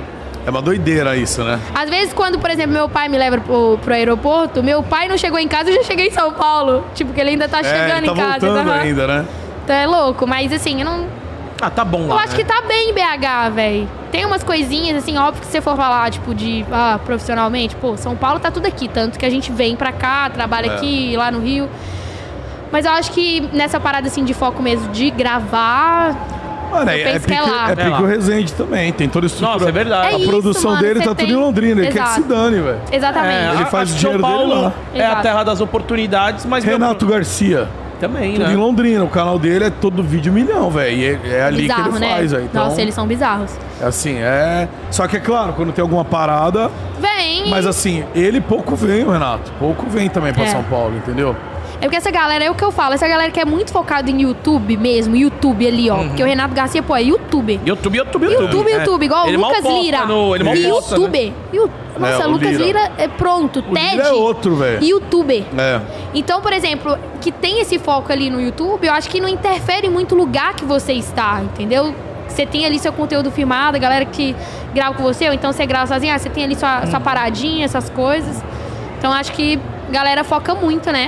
Speaker 1: É uma doideira isso, né?
Speaker 2: Às vezes, quando, por exemplo, meu pai me leva pro, pro aeroporto, meu pai não chegou em casa, eu já cheguei em São Paulo. Tipo, que ele ainda tá
Speaker 1: é,
Speaker 2: chegando
Speaker 1: ele tá
Speaker 2: em casa.
Speaker 1: voltando
Speaker 2: aham.
Speaker 1: ainda, né?
Speaker 2: Então é louco, mas assim, eu não.
Speaker 3: Ah, tá bom lá,
Speaker 2: Eu acho
Speaker 3: né?
Speaker 2: que tá bem em B H, velho. Tem umas coisinhas, assim, óbvio que se você for falar, tipo, de ah, profissionalmente, pô, São Paulo tá tudo aqui. Tanto que a gente vem pra cá, trabalha
Speaker 1: É.
Speaker 2: aqui, lá no Rio. Mas eu acho que nessa parada, assim, de foco mesmo de gravar.
Speaker 1: Mano,
Speaker 2: Eu
Speaker 1: é, é
Speaker 2: penso que
Speaker 1: pique,
Speaker 2: é lá.
Speaker 1: é
Speaker 3: É
Speaker 1: pique
Speaker 3: lá.
Speaker 1: o Resende também. Tem toda a estrutura.
Speaker 3: Nossa, é verdade.
Speaker 2: É
Speaker 1: A
Speaker 2: isso,
Speaker 1: produção
Speaker 2: mano,
Speaker 1: dele
Speaker 2: você
Speaker 1: tá
Speaker 2: tem-
Speaker 1: tudo em Londrina. Ele quer que se
Speaker 2: Exato.
Speaker 1: dane, velho.
Speaker 2: Exatamente.
Speaker 1: Ele faz
Speaker 3: acho
Speaker 1: o
Speaker 3: que
Speaker 1: dinheiro
Speaker 3: São Paulo
Speaker 1: dele lá.
Speaker 3: é a
Speaker 2: Exato.
Speaker 3: terra das oportunidades, mas...
Speaker 1: Renato Garcia.
Speaker 3: Também,
Speaker 1: Tudo
Speaker 3: né?
Speaker 1: em Londrina. O canal dele é todo vídeo milhão, velho. E é, é ali
Speaker 2: Bizarro,
Speaker 1: que ele
Speaker 2: né?
Speaker 1: faz, velho. Então,
Speaker 2: Nossa, eles são bizarros.
Speaker 1: assim, é... Só que é claro, quando tem alguma parada...
Speaker 2: Vem.
Speaker 1: Mas assim, ele pouco vem, o Renato. Pouco vem também pra
Speaker 2: É.
Speaker 1: São Paulo, entendeu?
Speaker 2: É porque essa galera, é o que eu falo, essa galera que é muito focada em YouTube mesmo, YouTube ali, ó. Porque o Renato Garcia, pô, é YouTube.
Speaker 3: YouTube, YouTube, YouTube.
Speaker 2: YouTube,
Speaker 3: É.
Speaker 2: YouTube, igual
Speaker 3: Ele
Speaker 2: o
Speaker 3: mal
Speaker 2: Lucas
Speaker 3: posta
Speaker 2: Lira.
Speaker 3: no- ele mal posta, né?
Speaker 2: YouTube. Yu- Nossa,
Speaker 1: É, o
Speaker 2: Lucas
Speaker 1: Lira.
Speaker 2: Lira é pronto.
Speaker 1: O
Speaker 2: TED.
Speaker 1: Lira é outro, velho.
Speaker 2: YouTube.
Speaker 1: É.
Speaker 2: Então, por exemplo, que tem esse foco ali no YouTube, eu acho que não interfere em muito lugar que você está, entendeu? Você tem ali seu conteúdo filmado, a galera que grava com você, ou então você grava sozinho, ah, você tem ali sua, sua paradinha, essas coisas. Então, acho que a galera foca muito, né?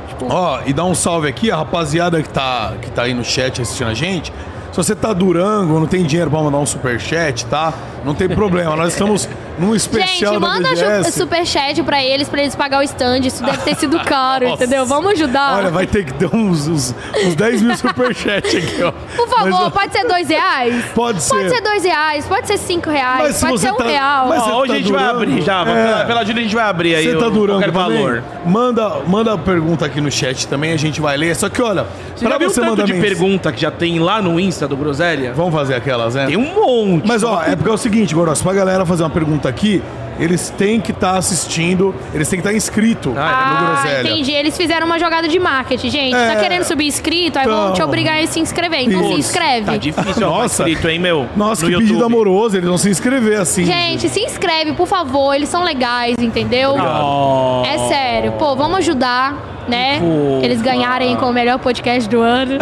Speaker 1: Ó, e dá um salve aqui, a rapaziada que tá, que tá aí no chat assistindo a gente. Se você tá Durango, não tem dinheiro pra mandar um superchat, tá? Não tem problema, nós estamos num especial
Speaker 2: Gente,
Speaker 1: da
Speaker 2: manda
Speaker 1: B G S.
Speaker 2: ju- superchat pra eles, pra eles pagar o stand. Isso deve ter sido caro,
Speaker 1: Nossa.
Speaker 2: entendeu? Vamos ajudar.
Speaker 1: Olha, vai ter que ter uns, uns, uns dez mil superchats aqui, ó.
Speaker 2: Por favor,
Speaker 1: Mas, ó,
Speaker 2: pode ser dois reais?
Speaker 1: Pode ser.
Speaker 2: Pode ser dois reais, pode ser cinco reais,
Speaker 1: Mas se
Speaker 2: pode
Speaker 1: você
Speaker 2: ser um
Speaker 1: tá-
Speaker 2: real.
Speaker 1: mas-
Speaker 3: Ó,
Speaker 1: Você
Speaker 3: hoje
Speaker 1: tá
Speaker 3: a gente vai
Speaker 1: Durango?
Speaker 3: abrir já.
Speaker 1: É.
Speaker 3: Pela, pela Júlia a gente vai abrir aí
Speaker 1: Você
Speaker 3: o,
Speaker 1: tá Durango
Speaker 3: qualquer
Speaker 1: também?
Speaker 3: valor.
Speaker 1: Manda, manda a pergunta aqui no chat também, a gente vai ler. Só que, olha,
Speaker 3: Você
Speaker 1: pra
Speaker 3: já viu o
Speaker 1: você
Speaker 3: tanto
Speaker 1: mandar
Speaker 3: de
Speaker 1: mens-
Speaker 3: pergunta que já tem lá no Insta do Groselha?
Speaker 1: Vamos fazer aquelas, né?
Speaker 3: Tem um monte.
Speaker 1: Mas, ó, é porque é o seguinte, Goros, pra galera fazer uma pergunta aqui, eles têm que estar assistindo, eles têm que estar inscrito no
Speaker 2: Ah,
Speaker 1: Groselha.
Speaker 2: entendi. Eles fizeram uma jogada de marketing, gente.
Speaker 1: É.
Speaker 2: Tá querendo subir inscrito? Aí vão
Speaker 1: Então.
Speaker 2: te obrigar a se inscrever. Então se
Speaker 1: Isso.
Speaker 2: inscreve.
Speaker 3: Tá difícil, ó,
Speaker 1: Nossa.
Speaker 3: tá escrito, hein, meu?
Speaker 1: Nossa,
Speaker 3: no
Speaker 1: que
Speaker 3: YouTube.
Speaker 1: pedido amoroso, eles vão se inscrever assim.
Speaker 2: Gente, se inscreve, por favor. Eles são legais, entendeu?
Speaker 3: Oh.
Speaker 2: É sério. Pô, vamos ajudar, né?
Speaker 3: Pô.
Speaker 2: Eles ganharem com o melhor podcast do ano.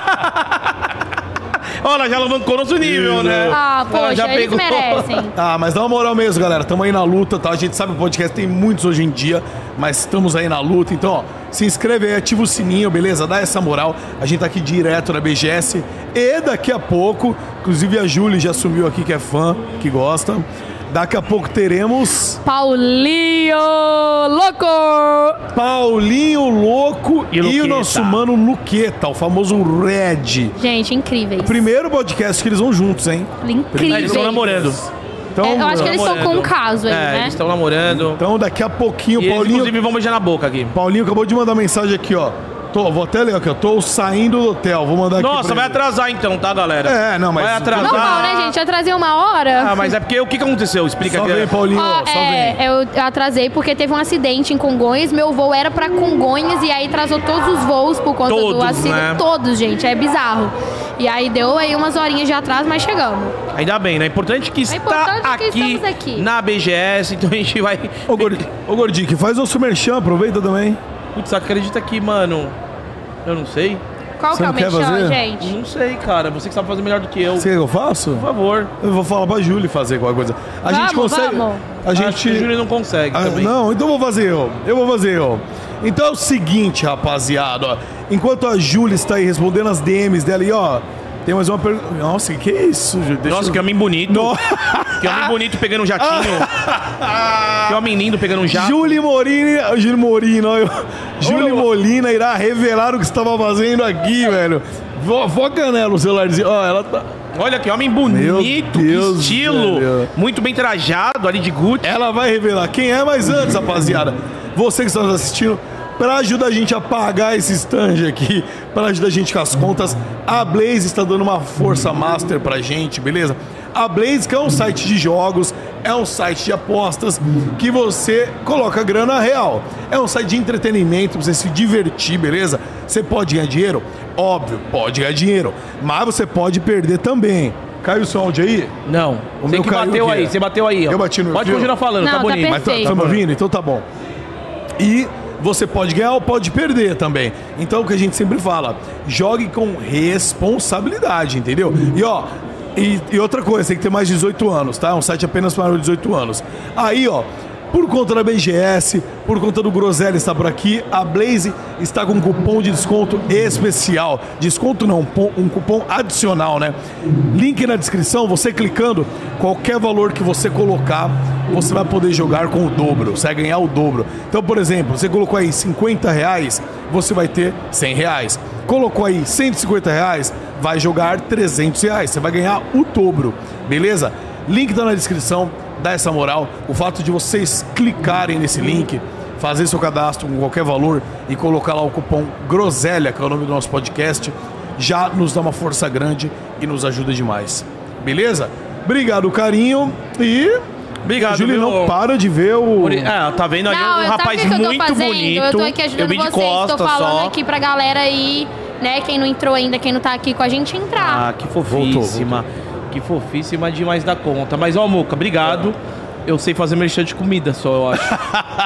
Speaker 3: Olha, já alavancou nosso nível, né?
Speaker 2: Ah,
Speaker 3: Ela
Speaker 2: poxa,
Speaker 3: já
Speaker 2: eles
Speaker 3: pegou.
Speaker 2: merecem.
Speaker 1: Ah, mas dá uma moral mesmo, galera. Tamo aí na luta, tá? A gente sabe que o podcast tem muitos hoje em dia, mas estamos aí na luta. Então, ó, se inscreve aí, ativa o sininho, beleza? Dá essa moral. A gente tá aqui direto na B G S. E daqui a pouco, inclusive a Júlia já assumiu aqui que é fã, que gosta. Daqui a pouco teremos
Speaker 2: Paulinho Louco!
Speaker 1: Paulinho Louco
Speaker 3: E
Speaker 1: e, o
Speaker 3: Luqueta.
Speaker 1: nosso mano Luqueta, o famoso Red.
Speaker 2: Gente, incríveis.
Speaker 1: Primeiro podcast que eles vão juntos, hein?
Speaker 2: Incríveis.
Speaker 3: Eles estão namorando.
Speaker 1: Então,
Speaker 2: É, eu acho que eles estão com um caso aí,
Speaker 3: É,
Speaker 2: né?
Speaker 3: eles estão namorando.
Speaker 1: então daqui a pouquinho,
Speaker 3: E eles,
Speaker 1: Paulinho.
Speaker 3: inclusive, vão beijar na boca aqui.
Speaker 1: Paulinho acabou de mandar mensagem aqui, ó. Tô, vou até ler aqui, ó. Tô saindo do hotel. Vou mandar aqui.
Speaker 3: Nossa,
Speaker 1: pra
Speaker 3: vai
Speaker 1: ele.
Speaker 3: atrasar então, tá, galera?
Speaker 1: É, não, mas-
Speaker 3: Vai atrasar.
Speaker 2: Normal, né, gente? Eu atrasei uma hora.
Speaker 3: Ah, mas é porque o que que aconteceu? Explica
Speaker 1: Só
Speaker 3: aqui.
Speaker 1: vem, Paulinho,
Speaker 2: Ó,
Speaker 1: só
Speaker 2: é,
Speaker 1: vem.
Speaker 2: eu, eu atrasei porque teve um acidente em Congonhas. Meu voo era pra Congonhas e aí atrasou todos os voos por conta do
Speaker 3: Todos,
Speaker 2: acidente.
Speaker 3: né?
Speaker 2: Todos, gente. É bizarro. E aí deu aí umas horinhas de atraso, mas chegamos.
Speaker 3: Ainda bem, né? É importante que está
Speaker 2: importante que
Speaker 3: aqui,
Speaker 2: estamos aqui.
Speaker 3: na B G S, então a gente vai...
Speaker 1: Ô, Gordi- Ô, Gordique, faz o merchan, aproveita também.
Speaker 3: Putz, acredita que, mano... Eu não sei.
Speaker 2: Qual
Speaker 1: Você
Speaker 2: que é o
Speaker 1: não quer
Speaker 2: merchan,
Speaker 1: fazer?
Speaker 2: gente?
Speaker 3: Não sei, cara. Você que sabe fazer melhor do que eu.
Speaker 1: Você quer que eu faço?
Speaker 3: Por favor.
Speaker 1: Eu vou falar pra Júlia fazer qualquer coisa. A
Speaker 2: Vamos,
Speaker 1: gente consegue.
Speaker 2: vamos.
Speaker 1: A
Speaker 3: Acho que
Speaker 1: gente.
Speaker 3: o Júlio não consegue
Speaker 1: Ah,
Speaker 3: também.
Speaker 1: não, então eu vou fazer eu. Eu vou fazer eu. Então é o seguinte, rapaziada, ó. Enquanto a Júlia está aí respondendo as D Ms dela aí, ó. Tem mais uma pergunta. Nossa, que isso, Júlia? Deixa
Speaker 3: Nossa,
Speaker 1: eu...
Speaker 3: que homem bonito.
Speaker 1: No...
Speaker 3: Que homem bonito pegando um jatinho. Que homem lindo pegando um jato.
Speaker 1: Júlia Molina, Júlia Molina, ó, eu... Júlia Molina irá revelar o que estava fazendo aqui, velho. Foca nela o celularzinho. Ó, ela tá...
Speaker 3: Olha que homem bonito, que
Speaker 1: Deus,
Speaker 3: estilo.
Speaker 1: velho.
Speaker 3: Muito bem trajado ali de Gucci.
Speaker 1: Ela vai revelar quem é, mas antes, rapaziada, você que está nos assistindo, para ajudar a gente a pagar esse stand aqui, para ajudar a gente com as contas, a Blaze está dando uma força master pra gente, beleza? A Blaze, que é um site de jogos, é um site de apostas que você coloca grana real. É um site de entretenimento, pra você se divertir, beleza? Você pode ganhar dinheiro? Óbvio, pode ganhar dinheiro, mas você pode perder também. Caiu o som áudio aí?
Speaker 3: Não.
Speaker 1: O
Speaker 3: Você
Speaker 1: meu
Speaker 3: que
Speaker 1: caiu
Speaker 3: bateu
Speaker 1: aqui,
Speaker 3: aí,
Speaker 1: é.
Speaker 3: você bateu aí, ó.
Speaker 1: Eu bati no meu
Speaker 3: Pode
Speaker 1: fio?
Speaker 3: continuar falando,
Speaker 2: Não,
Speaker 3: tá
Speaker 2: tá
Speaker 3: bonito.
Speaker 2: perfeito.
Speaker 1: Mas tá, tá me ouvindo? Então tá bom. E você pode ganhar ou pode perder também. Então o que a gente sempre fala, jogue com responsabilidade, entendeu? E ó, e, e outra coisa, tem que ter mais de dezoito anos, tá? É um site apenas para dezoito anos. Aí ó, por conta da B G S, por conta do Groselha estar por aqui, a Blaze está com um cupom de desconto especial. Desconto não, um cupom adicional, né? Link na descrição, você clicando, qualquer valor que você colocar, você vai poder jogar com o dobro, você vai ganhar o dobro. Então, por exemplo, você colocou aí cinquenta reais, você vai ter cem reais. Colocou aí cento e cinquenta reais, vai jogar trezentos reais, você vai ganhar o dobro, beleza? Link tá na descrição. Dá essa moral, o fato de vocês clicarem nesse link, fazer seu cadastro com qualquer valor e colocar lá o cupom Groselha, que é o nome do nosso podcast, já nos dá uma força grande e nos ajuda demais. Beleza? Obrigado, carinho, e...
Speaker 3: Obrigado,
Speaker 1: Júlio,
Speaker 3: viu?
Speaker 1: não para de ver o...
Speaker 3: É, tá vendo aí
Speaker 2: Não,
Speaker 3: um
Speaker 2: eu-
Speaker 3: rapaz
Speaker 2: sabe o que que eu tô
Speaker 3: muito
Speaker 2: fazendo?
Speaker 3: bonito.
Speaker 2: Eu tô aqui ajudando
Speaker 3: vi de
Speaker 2: vocês,
Speaker 3: costas
Speaker 2: tô falando
Speaker 3: só.
Speaker 2: aqui pra galera aí, né, quem não entrou ainda, quem não tá aqui com a gente entrar.
Speaker 3: Ah, que fofíssima. Que fofíssima demais da conta. Mas, ó, Muca, obrigado. Eu sei fazer merchan de comida só, eu acho.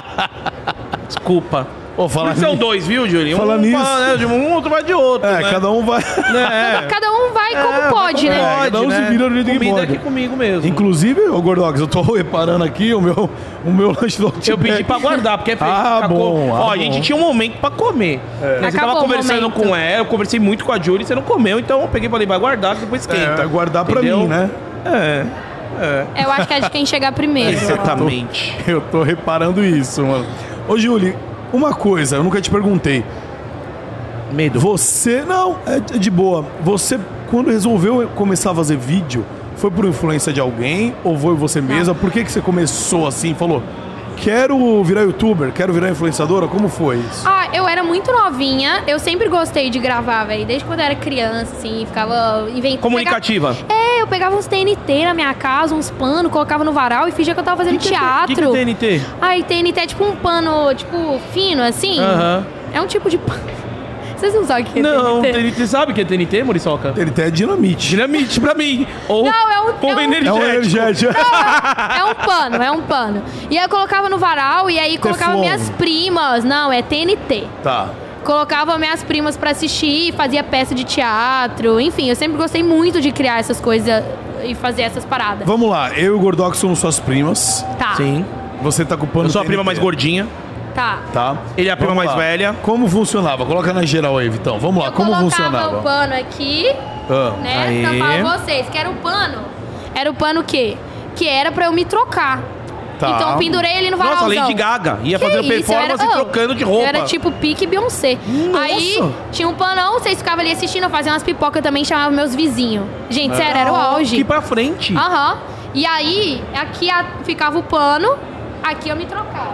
Speaker 3: Desculpa.
Speaker 1: Ô, fala
Speaker 3: Porque são
Speaker 1: nisso.
Speaker 3: dois, viu, Júlio?
Speaker 1: Fala
Speaker 3: um
Speaker 1: nisso.
Speaker 3: fala, né, de um, outro vai de outro,
Speaker 1: É,
Speaker 3: né?
Speaker 1: cada um vai...
Speaker 3: É.
Speaker 2: Cada um vai como
Speaker 3: É,
Speaker 2: pode,
Speaker 3: como
Speaker 2: né?
Speaker 1: É, cada um se
Speaker 3: né?
Speaker 1: vira do jeito que
Speaker 3: Comida
Speaker 1: pode.
Speaker 3: aqui comigo mesmo.
Speaker 1: Inclusive, ô Gordox, eu tô reparando aqui o meu, o meu lanche do Outback.
Speaker 3: Eu pedi pra guardar, porque é feio.
Speaker 1: Ah,
Speaker 3: ficar
Speaker 1: bom,
Speaker 3: com-
Speaker 1: ah,
Speaker 3: Ó, a
Speaker 1: bom.
Speaker 3: gente tinha um momento pra comer. Né, Você
Speaker 2: Acabou
Speaker 3: tava
Speaker 2: o
Speaker 3: conversando
Speaker 2: momento.
Speaker 3: com ela, eu conversei muito com a Júlia, você não comeu, então eu peguei e falei, vai guardar, que depois esquenta.
Speaker 1: É, guardar pra
Speaker 3: Entendeu?
Speaker 1: mim, né?
Speaker 3: É,
Speaker 2: Eu acho que é de quem chegar primeiro.
Speaker 3: exatamente.
Speaker 1: Eu tô reparando isso, mano. Ô, Júlio, uma coisa, eu nunca te perguntei.
Speaker 3: Medo.
Speaker 1: Você, não, é é de boa. Você, quando resolveu começar a fazer vídeo, foi por influência de alguém ou foi você mesma? Por que, que você começou assim, falou, quero virar youtuber, quero virar influenciadora? Como foi isso?
Speaker 2: Ah, eu era muito novinha, eu sempre gostei de gravar, velho. Desde quando eu era criança, assim, ficava inventando.
Speaker 3: Comunicativa.
Speaker 2: É, eu pegava uns T N T na minha casa, uns panos, colocava no varal e fingia que eu tava fazendo
Speaker 3: O que
Speaker 2: teatro.
Speaker 3: que é T N T?
Speaker 2: Ai, T N T é tipo um pano, tipo, fino, assim.
Speaker 3: Aham.
Speaker 2: É um tipo de pano. Vocês não sabem o que é
Speaker 3: Não,
Speaker 2: T N T?
Speaker 3: T N T sabe o que é T N T, Muriçoca?
Speaker 1: Ele até é dinamite.
Speaker 3: Dinamite pra mim. Ou,
Speaker 2: Não, é um-
Speaker 3: ou
Speaker 2: é um-
Speaker 3: energético.
Speaker 1: É um energético.
Speaker 2: É um pano, é um pano. E aí eu colocava no varal e aí colocava
Speaker 1: Teflon.
Speaker 2: minhas primas. Não, é T N T.
Speaker 1: Tá.
Speaker 2: Colocava minhas primas pra assistir, fazia peça de teatro. Enfim, eu sempre gostei muito de criar essas coisas e fazer essas paradas.
Speaker 1: Vamos lá, eu e o Gordox somos suas primas.
Speaker 2: Tá,
Speaker 3: Sim.
Speaker 1: Você tá ocupando
Speaker 3: Eu sou a
Speaker 1: T N T.
Speaker 3: prima mais gordinha.
Speaker 2: tá.
Speaker 1: Tá.
Speaker 3: Ele é a prima
Speaker 1: Vamos
Speaker 3: mais
Speaker 1: lá.
Speaker 3: velha.
Speaker 1: Como funcionava? Coloca na geral aí, Vitão. Vamos lá,
Speaker 2: Eu
Speaker 1: como
Speaker 2: colocava
Speaker 1: funcionava?
Speaker 2: o pano aqui,
Speaker 1: Ah.
Speaker 2: né?
Speaker 3: Aí.
Speaker 2: Tampava vocês. Que era o pano. Era o pano o quê? Que era pra eu me trocar.
Speaker 1: Tá.
Speaker 2: Então eu pendurei ele no varalzão.
Speaker 3: Nossa, Lady Gaga. Ia
Speaker 2: Que
Speaker 3: fazendo
Speaker 2: isso, eu
Speaker 3: performance
Speaker 2: era-
Speaker 3: e trocando de roupa.
Speaker 2: Eu era tipo pique Beyoncé.
Speaker 3: Nossa.
Speaker 2: Aí tinha um panão, vocês ficavam ali assistindo, eu fazia umas pipocas também, chamava meus vizinhos. Gente, sério, era o auge.
Speaker 3: Aqui pra frente.
Speaker 2: Aham. E aí, aqui a- ficava o pano, aqui eu me trocava.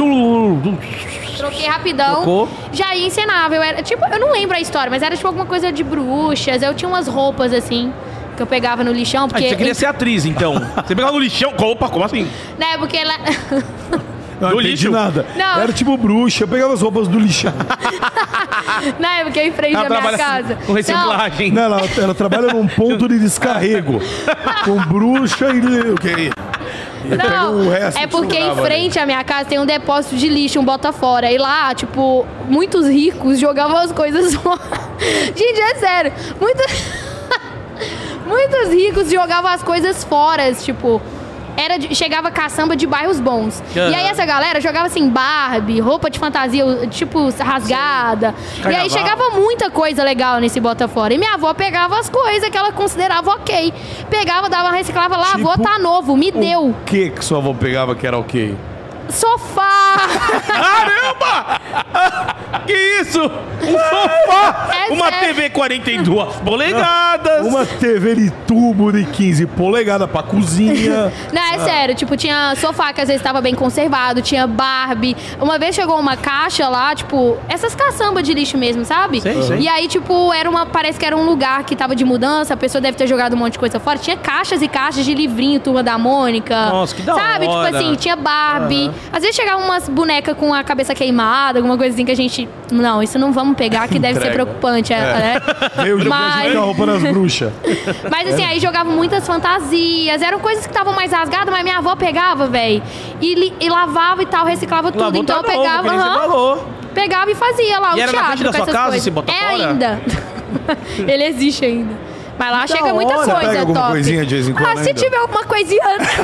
Speaker 2: Troquei rapidão.
Speaker 3: Trocou.
Speaker 2: Já ia encenava. Eu era, tipo, eu não lembro a história, mas era tipo alguma coisa de bruxas. Eu tinha umas roupas assim, que eu pegava no lixão,
Speaker 3: Ah,
Speaker 2: porque.
Speaker 3: você queria ser atriz, então. Você pegava no lixão. Opa, como assim?
Speaker 2: Né, porque ela.
Speaker 1: Não,
Speaker 3: Do
Speaker 1: entendi
Speaker 3: lixo.
Speaker 1: nada.
Speaker 2: Não.
Speaker 1: Era tipo bruxa, eu pegava as roupas do lixão.
Speaker 2: Na época eu em frente
Speaker 3: Ela
Speaker 2: à minha
Speaker 3: trabalha
Speaker 2: casa.
Speaker 3: com reciclagem.
Speaker 1: Não, ela, ela trabalha num ponto de descarrego. Com bruxa e... O que? E pega
Speaker 2: Não,
Speaker 1: o resto
Speaker 2: é
Speaker 1: que
Speaker 2: porque em
Speaker 1: sobrava ali.
Speaker 2: frente à minha casa tem um depósito de lixo, um bota fora. E lá, tipo, muitos ricos jogavam as coisas fora. Gente, é sério. Muitos... muitos ricos jogavam as coisas fora. Tipo, era de- chegava caçamba de bairros bons.
Speaker 3: Aham.
Speaker 2: E aí essa galera jogava assim, Barbie, roupa de fantasia, tipo, rasgada. E aí
Speaker 3: Carnaval.
Speaker 2: chegava muita coisa legal nesse bota fora. E minha avó pegava as coisas que ela considerava ok. Pegava, dava, reciclava, lavou,
Speaker 1: Tipo,
Speaker 2: tá novo, me deu.
Speaker 1: O que que sua avó pegava que era ok?
Speaker 2: Sofá!
Speaker 3: Caramba! Que isso? Um sofá!
Speaker 2: É
Speaker 3: Uma
Speaker 2: sério.
Speaker 3: T V quarenta e duas polegadas!
Speaker 1: Uma T V de tubo de quinze polegadas pra cozinha.
Speaker 2: Não, é sério, tipo, tinha sofá que às vezes estava bem conservado, tinha Barbie. Uma vez chegou uma caixa lá, tipo, essas caçambas de lixo mesmo, sabe?
Speaker 3: Sei, sei.
Speaker 2: E aí, tipo, era uma, parece que era um lugar que tava de mudança, a pessoa deve ter jogado um monte de coisa fora. Tinha caixas e caixas de livrinho, Turma da Mônica.
Speaker 3: Nossa, que da
Speaker 2: Sabe?
Speaker 3: hora.
Speaker 2: Tipo assim, tinha Barbie. Às vezes chegavam umas bonecas com a cabeça queimada, alguma coisa assim que a gente. Não, isso não vamos pegar, que deve ser
Speaker 1: Entrega.
Speaker 2: preocupante, é, né?
Speaker 1: Veio de
Speaker 2: Mas-
Speaker 1: a roupa das bruxas.
Speaker 2: Mas assim, aí jogavam muitas fantasias, eram coisas que estavam mais rasgadas, mas minha avó pegava, velho, e, li- e lavava e tal, reciclava tudo.
Speaker 3: Lavou,
Speaker 2: então
Speaker 3: tá
Speaker 2: eu
Speaker 3: novo,
Speaker 2: pegava,
Speaker 3: que nem você
Speaker 2: aham,
Speaker 3: falou.
Speaker 2: pegava e fazia lá
Speaker 3: E
Speaker 2: o
Speaker 3: era na
Speaker 2: teatro
Speaker 3: frente da
Speaker 2: com
Speaker 3: sua
Speaker 2: essas
Speaker 3: casa,
Speaker 2: coisas.
Speaker 3: esse bota
Speaker 2: É
Speaker 3: fora?
Speaker 2: ainda. Ele existe ainda. Mas lá chega
Speaker 1: da
Speaker 2: muita
Speaker 1: hora.
Speaker 2: coisa
Speaker 1: Você pega alguma
Speaker 2: top.
Speaker 1: coisinha de vez em quando
Speaker 2: Ah, se
Speaker 1: ainda?
Speaker 2: tiver alguma coisinha.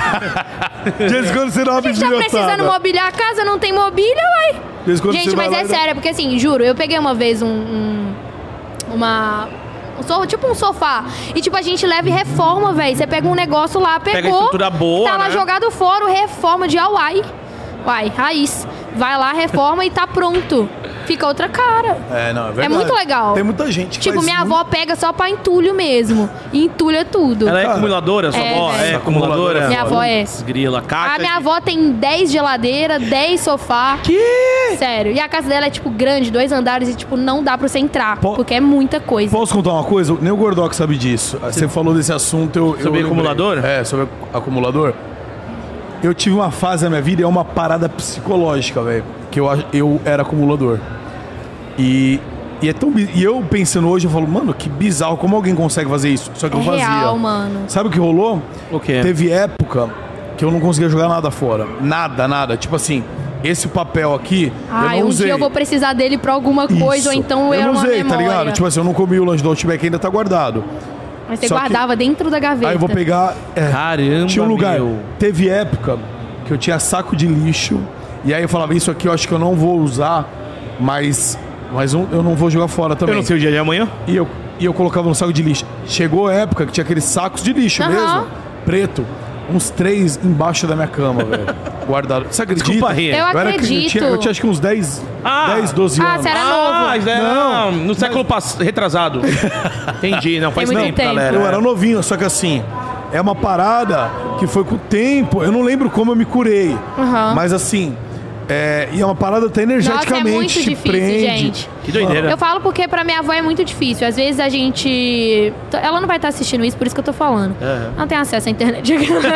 Speaker 1: De vez em quando você dá uma
Speaker 2: A gente tá precisando
Speaker 1: bisbilhotada.
Speaker 2: mobiliar a casa, não tem mobília, uai.
Speaker 1: De vez em quando
Speaker 2: Gente,
Speaker 1: você vai
Speaker 2: mas
Speaker 1: lá
Speaker 2: é
Speaker 1: e dá-
Speaker 2: sério, porque assim, juro, eu peguei uma vez um. um- uma. um so- tipo um sofá. E tipo, a gente leva e reforma, velho. Você pega um negócio lá, pegou.
Speaker 3: Pega a estrutura boa,
Speaker 2: tá lá
Speaker 3: né?
Speaker 2: jogado fora, reforma de Hawaii. Uai, raiz. Vai lá, reforma e tá pronto. Fica outra cara.
Speaker 1: É, não, é verdade.
Speaker 2: muito legal.
Speaker 1: Tem muita gente que
Speaker 2: Tipo,
Speaker 1: faz
Speaker 2: minha
Speaker 1: muito-
Speaker 2: avó pega só pra entulho mesmo. E entulha tudo.
Speaker 3: Ela é
Speaker 1: Cara,
Speaker 3: acumuladora, sua
Speaker 2: é,
Speaker 3: avó?
Speaker 2: velho.
Speaker 3: É acumuladora?
Speaker 2: Minha avó é.
Speaker 3: Grila, caixa.
Speaker 2: A minha
Speaker 3: de-
Speaker 2: avó tem dez geladeiras, dez sofá.
Speaker 3: Que?
Speaker 2: Sério. E a casa dela é, tipo, grande, dois andares e, tipo, não dá pra você entrar.
Speaker 1: Po-
Speaker 2: Porque é muita coisa.
Speaker 1: Posso contar uma coisa? Nem o Gordox sabe disso. Você falou desse assunto, eu. eu
Speaker 3: Sobre
Speaker 1: lembrei.
Speaker 3: acumulador?
Speaker 1: É, sobre acumulador. Eu tive uma fase da minha vida, é uma parada psicológica, velho. Que eu, ach- eu era acumulador. E, e, é tão, bi- e eu pensando hoje, eu falo, mano, que bizarro, como alguém consegue fazer isso? Só que eu
Speaker 2: É
Speaker 1: fazia.
Speaker 2: real, mano.
Speaker 1: Sabe o que rolou?
Speaker 3: O quê?
Speaker 1: Teve época que eu não conseguia jogar nada fora. Nada, nada. Tipo assim, esse papel aqui, eu
Speaker 2: Ai,
Speaker 1: não
Speaker 2: um
Speaker 1: usei.
Speaker 2: dia eu vou precisar dele pra alguma coisa,
Speaker 1: Isso.
Speaker 2: ou então
Speaker 1: eu
Speaker 2: era
Speaker 1: não
Speaker 2: uma
Speaker 1: usei,
Speaker 2: memória.
Speaker 1: tá ligado? Tipo assim, eu não comi o lanche do Outback, ainda tá guardado.
Speaker 2: Mas você
Speaker 1: só que-
Speaker 2: guardava dentro da gaveta.
Speaker 1: Aí eu vou pegar. é,
Speaker 3: Caramba,
Speaker 1: Tinha um lugar.
Speaker 3: meu.
Speaker 1: Teve época que eu tinha saco de lixo. E aí eu falava, isso aqui eu acho que eu não vou usar, mas. Mas um- eu não vou jogar fora também.
Speaker 3: Eu não sei o dia de amanhã.
Speaker 1: E eu, e eu colocava no saco de lixo. Chegou a época que tinha aqueles sacos de lixo
Speaker 2: Aham.
Speaker 1: mesmo, preto. Uns três embaixo da minha cama, velho. Guardado. Você acredita?
Speaker 3: Desculpa, Rê.
Speaker 2: Eu
Speaker 1: era cri-
Speaker 2: acredito.
Speaker 1: Eu tinha, eu tinha acho que uns dez,
Speaker 3: Ah.
Speaker 1: dez doze
Speaker 2: Ah,
Speaker 1: anos.
Speaker 2: você era
Speaker 3: Ah,
Speaker 2: novo.
Speaker 3: isso é
Speaker 1: Não,
Speaker 3: no século passado, retrasado. Entendi, não faz
Speaker 2: Tem muito
Speaker 3: tempo,
Speaker 2: tempo.
Speaker 3: galera.
Speaker 1: Eu era novinho, só que assim, é uma parada que foi com o tempo. Eu não lembro como eu me curei.
Speaker 2: Aham.
Speaker 1: Mas assim, é, e é uma parada até
Speaker 2: Nossa, é
Speaker 1: energeticamente.
Speaker 2: muito
Speaker 1: te
Speaker 2: difícil,
Speaker 1: prende.
Speaker 2: gente.
Speaker 3: Que doideira.
Speaker 2: Eu falo porque pra minha avó é muito difícil. Às vezes a gente... Ela não vai estar assistindo isso, por isso que eu tô falando.
Speaker 3: Aham.
Speaker 2: Não tem acesso à internet.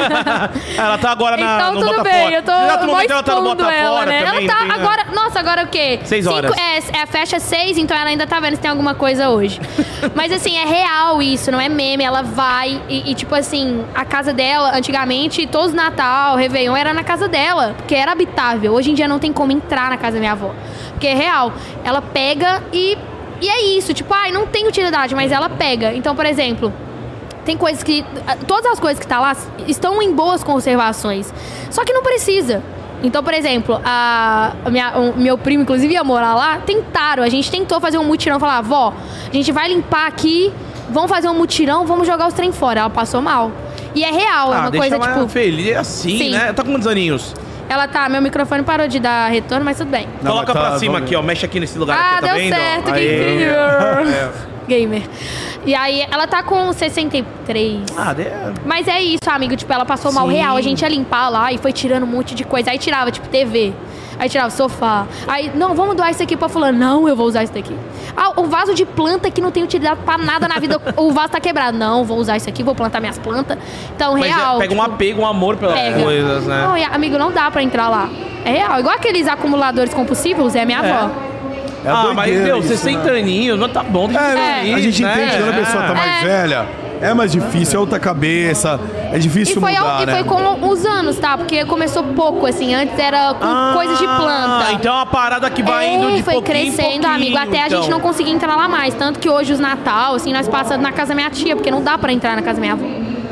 Speaker 3: Ela tá agora na,
Speaker 2: Então
Speaker 3: no
Speaker 2: tudo
Speaker 3: Bota
Speaker 2: bem,
Speaker 3: Fora.
Speaker 2: eu tô
Speaker 3: Exato
Speaker 2: mó
Speaker 3: momento ela tá no
Speaker 2: expondo
Speaker 3: Bota
Speaker 2: ela,
Speaker 3: Fora
Speaker 2: né?
Speaker 3: também,
Speaker 2: Ela tá
Speaker 3: não tem, né?
Speaker 2: agora... Nossa, agora o quê?
Speaker 3: Seis
Speaker 2: Cinco-
Speaker 3: horas.
Speaker 2: É, é, fecha seis, então ela ainda tá vendo se tem alguma coisa hoje. Mas assim, é real isso, não é meme. Ela vai e, e, tipo assim, a casa dela, antigamente, todos Natal, Réveillon, era na casa dela. Porque era habitável. Hoje em dia não tem como entrar na casa da minha avó. Porque é real. Ela pega e... E é isso, tipo, ai, não tem utilidade, mas ela pega. Então, por exemplo... Tem coisas que... Todas as coisas que tá lá estão em boas conservações. Só que não precisa. Então, por exemplo, a, a minha, o meu primo, inclusive, ia morar lá. Tentaram. A gente tentou fazer um mutirão. Falar, vó, a gente vai limpar aqui. Vamos fazer um mutirão. Vamos jogar os trem fora. Ela passou mal. E é real. é
Speaker 3: Ah,
Speaker 2: uma
Speaker 3: deixa
Speaker 2: coisa,
Speaker 3: ela
Speaker 2: tipo...
Speaker 3: feliz é assim,
Speaker 2: Sim.
Speaker 3: né? Tá com quantos aninhos?
Speaker 2: Ela tá... Meu microfone parou de dar retorno, mas tudo bem.
Speaker 1: Não,
Speaker 3: Coloca
Speaker 1: mas tá,
Speaker 3: pra cima
Speaker 1: vamos
Speaker 3: aqui, ó. Mexe aqui nesse lugar
Speaker 2: Ah,
Speaker 3: aqui, tá
Speaker 2: deu
Speaker 3: vendo?
Speaker 2: certo. Que
Speaker 3: Aê.
Speaker 2: incrível. Gamer. E aí, ela tá com sessenta e três.
Speaker 3: Ah, de...
Speaker 2: Mas é isso, amigo. Tipo, ela passou mal
Speaker 3: Sim.
Speaker 2: real. A gente ia limpar lá e foi tirando um monte de coisa. Aí tirava, tipo, T V. Aí tirava sofá. Aí, não, vamos doar isso aqui pra fulano. Não, eu vou usar isso daqui. Ah, o vaso de planta que não tem utilidade pra nada na vida. O vaso tá quebrado. Não, vou usar isso aqui, vou plantar minhas plantas. Então,
Speaker 3: Mas é-
Speaker 2: real.
Speaker 3: pega um
Speaker 2: tipo,
Speaker 3: apego, um amor pelas
Speaker 2: pega.
Speaker 3: coisas, né?
Speaker 2: Não, e, amigo, não dá pra entrar lá. É real. Igual aqueles acumuladores compulsivos, é minha avó.
Speaker 1: É
Speaker 3: ah, mas,
Speaker 1: doideira
Speaker 3: meu,
Speaker 1: isso,
Speaker 3: sessenta
Speaker 1: né?
Speaker 3: aninhos, não tá bom. Deixa
Speaker 1: É,
Speaker 3: eu
Speaker 1: né?
Speaker 3: feliz,
Speaker 1: a gente
Speaker 3: né?
Speaker 1: entende quando a pessoa tá mais
Speaker 2: É.
Speaker 1: velha. É mais difícil, é outra cabeça. É difícil
Speaker 2: E foi,
Speaker 1: mudar,
Speaker 2: ao- e
Speaker 1: né?
Speaker 2: foi com os anos, tá? Porque começou pouco, assim. Antes era com
Speaker 3: Ah,
Speaker 2: coisa de planta.
Speaker 3: Então é uma parada que vai
Speaker 2: É,
Speaker 3: indo de
Speaker 2: foi
Speaker 3: pouquinho em
Speaker 2: crescendo,
Speaker 3: pouquinho,
Speaker 2: amigo. Até a
Speaker 3: então.
Speaker 2: gente não conseguia entrar lá mais. Tanto que hoje os Natal, assim, nós passamos na casa da minha tia, porque não dá pra entrar na casa da minha avó.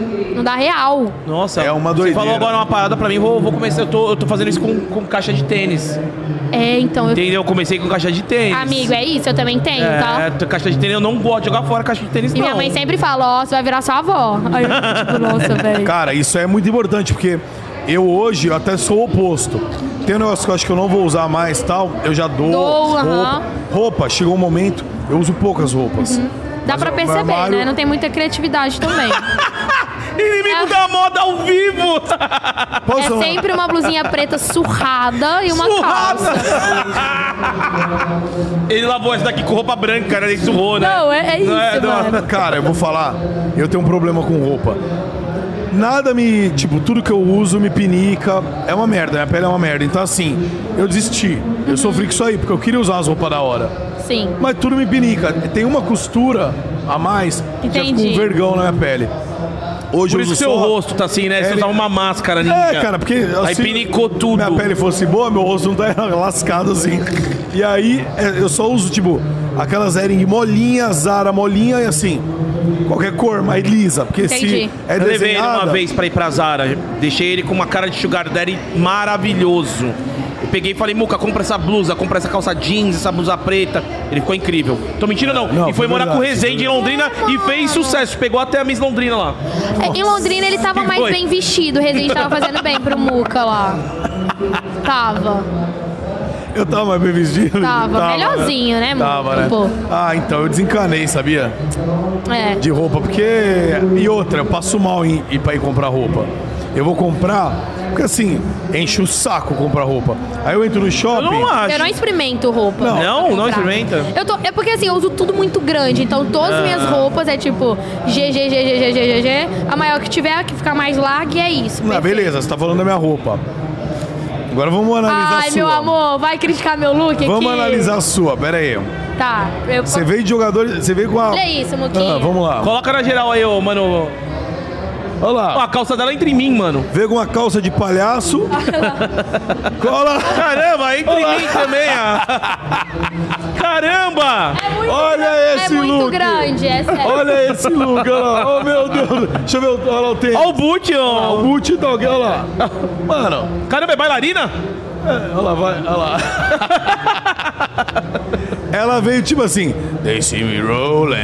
Speaker 2: Não dá real.
Speaker 3: Nossa,
Speaker 1: É uma
Speaker 3: você
Speaker 1: doideira.
Speaker 3: falou agora uma parada pra mim, vou, vou começar, eu tô, eu tô fazendo isso com, com caixa de tênis.
Speaker 2: É, então eu...
Speaker 3: Entendeu? Eu comecei com caixa de tênis.
Speaker 2: Amigo, é isso, eu também tenho,
Speaker 3: É,
Speaker 2: tá?
Speaker 3: caixa de tênis, eu não gosto de jogar fora caixa de tênis,
Speaker 2: E
Speaker 3: não.
Speaker 2: minha mãe sempre fala, ó, você vai virar sua avó. Aí eu fico, tipo, nossa, velho.
Speaker 1: Cara, isso é muito importante, porque eu hoje eu até sou o oposto. Tem um negócio que eu acho que eu não vou usar mais tal, eu já dou,
Speaker 2: Dou,
Speaker 1: roupa.
Speaker 2: aham.
Speaker 1: Roupa, chegou um momento, eu uso poucas roupas.
Speaker 2: Dá
Speaker 1: Mas
Speaker 2: pra
Speaker 1: o
Speaker 2: perceber,
Speaker 1: armário-
Speaker 2: né? Não tem muita criatividade também.
Speaker 3: Inimigo da moda ao vivo!
Speaker 1: Posso
Speaker 2: É
Speaker 1: falar?
Speaker 2: sempre uma blusinha preta surrada e uma
Speaker 3: Surrada!
Speaker 2: calça.
Speaker 3: Ele lavou essa daqui com roupa branca, né? Ele surrou, né?
Speaker 2: Não, é, é isso,
Speaker 3: Não é, não.
Speaker 2: mano.
Speaker 1: Cara, eu vou falar, eu tenho um problema com roupa. Nada me. Tipo, tudo que eu uso me pinica. É uma merda, minha pele é uma merda. Então, assim, eu desisti. Eu sofri com isso aí, porque eu queria usar as roupas da hora.
Speaker 2: Sim.
Speaker 1: Mas tudo me pinica. Tem uma costura a mais que já ficou
Speaker 2: Entendi.
Speaker 1: um vergão na minha pele. Hoje
Speaker 3: Por
Speaker 1: eu
Speaker 3: isso
Speaker 1: uso
Speaker 3: que seu
Speaker 1: só...
Speaker 3: rosto tá assim, né? Você
Speaker 1: Ele-
Speaker 3: usava uma máscara, ninja.
Speaker 1: É, cara, porque...
Speaker 3: Aí
Speaker 1: assim,
Speaker 3: pinicou tudo.
Speaker 1: Minha pele fosse boa, meu rosto não tá lascado assim. E aí, é, eu só uso, tipo, aquelas Ering molinha, Zara molinha e assim, qualquer cor, mais lisa. Porque
Speaker 2: Entendi.
Speaker 1: se é
Speaker 3: Eu levei ele
Speaker 1: desenhada...
Speaker 3: uma vez pra ir pra Zara. Deixei ele com uma cara de sugar daddy maravilhoso. Eu peguei e falei, Muca, compra essa blusa, compra essa calça jeans, essa blusa preta. Ele ficou incrível. Tô mentindo, não.
Speaker 1: Não,
Speaker 3: e foi
Speaker 1: foi
Speaker 3: morar com o
Speaker 1: verdade,
Speaker 3: Resende em Londrina e fez sucesso. Pegou até a Miss Londrina lá.
Speaker 2: É, em Londrina ele tava
Speaker 3: Que
Speaker 2: mais
Speaker 3: foi?
Speaker 2: bem vestido. O Resende tava fazendo bem pro Muca lá. Tava.
Speaker 1: Eu tava mais bem vestido?
Speaker 2: Tava. Melhorzinho, né, mano?
Speaker 1: Tava, né?
Speaker 2: Pô.
Speaker 1: Ah, então eu desencanei, sabia?
Speaker 2: É.
Speaker 1: De roupa, porque... E outra, eu passo mal em ir pra ir comprar roupa. Eu vou comprar, porque assim, enche o saco comprar roupa. Aí eu entro no
Speaker 3: Eu
Speaker 1: shopping...
Speaker 3: não acho.
Speaker 2: Eu não experimento roupa.
Speaker 1: Não.
Speaker 2: pra
Speaker 3: Não, não
Speaker 2: comprar.
Speaker 3: experimenta?
Speaker 2: Eu tô, é porque assim, eu uso tudo muito grande. Então todas as minhas roupas é tipo G, G, G, G, G, G, G, G. A maior que tiver, que ficar mais larga, e é isso.
Speaker 1: Não,
Speaker 2: perfeito.
Speaker 1: beleza, você tá falando da minha roupa. Agora vamos analisar a
Speaker 2: Ai,
Speaker 1: sua.
Speaker 2: meu amor, vai criticar meu look aqui?
Speaker 1: Vamos analisar a sua, pera aí.
Speaker 2: Tá. Eu...
Speaker 1: Você veio de jogador, você veio com a...
Speaker 2: Olha isso, Muquinha.
Speaker 1: Ah, vamos lá.
Speaker 3: Coloca na geral aí, ô, mano.
Speaker 1: Olha
Speaker 3: Ó,
Speaker 1: lá.
Speaker 3: a calça dela entra em mim, mano.
Speaker 1: Veio com uma calça de palhaço. Cola.
Speaker 3: Caramba, entra em mim também, ah. Caramba!
Speaker 2: É muito,
Speaker 1: Olha
Speaker 2: é
Speaker 1: esse
Speaker 2: muito
Speaker 1: look.
Speaker 2: grande, é sério.
Speaker 1: Olha esse look, olha lá. Oh, meu Deus. Deixa eu ver, o- olha lá o tênis.
Speaker 3: Ó o boot,
Speaker 1: O
Speaker 3: ó.
Speaker 1: boot dog, olha lá. Mano,
Speaker 3: Caramba, é bailarina?
Speaker 1: é, olha lá, vai, olha lá. Ela veio tipo assim. They see me rolling.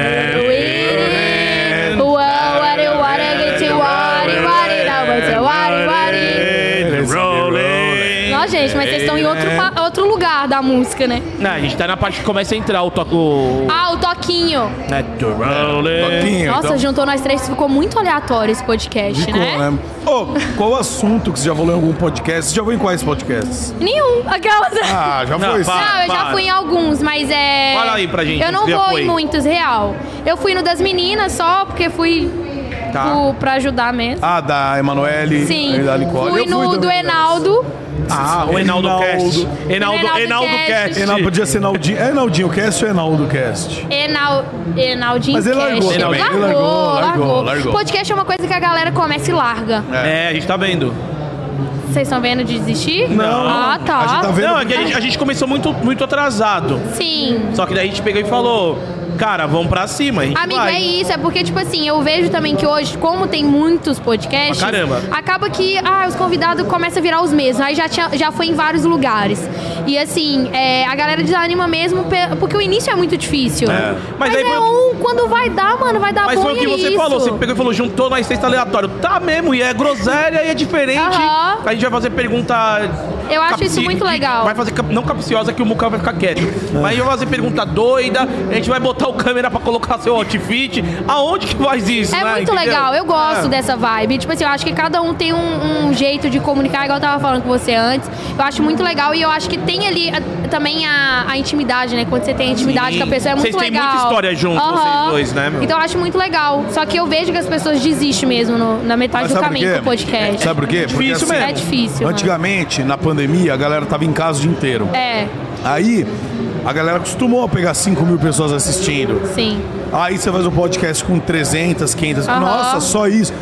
Speaker 2: Nossa, gente, mas vocês estão em outro, pa- outro lugar da música, né?
Speaker 3: Não, a gente tá na parte que começa a entrar o toque. O...
Speaker 2: Ah, o toquinho.
Speaker 3: Né?
Speaker 1: Toquinho,
Speaker 2: Nossa,
Speaker 1: então.
Speaker 2: juntou nós três, ficou muito aleatório esse podcast,
Speaker 1: Ficou,
Speaker 2: né?
Speaker 1: né? Ô, qual o assunto que você já falou em algum podcast? Você já foi em quais podcasts?
Speaker 2: Nenhum. Aquelas.
Speaker 1: Ah, já
Speaker 3: Não,
Speaker 1: foi.
Speaker 3: para.
Speaker 2: Não, eu já fui em alguns, mas é.
Speaker 3: Fala aí pra gente,
Speaker 2: Eu não
Speaker 3: você já
Speaker 2: vou
Speaker 3: foi?
Speaker 2: em muitos, real. Eu fui no das meninas só porque fui
Speaker 3: Tá.
Speaker 2: pro- pra ajudar mesmo.
Speaker 1: Ah, da Emanuele.
Speaker 2: Sim.
Speaker 1: Da Nicole.
Speaker 2: Fui
Speaker 1: Eu
Speaker 2: no
Speaker 1: também
Speaker 2: do
Speaker 1: delas.
Speaker 2: Enaldo.
Speaker 3: Ah, o Enaldo
Speaker 1: Enaldo.
Speaker 3: Cast. Enaldo,
Speaker 2: Enaldo
Speaker 3: Enaldo
Speaker 2: Cast.
Speaker 3: Cast.
Speaker 1: Enaldo, podia ser Enaldinho. É Enaldinho Cast ou Enaldo Cast?
Speaker 2: Enal, Enaldinho
Speaker 1: Mas ele
Speaker 2: Cast.
Speaker 1: largou
Speaker 3: também.
Speaker 1: Ele
Speaker 2: largou,
Speaker 1: largou,
Speaker 2: largou,
Speaker 1: largou, largou.
Speaker 2: Podcast é uma coisa que a galera começa e larga.
Speaker 3: É, a gente tá vendo.
Speaker 2: Vocês estão vendo de desistir?
Speaker 1: Não.
Speaker 2: Ah, tá.
Speaker 1: A gente tá vendo-
Speaker 3: Não, é que a gente, a gente começou muito, muito atrasado.
Speaker 2: Sim.
Speaker 3: Só que daí a gente pegou e falou, cara, vamos pra cima. A gente
Speaker 2: Amigo,
Speaker 3: vai.
Speaker 2: é isso, é porque, tipo assim, eu vejo também que hoje, como tem muitos podcasts,
Speaker 3: Pra caramba.
Speaker 2: acaba que ah, os convidados começam a virar os mesmos. Aí já, tinha, já foi em vários lugares. E assim, é, a galera desanima mesmo, pe- porque o início é muito difícil.
Speaker 3: É. Mas
Speaker 2: Mas,
Speaker 3: aí
Speaker 2: é
Speaker 3: foi-
Speaker 2: um, quando vai dar, mano, vai dar
Speaker 3: Mas
Speaker 2: bom
Speaker 3: foi o que
Speaker 2: e é
Speaker 3: você
Speaker 2: isso.
Speaker 3: falou, você pegou e falou, juntou nós três, tá aleatório. Tá mesmo, e é groselha e é diferente.
Speaker 2: Aham.
Speaker 3: A gente vai fazer pergunta...
Speaker 2: Eu acho isso muito legal.
Speaker 3: Vai fazer, cap- não capciosa, que o Muca vai ficar quieto. Mas a gente vai fazer pergunta doida, a gente vai botar o câmera pra colocar seu outfit. Aonde que faz isso,
Speaker 2: É
Speaker 3: né?
Speaker 2: muito
Speaker 3: Entendeu?
Speaker 2: legal, eu gosto
Speaker 3: É.
Speaker 2: dessa vibe. Tipo assim, eu acho que cada um tem um, um jeito de comunicar, igual eu tava falando com você antes. Eu acho muito legal e eu acho que tem ali a- também a, a intimidade, né? Quando você tem a intimidade
Speaker 3: Sim.
Speaker 2: com a pessoa, é muito
Speaker 3: Vocês têm
Speaker 2: legal.
Speaker 3: muita história junto,
Speaker 2: Aham.
Speaker 3: vocês dois, né, meu?
Speaker 2: Então eu acho muito legal. Só que eu vejo que as pessoas desistem mesmo no- na metade
Speaker 1: Mas
Speaker 2: do
Speaker 1: sabe por
Speaker 2: caminho
Speaker 1: quê?
Speaker 2: do podcast.
Speaker 1: Sabe por quê? Porque,
Speaker 3: difícil
Speaker 1: assim,
Speaker 3: mesmo.
Speaker 2: É difícil. mano.
Speaker 1: Antigamente, na pandemia, a galera tava em casa o dia inteiro.
Speaker 2: É,
Speaker 1: Aí, a galera acostumou a pegar cinco mil pessoas assistindo.
Speaker 2: sim.
Speaker 1: Aí você faz um podcast com trezentas, quinhentas.
Speaker 2: Aham.
Speaker 1: Nossa, só isso.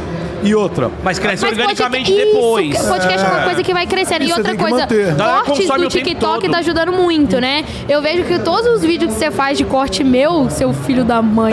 Speaker 1: E outra.
Speaker 3: Mas cresce
Speaker 2: Mas
Speaker 3: organicamente
Speaker 2: podcast-
Speaker 3: depois.
Speaker 2: Isso, podcast é. uma
Speaker 1: É.
Speaker 2: coisa que vai crescendo.
Speaker 1: E
Speaker 2: E
Speaker 1: você
Speaker 2: outra
Speaker 1: tem que
Speaker 2: coisa,
Speaker 1: manter.
Speaker 3: Galera
Speaker 2: cortes
Speaker 3: consome
Speaker 2: do
Speaker 3: o tempo
Speaker 2: TikTok
Speaker 3: todo.
Speaker 2: tá ajudando muito, né? Eu vejo que todos os vídeos que você faz de corte meu, seu filho da mãe.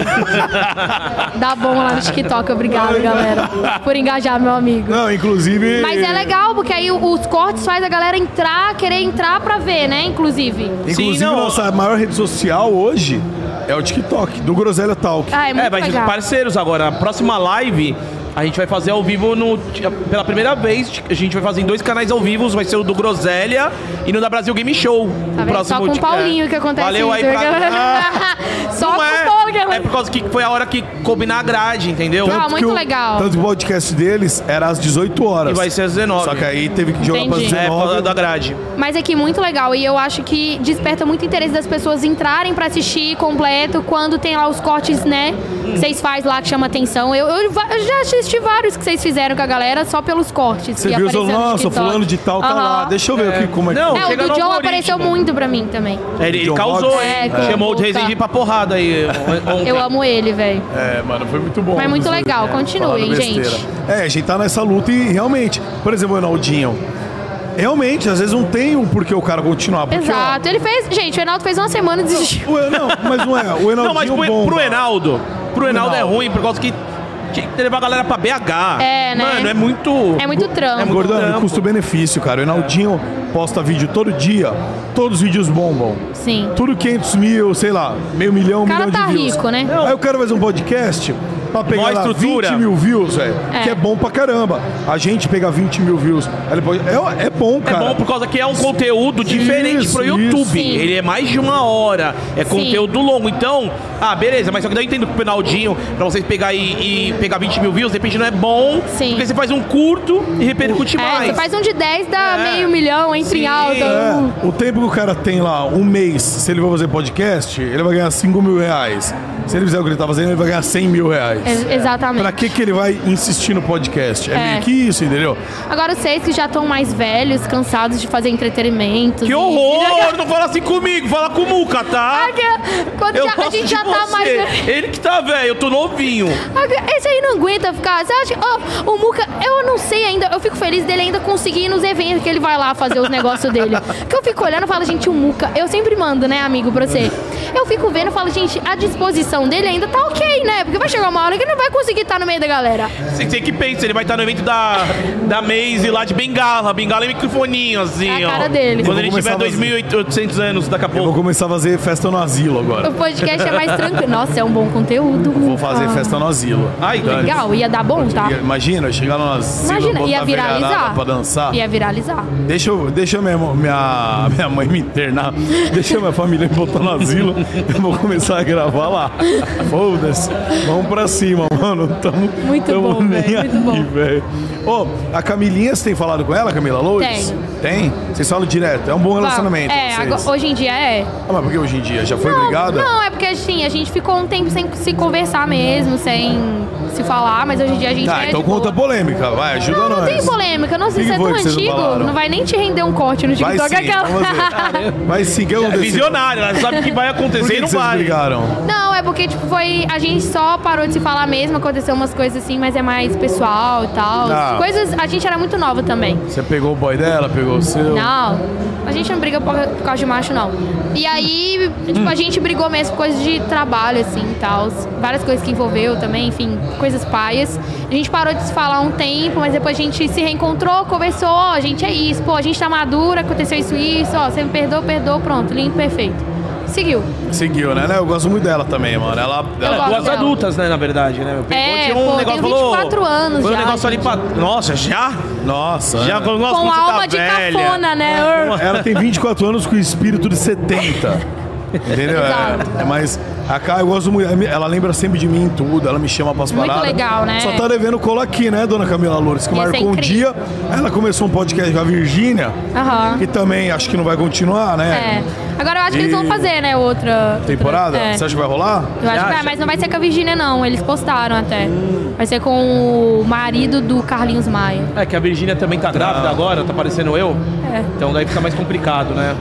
Speaker 2: Dá bom lá no TikTok. Obrigado, galera, por engajar meu amigo.
Speaker 1: Não, inclusive.
Speaker 2: Mas é legal, porque aí os cortes faz a galera entrar, querer entrar pra ver, né? Inclusive.
Speaker 1: Inclusive,
Speaker 3: Sim, não.
Speaker 1: nossa maior rede social hoje é o TikTok, do Groselha Talk.
Speaker 2: Ah, é muito
Speaker 3: É, vai ser
Speaker 2: legal.
Speaker 3: parceiros agora. A próxima live a gente vai fazer ao vivo no, pela primeira vez. A gente vai fazer em dois canais ao vivo. Vai ser o do Groselha e no da Brasil Game Show.
Speaker 2: Tá vendo? Só com o Paulinho que acontece
Speaker 3: Valeu
Speaker 2: isso.
Speaker 3: aí pra...
Speaker 2: Só
Speaker 3: Não
Speaker 2: com
Speaker 3: é,
Speaker 2: o Paulo que
Speaker 3: é
Speaker 2: acontece.
Speaker 3: por causa que foi a hora que coube na grade, entendeu?
Speaker 2: Ah, muito
Speaker 1: que o-
Speaker 2: legal.
Speaker 1: Tanto que o podcast deles era às dezoito horas.
Speaker 3: E vai ser às dezenove.
Speaker 1: Só que aí teve que jogar para
Speaker 2: Entendi.
Speaker 1: as
Speaker 3: É, por causa
Speaker 1: dezenove.
Speaker 3: da grade.
Speaker 2: Mas aqui muito legal e eu acho que desperta muito interesse das pessoas entrarem pra assistir completo quando tem lá os cortes, né? Que vocês fazem lá que chama atenção. Eu, eu va- eu já assisti vários que vocês fizeram com a galera só pelos cortes.
Speaker 1: Você
Speaker 2: que
Speaker 1: viu,
Speaker 2: apareceram no
Speaker 1: nossa,
Speaker 2: TikTok.
Speaker 1: fulano de tal tá
Speaker 2: Aham.
Speaker 1: lá. Deixa eu ver aqui como é que
Speaker 3: Não,
Speaker 2: É, o
Speaker 3: chega
Speaker 2: do
Speaker 3: no
Speaker 2: John
Speaker 3: algoritmo.
Speaker 2: apareceu muito pra mim também.
Speaker 3: Ele, ele
Speaker 1: John
Speaker 3: causou,
Speaker 1: Box?
Speaker 3: hein?
Speaker 2: É,
Speaker 3: Chamou o
Speaker 2: Puta.
Speaker 3: Rezende pra porrada aí. ontem.
Speaker 2: Eu amo ele, velho.
Speaker 1: É, mano, foi muito bom.
Speaker 2: Mas muito
Speaker 1: Isso,
Speaker 2: legal,
Speaker 1: é,
Speaker 2: continuem,
Speaker 1: falando
Speaker 2: gente.
Speaker 1: besteira. É, a gente tá nessa luta e realmente, por exemplo, o Enaldinho. Realmente, às vezes não tem o porquê o cara continuar. Porque,
Speaker 2: Exato. Ele fez. Gente, o Enaldo fez uma semana e desistiu.
Speaker 1: Ó, o, não, mas não é. O Enaldinho
Speaker 3: Não, mas pro,
Speaker 1: bom.
Speaker 3: pro Enaldo, pro Enaldo é
Speaker 1: Enaldo.
Speaker 3: ruim, por causa que tinha que levar a galera pra B H.
Speaker 2: É, né?
Speaker 3: Mano, é muito...
Speaker 2: É muito trampo.
Speaker 3: É muito
Speaker 1: Gordão,
Speaker 3: trampo.
Speaker 1: custo-benefício, cara. O Enaldinho posta vídeo todo dia, todos os vídeos bombam.
Speaker 2: Sim.
Speaker 1: Tudo quinhentos mil, sei lá, meio milhão, um
Speaker 2: O cara
Speaker 1: milhão
Speaker 2: tá
Speaker 1: de views.
Speaker 2: rico, né?
Speaker 1: Aí eu quero fazer um podcast pra pegar
Speaker 3: Maior
Speaker 1: lá
Speaker 3: estrutura.
Speaker 1: vinte mil views, velho.
Speaker 2: É.
Speaker 1: Que é bom pra caramba. A gente pegar vinte mil views. Aí depois, é, é bom,
Speaker 3: É
Speaker 1: cara.
Speaker 3: bom por causa que é um conteúdo diferente
Speaker 1: Isso,
Speaker 3: pro YouTube.
Speaker 1: isso.
Speaker 2: Sim.
Speaker 3: Ele é mais de uma hora. É conteúdo longo. Então, ah, beleza, mas só que daí eu entendo que o Penaldinho, pra vocês pegar e, e pegar vinte mil views, de repente não é bom.
Speaker 2: Sim.
Speaker 3: Porque você faz um curto e repercute
Speaker 2: É,
Speaker 3: mais.
Speaker 2: você faz um de dez, dá
Speaker 3: É.
Speaker 2: meio milhão, entra em
Speaker 3: Sim.
Speaker 2: alta.
Speaker 1: É, o tempo que o cara tem lá, um mês, se ele for fazer podcast, ele vai ganhar cinco mil reais. Se ele fizer o que ele tá fazendo, ele vai ganhar cem mil reais.
Speaker 2: É, exatamente.
Speaker 1: Pra que, que ele vai insistir no podcast? É,
Speaker 2: É.
Speaker 1: meio que isso, entendeu?
Speaker 2: Agora vocês que já estão mais velhos, cansados de fazer entretenimento.
Speaker 3: Que horror! Não fala assim comigo, fala com o Muca, tá?
Speaker 2: Quando
Speaker 3: Eu
Speaker 2: já- a
Speaker 3: gosto
Speaker 2: gente
Speaker 3: de
Speaker 2: já tá
Speaker 3: você.
Speaker 2: mais velho.
Speaker 3: Ele que tá velho, eu tô novinho.
Speaker 2: Esse aí não aguenta ficar. Você acha que. Ó, o Muca, eu não sei ainda. Eu fico feliz dele ainda conseguir ir nos eventos que ele vai lá fazer os negócios dele. Que eu fico olhando e falo, gente, o Muca. Eu sempre mando, né, amigo, pra você. Eu fico vendo e falo, gente, a disposição dele ainda tá ok, né? Porque vai chegar uma hora que ele não vai conseguir estar no meio da galera.
Speaker 3: Você, você que pensa, ele vai estar no evento da, da Maze lá de bengala, bengala e microfoninho, assim,
Speaker 2: É a
Speaker 3: ó.
Speaker 2: cara dele.
Speaker 3: Quando
Speaker 1: Eu
Speaker 3: ele
Speaker 1: vou
Speaker 3: tiver
Speaker 1: começar a
Speaker 3: dois mil e oitocentos anos daqui a
Speaker 1: Eu vou
Speaker 3: pouco.
Speaker 1: começar a fazer festa no asilo agora.
Speaker 2: O podcast é mais tranquilo. Nossa, é um bom conteúdo.
Speaker 1: Vou fazer festa no asilo.
Speaker 3: Ai, que
Speaker 2: Legal, ia dar bom, tá?
Speaker 1: Imagina, chegar no asilo,
Speaker 2: Imagina,
Speaker 1: botar
Speaker 2: ia
Speaker 1: a velharada
Speaker 2: viralizar.
Speaker 1: pra dançar.
Speaker 2: Ia viralizar.
Speaker 1: Deixa, eu, deixa minha, minha, minha mãe me internar. Deixa minha família me botar no asilo. Eu vou começar a gravar lá. Foda-se. Vamos pra cima, mano. Tamo,
Speaker 2: Muito
Speaker 1: tamo
Speaker 2: bom,
Speaker 1: nem
Speaker 2: velho,
Speaker 1: aí,
Speaker 2: muito bom.
Speaker 1: velho. Ô, a Camilinha, você tem falado com ela, Camila Loures?
Speaker 2: Tenho.
Speaker 1: Tem? Vocês falam direto. É um bom relacionamento.
Speaker 2: É,
Speaker 1: vocês.
Speaker 2: agora- hoje em dia é.
Speaker 1: Ah, mas por que hoje em dia? Já foi
Speaker 2: Não,
Speaker 1: brigada?
Speaker 2: não, é porque assim, a gente ficou um tempo sem se conversar mesmo, sem se falar, mas hoje em dia a gente
Speaker 1: Tá,
Speaker 2: é
Speaker 1: então
Speaker 2: de
Speaker 1: conta
Speaker 2: boa.
Speaker 1: polêmica. Vai, ajuda
Speaker 2: Não,
Speaker 1: nós.
Speaker 2: não tem polêmica, não sei
Speaker 1: Que
Speaker 2: se é
Speaker 1: que
Speaker 2: tão
Speaker 1: foi que vocês não
Speaker 2: antigo,
Speaker 1: falaram?
Speaker 2: não vai nem te render um corte no
Speaker 1: Vai
Speaker 2: TikTok
Speaker 1: sim,
Speaker 2: aquela.
Speaker 1: vamos ver. Vai sim, o que
Speaker 3: É
Speaker 1: aconteceu?
Speaker 3: visionário, ela sabe o que vai
Speaker 1: Por
Speaker 3: acontecer
Speaker 1: que
Speaker 3: e não
Speaker 1: que vocês
Speaker 3: vai.
Speaker 1: brigaram?
Speaker 2: Não, é porque, tipo, foi. A gente só parou de se falar mesmo, aconteceu umas coisas assim, mas é mais pessoal e tal.
Speaker 1: Tá.
Speaker 2: Coisas. A gente era muito nova também.
Speaker 1: Você pegou o boy dela, pegou o seu?
Speaker 2: Não, a gente não briga por, por causa de macho, não. E aí, tipo, a gente brigou mesmo por coisas de trabalho, assim, e tal. Várias coisas que envolveu também, enfim, coisas paias. A gente parou de se falar um tempo, mas depois a gente se reencontrou, conversou, ó, a gente é isso, pô, a gente tá madura, aconteceu isso, isso, ó, você me perdoou, perdoou, pronto, lindo, perfeito. Seguiu.
Speaker 1: Seguiu, né? Eu gosto muito dela também, mano. Ela,
Speaker 2: Eu
Speaker 1: ela
Speaker 2: gosto
Speaker 3: Duas
Speaker 2: dela.
Speaker 3: adultas, né, na verdade, né? Pegou,
Speaker 2: É,
Speaker 3: tinha um
Speaker 2: pô,
Speaker 3: negócio,
Speaker 2: tenho
Speaker 3: falou...
Speaker 2: vinte e quatro anos
Speaker 3: Foi um
Speaker 2: já,
Speaker 3: negócio ali
Speaker 2: gente.
Speaker 3: pra... Nossa, já?
Speaker 1: Nossa.
Speaker 3: Já,
Speaker 1: é.
Speaker 3: nossa,
Speaker 2: Com
Speaker 3: como você
Speaker 2: alma
Speaker 3: tá
Speaker 2: de
Speaker 3: velha.
Speaker 2: cafona, né?
Speaker 1: Ela tem vinte e quatro anos com espírito de setenta. Entendeu?
Speaker 2: Exato.
Speaker 1: É, é mais. A Kai, eu gosto muito. Ela lembra sempre de mim em tudo. Ela me chama pras
Speaker 2: Muito
Speaker 1: paradas.
Speaker 2: legal, né?
Speaker 1: Só tá devendo cola aqui, né, dona Camila Loures? Que
Speaker 2: Ia ser
Speaker 1: marcou um
Speaker 2: incrível.
Speaker 1: dia. Ela começou um podcast com a Virgínia.
Speaker 2: Aham.
Speaker 1: Que também acho que não vai continuar, né?
Speaker 2: É. Agora eu acho que eles vão
Speaker 1: E-
Speaker 2: fazer, né, outra...
Speaker 1: Temporada?
Speaker 2: outra- é.
Speaker 1: Você acha que vai rolar?
Speaker 2: Eu acho que vai,
Speaker 3: acha?
Speaker 2: mas não vai ser com a Virgínia, não. Eles postaram até. Vai ser com o marido do Carlinhos Maia.
Speaker 3: É que a Virgínia também tá grávida agora, tá parecendo eu.
Speaker 2: É.
Speaker 3: Então daí fica mais complicado, né?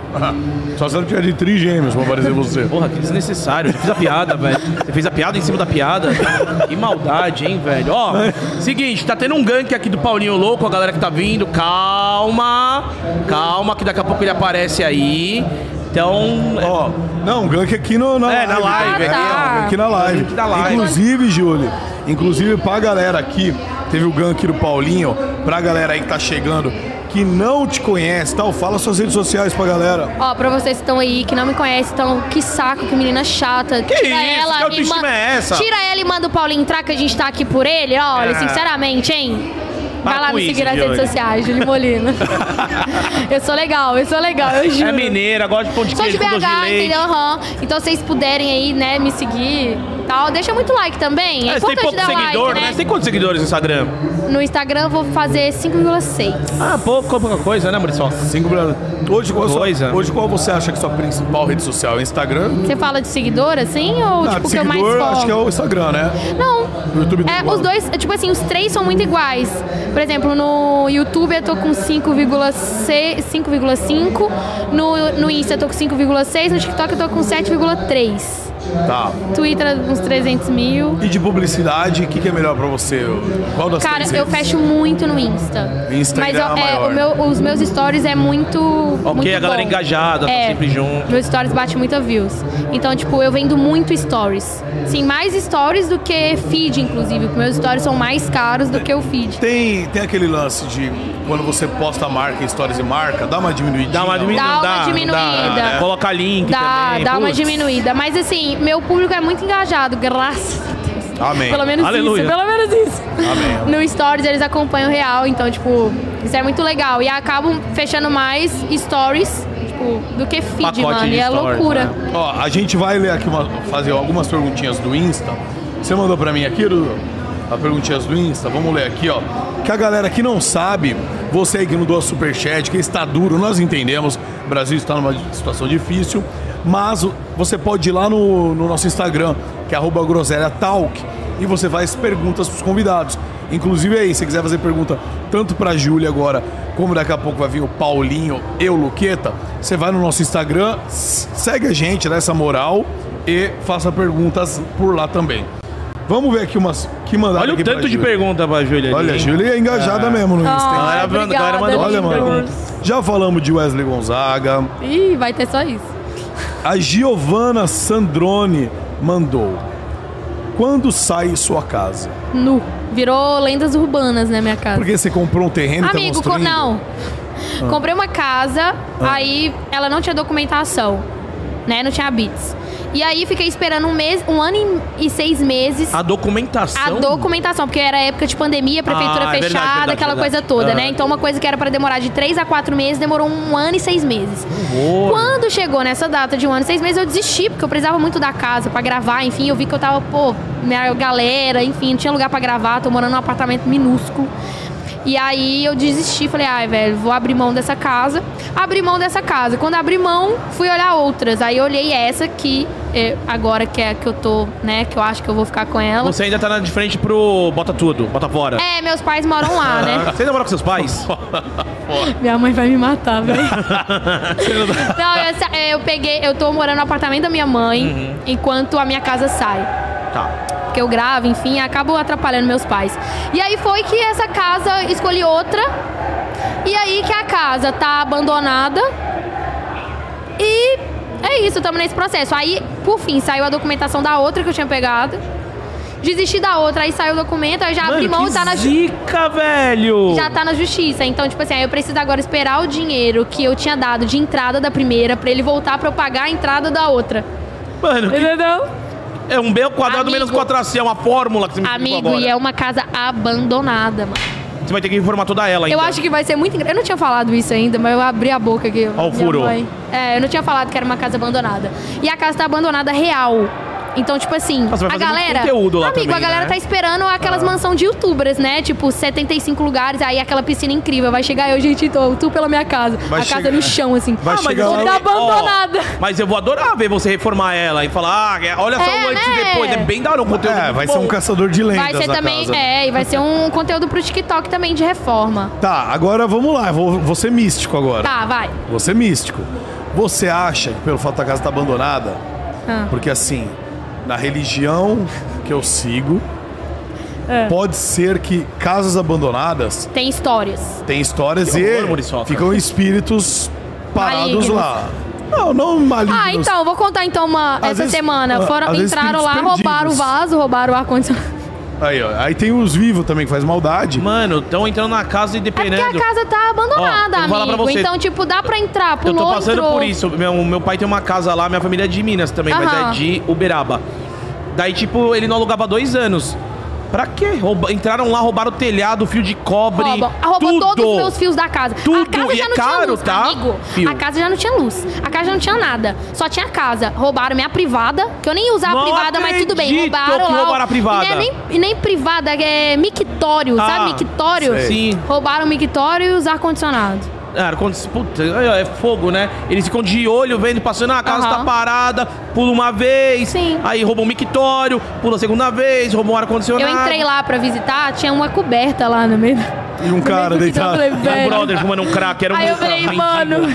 Speaker 1: Só se ela tiver de trigêmeos pra aparecer você.
Speaker 3: Porra, que desnecessário. Eu já fiz a piada, velho. Você fez a piada em cima da piada. Que maldade, hein, velho. Ó, seguinte, tá tendo um gank aqui do Paulinho Louco, a galera que tá vindo. Calma. Calma, que daqui a pouco ele aparece aí. Então...
Speaker 1: Ó, não, um gank aqui no, na
Speaker 3: É,
Speaker 1: live.
Speaker 3: na live,
Speaker 1: É,
Speaker 2: aqui, ó.
Speaker 1: aqui na live.
Speaker 3: Aqui na live.
Speaker 1: Inclusive, Júlio, inclusive pra galera aqui, teve o gank do Paulinho, pra galera aí que tá chegando, que não te conhece, tal, fala suas redes sociais pra galera.
Speaker 2: Ó, pra vocês que estão aí, que não me conhecem, então, que saco, que menina chata.
Speaker 3: Que
Speaker 2: tira
Speaker 3: isso?
Speaker 2: ela
Speaker 3: Que autoestima
Speaker 2: e ma-
Speaker 3: é essa?
Speaker 2: Tira ela e manda o Paulinho entrar, que a gente tá aqui por ele. Olha,
Speaker 3: É.
Speaker 2: sinceramente, hein? Vai
Speaker 3: Para
Speaker 2: lá
Speaker 3: com
Speaker 2: me
Speaker 3: isso,
Speaker 2: seguir nas
Speaker 3: Júlio.
Speaker 2: redes sociais, Júlio Molina. Eu sou legal, eu sou legal, eu juro.
Speaker 3: É mineira, gosta de pão de
Speaker 2: Sou de
Speaker 3: queijo com
Speaker 2: B
Speaker 3: doce de
Speaker 2: H,
Speaker 3: leite.
Speaker 2: entendeu? Aham. Então, vocês puderem aí, né, me seguir tal, deixa muito like também. É,
Speaker 3: É, você tem
Speaker 2: importante
Speaker 3: pouco
Speaker 2: dar
Speaker 3: seguidor,
Speaker 2: like,
Speaker 3: né?
Speaker 2: né?
Speaker 3: Você tem quantos seguidores no Instagram?
Speaker 2: No Instagram eu vou fazer cinco vírgula seis.
Speaker 3: Ah, pouco, pouca coisa, né, Maurício?
Speaker 1: Cinco pra... Hoje qual, sua-
Speaker 3: Coisa.
Speaker 1: hoje qual você acha que é a sua principal rede social? É o Instagram?
Speaker 2: Você fala de seguidor, assim, ou
Speaker 1: Ah,
Speaker 2: tipo,
Speaker 1: de
Speaker 2: que eu mais
Speaker 1: seguidor,
Speaker 2: folgo?
Speaker 1: acho que é o Instagram, né?
Speaker 2: Não.
Speaker 1: O YouTube
Speaker 2: É,
Speaker 1: do
Speaker 2: os dois, é, tipo assim, os três são muito iguais. Por exemplo, no YouTube eu tô com cinco vírgula cinco, no, no Insta eu tô com cinco vírgula seis, no TikTok eu tô com sete vírgula três.
Speaker 1: Tá.
Speaker 2: Twitter uns trezentos mil.
Speaker 1: E de publicidade, o que, que é melhor pra você? Qual das
Speaker 2: Cara,
Speaker 1: três
Speaker 2: eu
Speaker 1: redes?
Speaker 2: fecho muito no Insta.
Speaker 1: Instagram
Speaker 2: Mas eu-
Speaker 1: é a
Speaker 2: é,
Speaker 1: maior.
Speaker 2: o meu- os meus stories é muito.
Speaker 3: Ok,
Speaker 2: muito
Speaker 3: a galera
Speaker 2: bom.
Speaker 3: engajada, tá
Speaker 2: É,
Speaker 3: sempre junto.
Speaker 2: Meus stories batem muita views. Então, tipo, eu vendo muito stories. Sim, mais stories do que feed, inclusive. Porque meus stories são mais caros do que o feed.
Speaker 1: Tem, tem aquele lance de quando você posta a marca em stories e marca, dá uma diminuída.
Speaker 3: Dá uma diminuída.
Speaker 2: Dá uma diminuída.
Speaker 3: é. Coloca link
Speaker 2: Dá,
Speaker 3: também.
Speaker 2: dá uma
Speaker 3: Putz.
Speaker 2: diminuída. Mas assim, meu público é muito engajado, graças a Deus.
Speaker 1: Amém.
Speaker 2: Pelo menos
Speaker 3: Aleluia.
Speaker 2: isso, pelo menos isso.
Speaker 1: Amém.
Speaker 2: No Stories eles acompanham o real, então, tipo, isso é muito legal. E acabam fechando mais stories, tipo, do que feed,
Speaker 3: Pacote
Speaker 2: mano.
Speaker 3: de
Speaker 2: E é
Speaker 3: stories,
Speaker 2: loucura.
Speaker 3: né?
Speaker 1: Ó, a gente vai ler aqui, uma, fazer algumas perguntinhas do Insta. Você mandou pra mim aqui, Dudu? As perguntinhas do Insta, vamos ler aqui, ó. Que a galera que não sabe, você aí que não doa superchat, que está duro, nós entendemos, o Brasil está numa situação difícil, mas o- você pode ir lá no, no nosso Instagram, que é arroba groselha talk, e você faz perguntas pros convidados. Inclusive aí, se você quiser fazer pergunta tanto pra Júlia agora, como daqui a pouco vai vir o Paulinho e o Luqueta, você vai no nosso Instagram, s- segue a gente, dá essa moral e faça perguntas por lá também. Vamos ver aqui umas que mandaram
Speaker 3: Olha o
Speaker 1: aqui pra
Speaker 3: tanto de
Speaker 1: Júlia.
Speaker 3: pergunta pra Júlia.
Speaker 1: Olha, a
Speaker 3: ali.
Speaker 1: Júlia é engajada mesmo no Insta. hein?
Speaker 2: Ah,
Speaker 3: galera- a
Speaker 2: obrigada,
Speaker 3: galera mandou
Speaker 1: Olha,
Speaker 2: lindos.
Speaker 1: mano, já falamos de Wesley Gonzaga.
Speaker 2: Ih, vai ter só isso.
Speaker 1: A Giovana Sandrone mandou. Quando sai sua casa?
Speaker 2: Nu. Virou lendas urbanas, né, minha casa.
Speaker 1: Porque você comprou um terreno e tá
Speaker 2: Amigo, co-
Speaker 1: construindo?
Speaker 2: não. Comprei uma casa, aí ela não tinha documentação, né? Não tinha bits. E aí fiquei esperando um mês, um ano e e seis meses
Speaker 3: A documentação.
Speaker 2: a documentação, porque era época de pandemia, prefeitura
Speaker 3: Ah, é verdade,
Speaker 2: fechada,
Speaker 3: verdade,
Speaker 2: aquela
Speaker 3: verdade.
Speaker 2: coisa toda,
Speaker 3: Ah.
Speaker 2: né? Então uma coisa que era pra demorar de três a quatro meses, demorou um ano e seis meses.
Speaker 3: Horror.
Speaker 2: Quando chegou nessa data de um ano e seis meses, eu desisti, porque eu precisava muito da casa pra gravar, enfim, eu vi que eu tava, pô, minha galera, enfim, não tinha lugar pra gravar, tô morando num apartamento minúsculo. E aí eu desisti, falei, ai, velho, vou abrir mão dessa casa. Abri mão dessa casa. Quando abri mão, fui olhar outras. Aí eu olhei essa que é, agora que é a que eu tô, né, que eu acho que eu vou ficar com ela.
Speaker 3: Você ainda tá na de frente pro Bota Tudo, Bota Fora.
Speaker 2: É, meus pais moram lá, né?
Speaker 3: Você ainda mora com seus pais?
Speaker 2: Minha mãe vai me matar, velho. Não, eu, sa- eu peguei, eu tô morando no apartamento da minha mãe, enquanto a minha casa sai.
Speaker 3: Tá.
Speaker 2: Porque eu gravo, enfim, acabo atrapalhando meus pais. E aí foi que essa casa escolhi outra. E aí que a casa tá abandonada. E é isso, estamos nesse processo. Aí, por fim, saiu a documentação da outra que eu tinha pegado. Desisti da outra, aí saiu o documento, aí já abri
Speaker 3: Mano,
Speaker 2: mão
Speaker 3: que
Speaker 2: e tá na ju-
Speaker 3: zica, velho!
Speaker 2: já tá na justiça. Então, tipo assim, aí eu preciso agora esperar o dinheiro que eu tinha dado de entrada da primeira pra ele voltar pra eu pagar a entrada da outra.
Speaker 3: Mano, que-
Speaker 2: Entendeu?
Speaker 3: é um B ao quadrado
Speaker 2: Amigo.
Speaker 3: menos quatro A C, é uma fórmula que você me explicou
Speaker 2: Amigo,
Speaker 3: agora.
Speaker 2: e é uma casa abandonada, mano.
Speaker 3: Você vai ter que informar toda ela ainda.
Speaker 2: Eu acho que vai ser muito engraçado. Eu não tinha falado isso ainda, mas eu abri a boca aqui.
Speaker 3: Ó o
Speaker 2: minha
Speaker 3: furo.
Speaker 2: mãe. É, eu não tinha falado que era uma casa abandonada. E a casa tá abandonada real. Então, tipo assim,
Speaker 3: Nossa, vai
Speaker 2: a
Speaker 3: fazer muito
Speaker 2: galera.
Speaker 3: conteúdo lá
Speaker 2: Amigo,
Speaker 3: também,
Speaker 2: a galera
Speaker 3: né?
Speaker 2: tá esperando aquelas mansão de youtubers, né? Tipo, setenta e cinco lugares, aí aquela piscina incrível. Vai chegar eu, gente, tô, tu pela minha casa.
Speaker 1: Vai
Speaker 2: a casa
Speaker 1: chegar-
Speaker 2: no chão, assim.
Speaker 1: vai
Speaker 2: ah,
Speaker 1: chegar
Speaker 2: mas
Speaker 1: lá-
Speaker 2: tá abandonada.
Speaker 3: Ó, mas eu vou adorar ver você reformar ela e falar, ah, olha só
Speaker 2: É,
Speaker 3: o antes
Speaker 2: né?
Speaker 3: e depois. É bem da hora, um conteúdo
Speaker 1: É,
Speaker 3: muito
Speaker 1: vai
Speaker 3: bom.
Speaker 1: ser um caçador de lendas
Speaker 2: Vai ser
Speaker 1: a
Speaker 2: também,
Speaker 1: casa.
Speaker 2: é, e vai ser um conteúdo pro TikTok também de reforma.
Speaker 1: Tá, agora vamos lá, vou, vou ser místico agora.
Speaker 2: Tá, vai.
Speaker 1: Vou ser místico. Você acha que pelo fato da casa estar abandonada,
Speaker 2: Ah.
Speaker 1: porque assim, na religião que eu sigo,
Speaker 2: É.
Speaker 1: pode ser que casas abandonadas
Speaker 2: Tem histórias.
Speaker 1: têm histórias
Speaker 3: Que horror,
Speaker 1: e
Speaker 3: Muriçoca.
Speaker 1: ficam espíritos parados
Speaker 2: Malignos.
Speaker 1: lá. Não, não malignos.
Speaker 2: Ah, então, vou contar então uma.
Speaker 1: Às
Speaker 2: essa
Speaker 1: vezes-
Speaker 2: semana.
Speaker 1: ah,
Speaker 2: Foram,
Speaker 1: às vezes
Speaker 2: entraram lá,
Speaker 1: espíritos
Speaker 2: roubaram o
Speaker 1: perdidos.
Speaker 2: vaso, roubaram o ar-condicionado.
Speaker 1: Aí, ó, aí tem os vivos também que faz maldade.
Speaker 3: Mano, estão entrando na casa e
Speaker 2: É porque
Speaker 3: dependendo...
Speaker 2: a casa tá abandonada,
Speaker 3: Ó, eu vou falar pra
Speaker 2: amigo.
Speaker 3: você.
Speaker 2: Então, tipo, dá pra entrar,
Speaker 3: Eu
Speaker 2: pulou,
Speaker 3: tô passando
Speaker 2: entrou.
Speaker 3: por isso. Meu, meu pai tem uma casa lá, minha família é de Minas também, mas
Speaker 2: Aham.
Speaker 3: é de Uberaba. Daí, tipo, ele não alugava há dois anos. Pra quê? Rouba- Entraram lá, roubaram o telhado, fio de cobre.
Speaker 2: Roubam. Roubou
Speaker 3: tudo.
Speaker 2: todos os meus fios da casa.
Speaker 3: Tudo.
Speaker 2: A casa
Speaker 3: E
Speaker 2: já
Speaker 3: é
Speaker 2: não tinha
Speaker 3: caro,
Speaker 2: luz,
Speaker 3: tá?
Speaker 2: amigo.
Speaker 3: Fio.
Speaker 2: A casa já não tinha luz. A casa já não tinha nada. Só tinha casa. Roubaram minha privada, que eu nem ia usar
Speaker 3: Não
Speaker 2: a privada, mas tudo bem.
Speaker 3: acredito
Speaker 2: Roubaram
Speaker 3: que
Speaker 2: lá. o-
Speaker 3: roubaram a privada.
Speaker 2: E, não é nem, e nem privada, é mictório,
Speaker 3: Ah,
Speaker 2: sabe? Mictório.
Speaker 1: sei.
Speaker 3: Sim.
Speaker 2: Roubaram o mictório e os ar-condicionados.
Speaker 3: Ah, quando, puta, é fogo, né? Eles ficam de olho, vendo, passando, ah, a casa
Speaker 2: Aham.
Speaker 3: tá parada, pula uma vez,
Speaker 2: Sim.
Speaker 3: aí roubam um mictório, pula a segunda vez, roubam um ar-condicionado.
Speaker 2: Eu entrei lá pra visitar, tinha uma coberta lá no meio.
Speaker 1: E um cara
Speaker 2: Eu
Speaker 1: deitado.
Speaker 2: falei,
Speaker 3: E um
Speaker 2: velho.
Speaker 3: brother fumando um crack, era um
Speaker 2: Aí eu
Speaker 3: cara
Speaker 2: falei,
Speaker 3: mendigo.
Speaker 2: mano.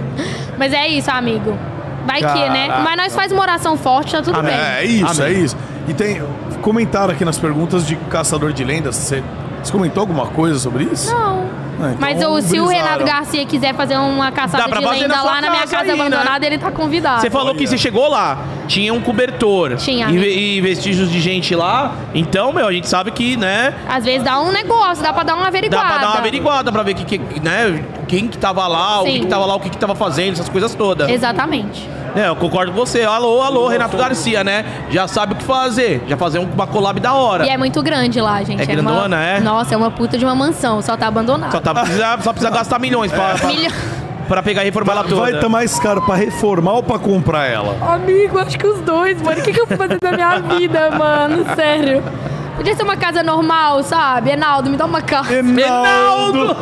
Speaker 2: Mas é isso, amigo. Vai que, né?
Speaker 1: Caraca.
Speaker 2: Mas nós faz uma oração forte, tá tudo
Speaker 3: Amém.
Speaker 2: bem.
Speaker 1: É, é isso,
Speaker 3: Amém.
Speaker 1: é isso. E tem comentaram aqui nas perguntas de Caçador de Lendas. Você, você comentou alguma coisa sobre isso?
Speaker 2: Não.
Speaker 1: Ah, então
Speaker 2: Mas o, se o
Speaker 1: brisaram.
Speaker 2: Renato Garcia quiser fazer uma caçada
Speaker 3: Dá pra
Speaker 2: de
Speaker 3: fazer
Speaker 2: lenda
Speaker 3: na sua
Speaker 2: lá na minha
Speaker 3: casa
Speaker 2: casa
Speaker 3: aí, né?
Speaker 2: abandonada, ele tá convidado.
Speaker 3: Você falou que
Speaker 1: Olha.
Speaker 3: você chegou lá, tinha um cobertor
Speaker 2: Tinha,
Speaker 3: e, ve- e vestígios de gente lá. Então, meu, a gente sabe que, né,
Speaker 2: Às vezes dá um negócio, dá pra dar uma
Speaker 3: dá
Speaker 2: averiguada.
Speaker 3: pra dar uma averiguada pra ver que, que, né, quem que tava lá, o que
Speaker 2: Sim.
Speaker 3: que tava lá, o que que tava fazendo, essas coisas todas.
Speaker 2: Exatamente.
Speaker 3: É, eu concordo com você. Alô, alô, Renato Garcia, né? Já sabe o que fazer, já fazer um- uma collab da hora.
Speaker 2: E é muito grande lá, gente.
Speaker 3: É
Speaker 2: uma-
Speaker 3: grandona, é?
Speaker 2: Nossa, é uma puta de uma mansão, só tá abandonado.
Speaker 3: Só, tá, precisa, só precisa gastar milhões pra, pra,
Speaker 2: Milho-
Speaker 3: pra pegar e reformar ela toda.
Speaker 1: Vai estar mais caro pra reformar ou pra comprar ela?
Speaker 2: Amigo, acho que os dois, mano. O que, que eu vou fazer da minha vida, mano? Sério. Podia ser uma casa normal, sabe? Enaldo, me dá uma casa.
Speaker 3: Enaldo!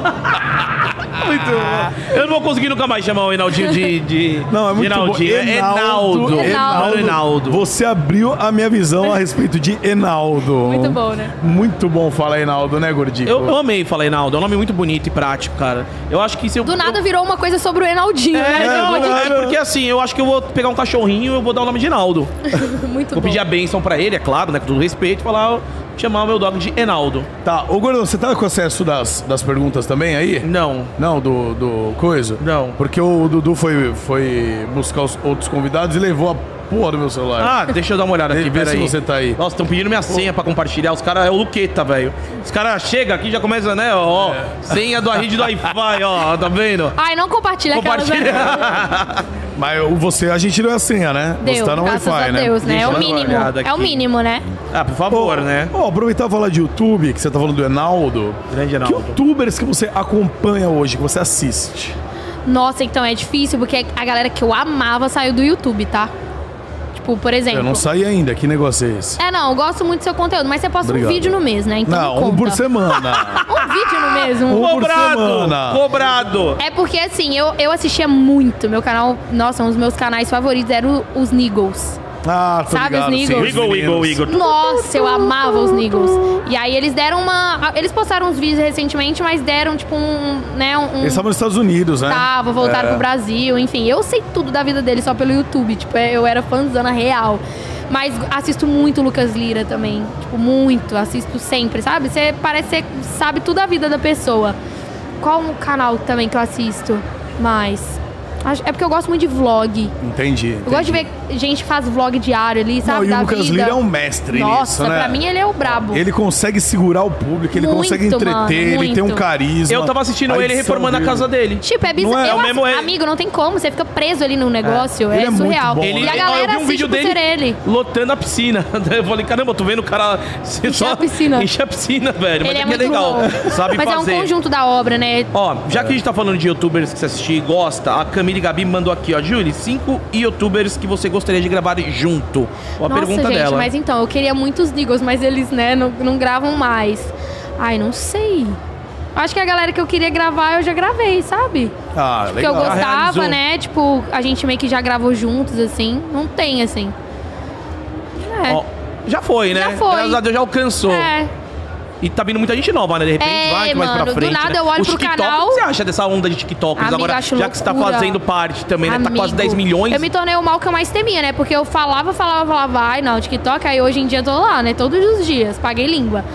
Speaker 3: Muito bom. Eu não vou conseguir nunca mais chamar o Enaldinho de. de
Speaker 1: Não, é muito bom.
Speaker 3: Enaldinho. É
Speaker 1: Enaldo.
Speaker 3: Enaldo.
Speaker 2: Enaldo.
Speaker 3: Enaldo. Enaldo.
Speaker 1: Você abriu a minha visão a respeito de Enaldo.
Speaker 2: Muito bom, né?
Speaker 1: Muito bom falar Enaldo, né, Gordinho?
Speaker 3: Eu, eu amei falar Enaldo. É um nome muito bonito e prático, cara. Eu acho que se eu.
Speaker 2: Do nada virou uma coisa sobre o Enaldinho,
Speaker 3: É,
Speaker 2: né?
Speaker 3: não,
Speaker 1: do
Speaker 3: é
Speaker 1: nada.
Speaker 3: porque assim, eu acho que eu vou pegar um cachorrinho e eu vou dar o nome de Enaldo.
Speaker 2: Muito
Speaker 3: Vou
Speaker 2: bom.
Speaker 3: pedir a bênção pra ele, é claro, né? Com todo respeito, falar, chamar o meu dog de Enaldo.
Speaker 1: Tá, ô Gordão, você tá com acesso das, das perguntas também aí?
Speaker 3: Não.
Speaker 1: Não, do, do coisa?
Speaker 3: Não.
Speaker 1: Porque o Dudu foi, foi buscar os outros convidados e levou a porra do meu celular.
Speaker 3: Ah, deixa eu dar uma olhada aqui,
Speaker 1: Vê se
Speaker 3: peraí.
Speaker 1: você tá aí.
Speaker 3: Nossa, estão pedindo minha senha pra compartilhar. Os caras é o Luqueta, velho. Os caras chegam aqui e já começam, né? Ó,
Speaker 1: É.
Speaker 3: senha do Arrid do Wi-Fi, ó, tá vendo?
Speaker 2: Ai, não compartilha aquelas...
Speaker 3: Compartilha.
Speaker 1: Mas o- você, a gente deu a senha, né?
Speaker 2: Deu,
Speaker 1: você tá no
Speaker 2: graças
Speaker 1: Wi-Fi,
Speaker 2: a
Speaker 1: né?
Speaker 2: Deus, né? É
Speaker 3: Deixa
Speaker 2: o
Speaker 3: eu dar uma
Speaker 2: mínimo.
Speaker 3: olhada
Speaker 2: É o
Speaker 3: aqui.
Speaker 2: mínimo, né?
Speaker 3: Ah, por favor, né?
Speaker 1: Ó, aproveitar e falar de YouTube, que você tá falando do Enaldo.
Speaker 3: Grande
Speaker 1: Que
Speaker 3: Enaldo.
Speaker 1: youtubers que você acompanha hoje, que você assiste?
Speaker 2: Nossa, então é difícil, porque a galera que eu amava saiu do YouTube, tá? Tipo, por exemplo...
Speaker 1: Eu não saí ainda, que negócio é esse?
Speaker 2: É, não, eu gosto muito do seu conteúdo, mas você posta
Speaker 1: Obrigado.
Speaker 2: um vídeo no mês, né? Então
Speaker 1: Não,
Speaker 2: não
Speaker 1: um
Speaker 2: conta.
Speaker 1: por semana.
Speaker 2: Um vídeo no mês, um...
Speaker 1: Um por
Speaker 3: Cobrado!
Speaker 1: semana.
Speaker 3: Cobrado!
Speaker 2: É porque, assim, eu, eu assistia muito. Meu canal... Nossa, um dos meus canais favoritos eram os Niggles.
Speaker 1: Ah, tô
Speaker 2: Sabe os
Speaker 1: ligado, sim,
Speaker 2: Niggles?
Speaker 3: Igor, Igor,
Speaker 1: meninos.
Speaker 3: Igor.
Speaker 2: Nossa, eu amava os Niggles. E aí eles deram uma... Eles postaram uns vídeos recentemente, mas deram, tipo, um... né, um
Speaker 1: Eles estavam nos Estados Unidos, né?
Speaker 2: Tava, voltaram
Speaker 1: É.
Speaker 2: pro Brasil, enfim. Eu sei tudo da vida dele só pelo YouTube. Tipo, é- eu era fãzona real. Mas assisto muito o Lucas Lira também. Tipo, muito. Assisto sempre, sabe? Você parece que você sabe tudo da vida da pessoa. Qual o canal também que eu assisto mais? Acho- É porque eu gosto muito de vlog.
Speaker 1: Entendi.
Speaker 2: Eu gosto de ver gente que faz vlog diário ali, sabe?
Speaker 1: Não, e
Speaker 2: da
Speaker 1: o Lucas
Speaker 2: vida.
Speaker 1: Lira é um mestre
Speaker 2: Nossa,
Speaker 1: nisso, né?
Speaker 2: pra mim ele é o brabo.
Speaker 1: Ele consegue segurar o público, ele
Speaker 2: Muito,
Speaker 1: consegue entreter,
Speaker 2: mano,
Speaker 1: ele tem um
Speaker 2: muito.
Speaker 1: carisma.
Speaker 3: Eu tava assistindo
Speaker 1: A
Speaker 3: ele
Speaker 1: edição
Speaker 3: reformando a
Speaker 1: dele.
Speaker 3: casa dele.
Speaker 2: Tipo, é bizarro.
Speaker 1: Não é?
Speaker 2: Eu
Speaker 3: É o mesmo,
Speaker 2: ass-
Speaker 3: é-
Speaker 2: Amigo, não tem como. Você fica preso ali no negócio.
Speaker 1: Ele
Speaker 2: É,
Speaker 1: é muito
Speaker 2: surreal.
Speaker 1: bom,
Speaker 3: Ele,
Speaker 2: E a
Speaker 3: ó,
Speaker 2: galera
Speaker 3: eu vi um
Speaker 2: assiste
Speaker 3: vídeo
Speaker 2: por
Speaker 3: dele
Speaker 2: ser ele.
Speaker 3: lotando a piscina. Eu falei, caramba, eu tô vendo o cara... Você
Speaker 2: Encher a piscina.
Speaker 3: Encher a piscina, velho. Mas
Speaker 2: Ele é
Speaker 3: é que é
Speaker 2: muito
Speaker 3: legal.
Speaker 2: bom.
Speaker 3: Sabe
Speaker 2: Mas
Speaker 3: fazer.
Speaker 2: é um conjunto da obra, né?
Speaker 3: Ó, já que a gente tá falando de youtubers que você assistir e gosta, a Camille Gabi mandou aqui, ó. Julie, cinco youtubers que você gostaria de gravar junto. Ó, a
Speaker 2: Nossa,
Speaker 3: pergunta
Speaker 2: gente,
Speaker 3: dela.
Speaker 2: mas então, eu queria muitos Niggles, mas eles, né, não, não gravam mais. Ai, não sei. Acho que a galera que eu queria gravar, eu já gravei, sabe?
Speaker 1: Ah,
Speaker 2: Que eu
Speaker 1: legal.
Speaker 2: gostava,
Speaker 3: realizou.
Speaker 2: né? Tipo, a gente meio que já gravou juntos, assim. Não tem, assim. É.
Speaker 3: Ó, já foi, né?
Speaker 2: Já foi.
Speaker 3: Graças a Deus já alcançou.
Speaker 2: É.
Speaker 3: E tá vindo muita gente nova, né? De repente
Speaker 2: É,
Speaker 3: vai que mais pra
Speaker 2: mano, do
Speaker 3: frente.
Speaker 2: nada
Speaker 3: né?
Speaker 2: eu olho
Speaker 3: o
Speaker 2: pro
Speaker 3: TikTok,
Speaker 2: canal-
Speaker 3: o que você acha dessa onda de TikTokers
Speaker 2: Amigo,
Speaker 3: agora?
Speaker 2: acho
Speaker 3: Já que você tá
Speaker 2: loucura.
Speaker 3: fazendo parte também, né? Tá
Speaker 2: Amigo,
Speaker 3: quase dez milhões.
Speaker 2: Eu me tornei o mal que eu mais temia, né? Porque eu falava, falava, falava, ai não, TikTok, aí hoje em dia eu tô lá, né? Todos os dias, paguei língua.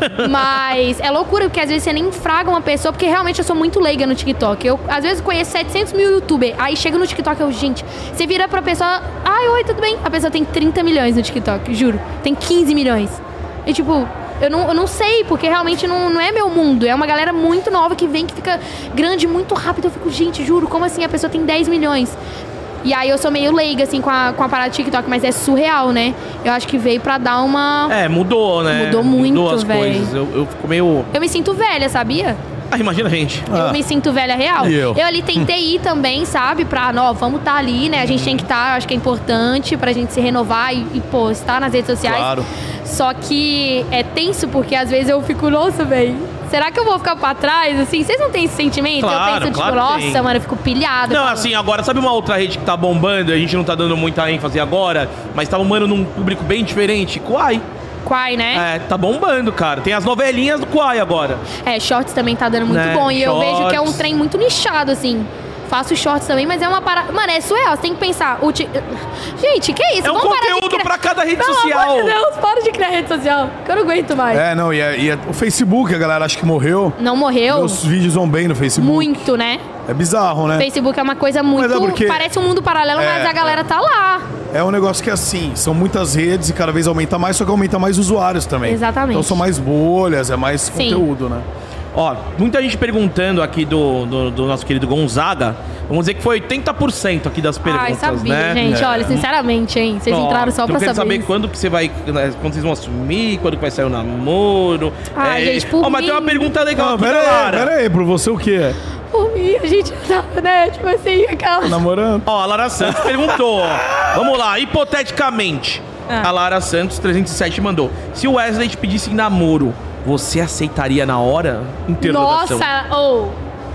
Speaker 2: Mas é loucura, porque às vezes você nem fraga uma pessoa, porque realmente eu sou muito leiga no TikTok. Eu, às vezes, conheço setecentos mil youtubers, aí chega no TikTok, eu, gente, você vira pra pessoa, ai, oi, tudo bem? A pessoa tem trinta milhões no TikTok, juro. Tem quinze milhões. E tipo... Eu não, eu não sei, porque realmente não, não é meu mundo. É uma galera muito nova que vem, que fica grande muito rápido. Eu fico, gente, juro, como assim? A pessoa tem dez milhões. E aí eu sou meio leiga, assim, com a, com a parada do TikTok, mas é surreal, né? Eu acho que veio pra dar uma...
Speaker 3: É, mudou, né?
Speaker 2: Mudou muito,
Speaker 3: Mudou as
Speaker 2: véi.
Speaker 3: coisas. Eu, eu fico meio...
Speaker 2: Eu me sinto velha, sabia?
Speaker 3: Ah, imagina a gente.
Speaker 2: Eu
Speaker 1: Ah.
Speaker 2: me sinto velha real.
Speaker 1: E eu?
Speaker 2: ali tentei ir também, sabe? Pra, ó, vamos estar ali, né? A gente tem que estar, eu acho que é importante pra gente se renovar e, e pô, estar nas redes sociais.
Speaker 1: Claro.
Speaker 2: Só que é tenso, porque às vezes eu fico, nossa, velho, será que eu vou ficar pra trás? Assim, vocês não têm esse sentimento?
Speaker 3: Claro,
Speaker 2: eu penso,
Speaker 3: claro
Speaker 2: tipo,
Speaker 3: que
Speaker 2: nossa,
Speaker 3: tem.
Speaker 2: mano, eu fico pilhada.
Speaker 3: Não,
Speaker 2: falo,
Speaker 3: assim, agora, sabe uma outra rede que tá bombando? A gente não tá dando muita ênfase agora, mas tá bombando num público bem diferente. Quai.
Speaker 2: Quai, né?
Speaker 3: É, tá bombando, cara. Tem as novelinhas do Quai agora.
Speaker 2: É, shorts também tá dando muito
Speaker 3: Né,
Speaker 2: bom. E eu
Speaker 3: shorts.
Speaker 2: vejo que é um trem muito nichado, assim. Faço shorts também, mas é uma parada... Mano, é surreal, você tem que pensar... O ti... Gente, que isso?
Speaker 3: É um
Speaker 2: Vamos parar de
Speaker 3: conteúdo
Speaker 2: criar-
Speaker 3: pra cada rede
Speaker 2: Pelo
Speaker 3: social.
Speaker 2: amor de Deus, para de criar rede social, que eu não aguento mais.
Speaker 1: É, não, e, é- e é- o Facebook, a galera acha que morreu.
Speaker 2: Não morreu?
Speaker 1: Meus vídeos vão bem no Facebook.
Speaker 2: Muito, né?
Speaker 1: É bizarro, né?
Speaker 2: Facebook é uma coisa muito...
Speaker 1: Mas é porque-
Speaker 2: Parece um mundo paralelo,
Speaker 1: É,
Speaker 2: mas a galera tá lá.
Speaker 1: É um negócio que é assim, são muitas redes e cada vez aumenta mais, só que aumenta mais usuários também.
Speaker 2: Exatamente.
Speaker 1: Então são mais bolhas, é mais
Speaker 2: Sim.
Speaker 1: conteúdo, né?
Speaker 3: Ó, muita gente perguntando aqui do, do, do nosso querido Gonzaga. Vamos dizer que foi oitenta por cento aqui das perguntas,
Speaker 2: Ai, sabia,
Speaker 3: né?
Speaker 2: gente.
Speaker 1: É.
Speaker 2: Olha, sinceramente, hein? Vocês
Speaker 3: Ó,
Speaker 2: entraram só pra
Speaker 3: eu quero
Speaker 2: saber.
Speaker 3: saber
Speaker 2: isso.
Speaker 3: quando que você vai, né, quando vocês vão assumir, quando que vai sair o namoro.
Speaker 2: Ai,
Speaker 3: É,
Speaker 2: gente, por
Speaker 3: ó, mas
Speaker 2: mim.
Speaker 3: tem uma pergunta legal
Speaker 1: Não,
Speaker 3: aqui
Speaker 1: pera
Speaker 3: da
Speaker 1: aí,
Speaker 3: Lara.
Speaker 1: pera aí, por você o quê?
Speaker 2: Por mim, a gente tava, né? Tipo assim, aquela...
Speaker 1: Namorando?
Speaker 3: Ó, a Lara Santos perguntou, ó. Vamos lá, hipoteticamente.
Speaker 2: Ah.
Speaker 3: A Lara Santos trezentos e sete mandou. Se o Wesley te pedisse em namoro, você aceitaria na hora? Interrogação.
Speaker 2: Nossa, ou...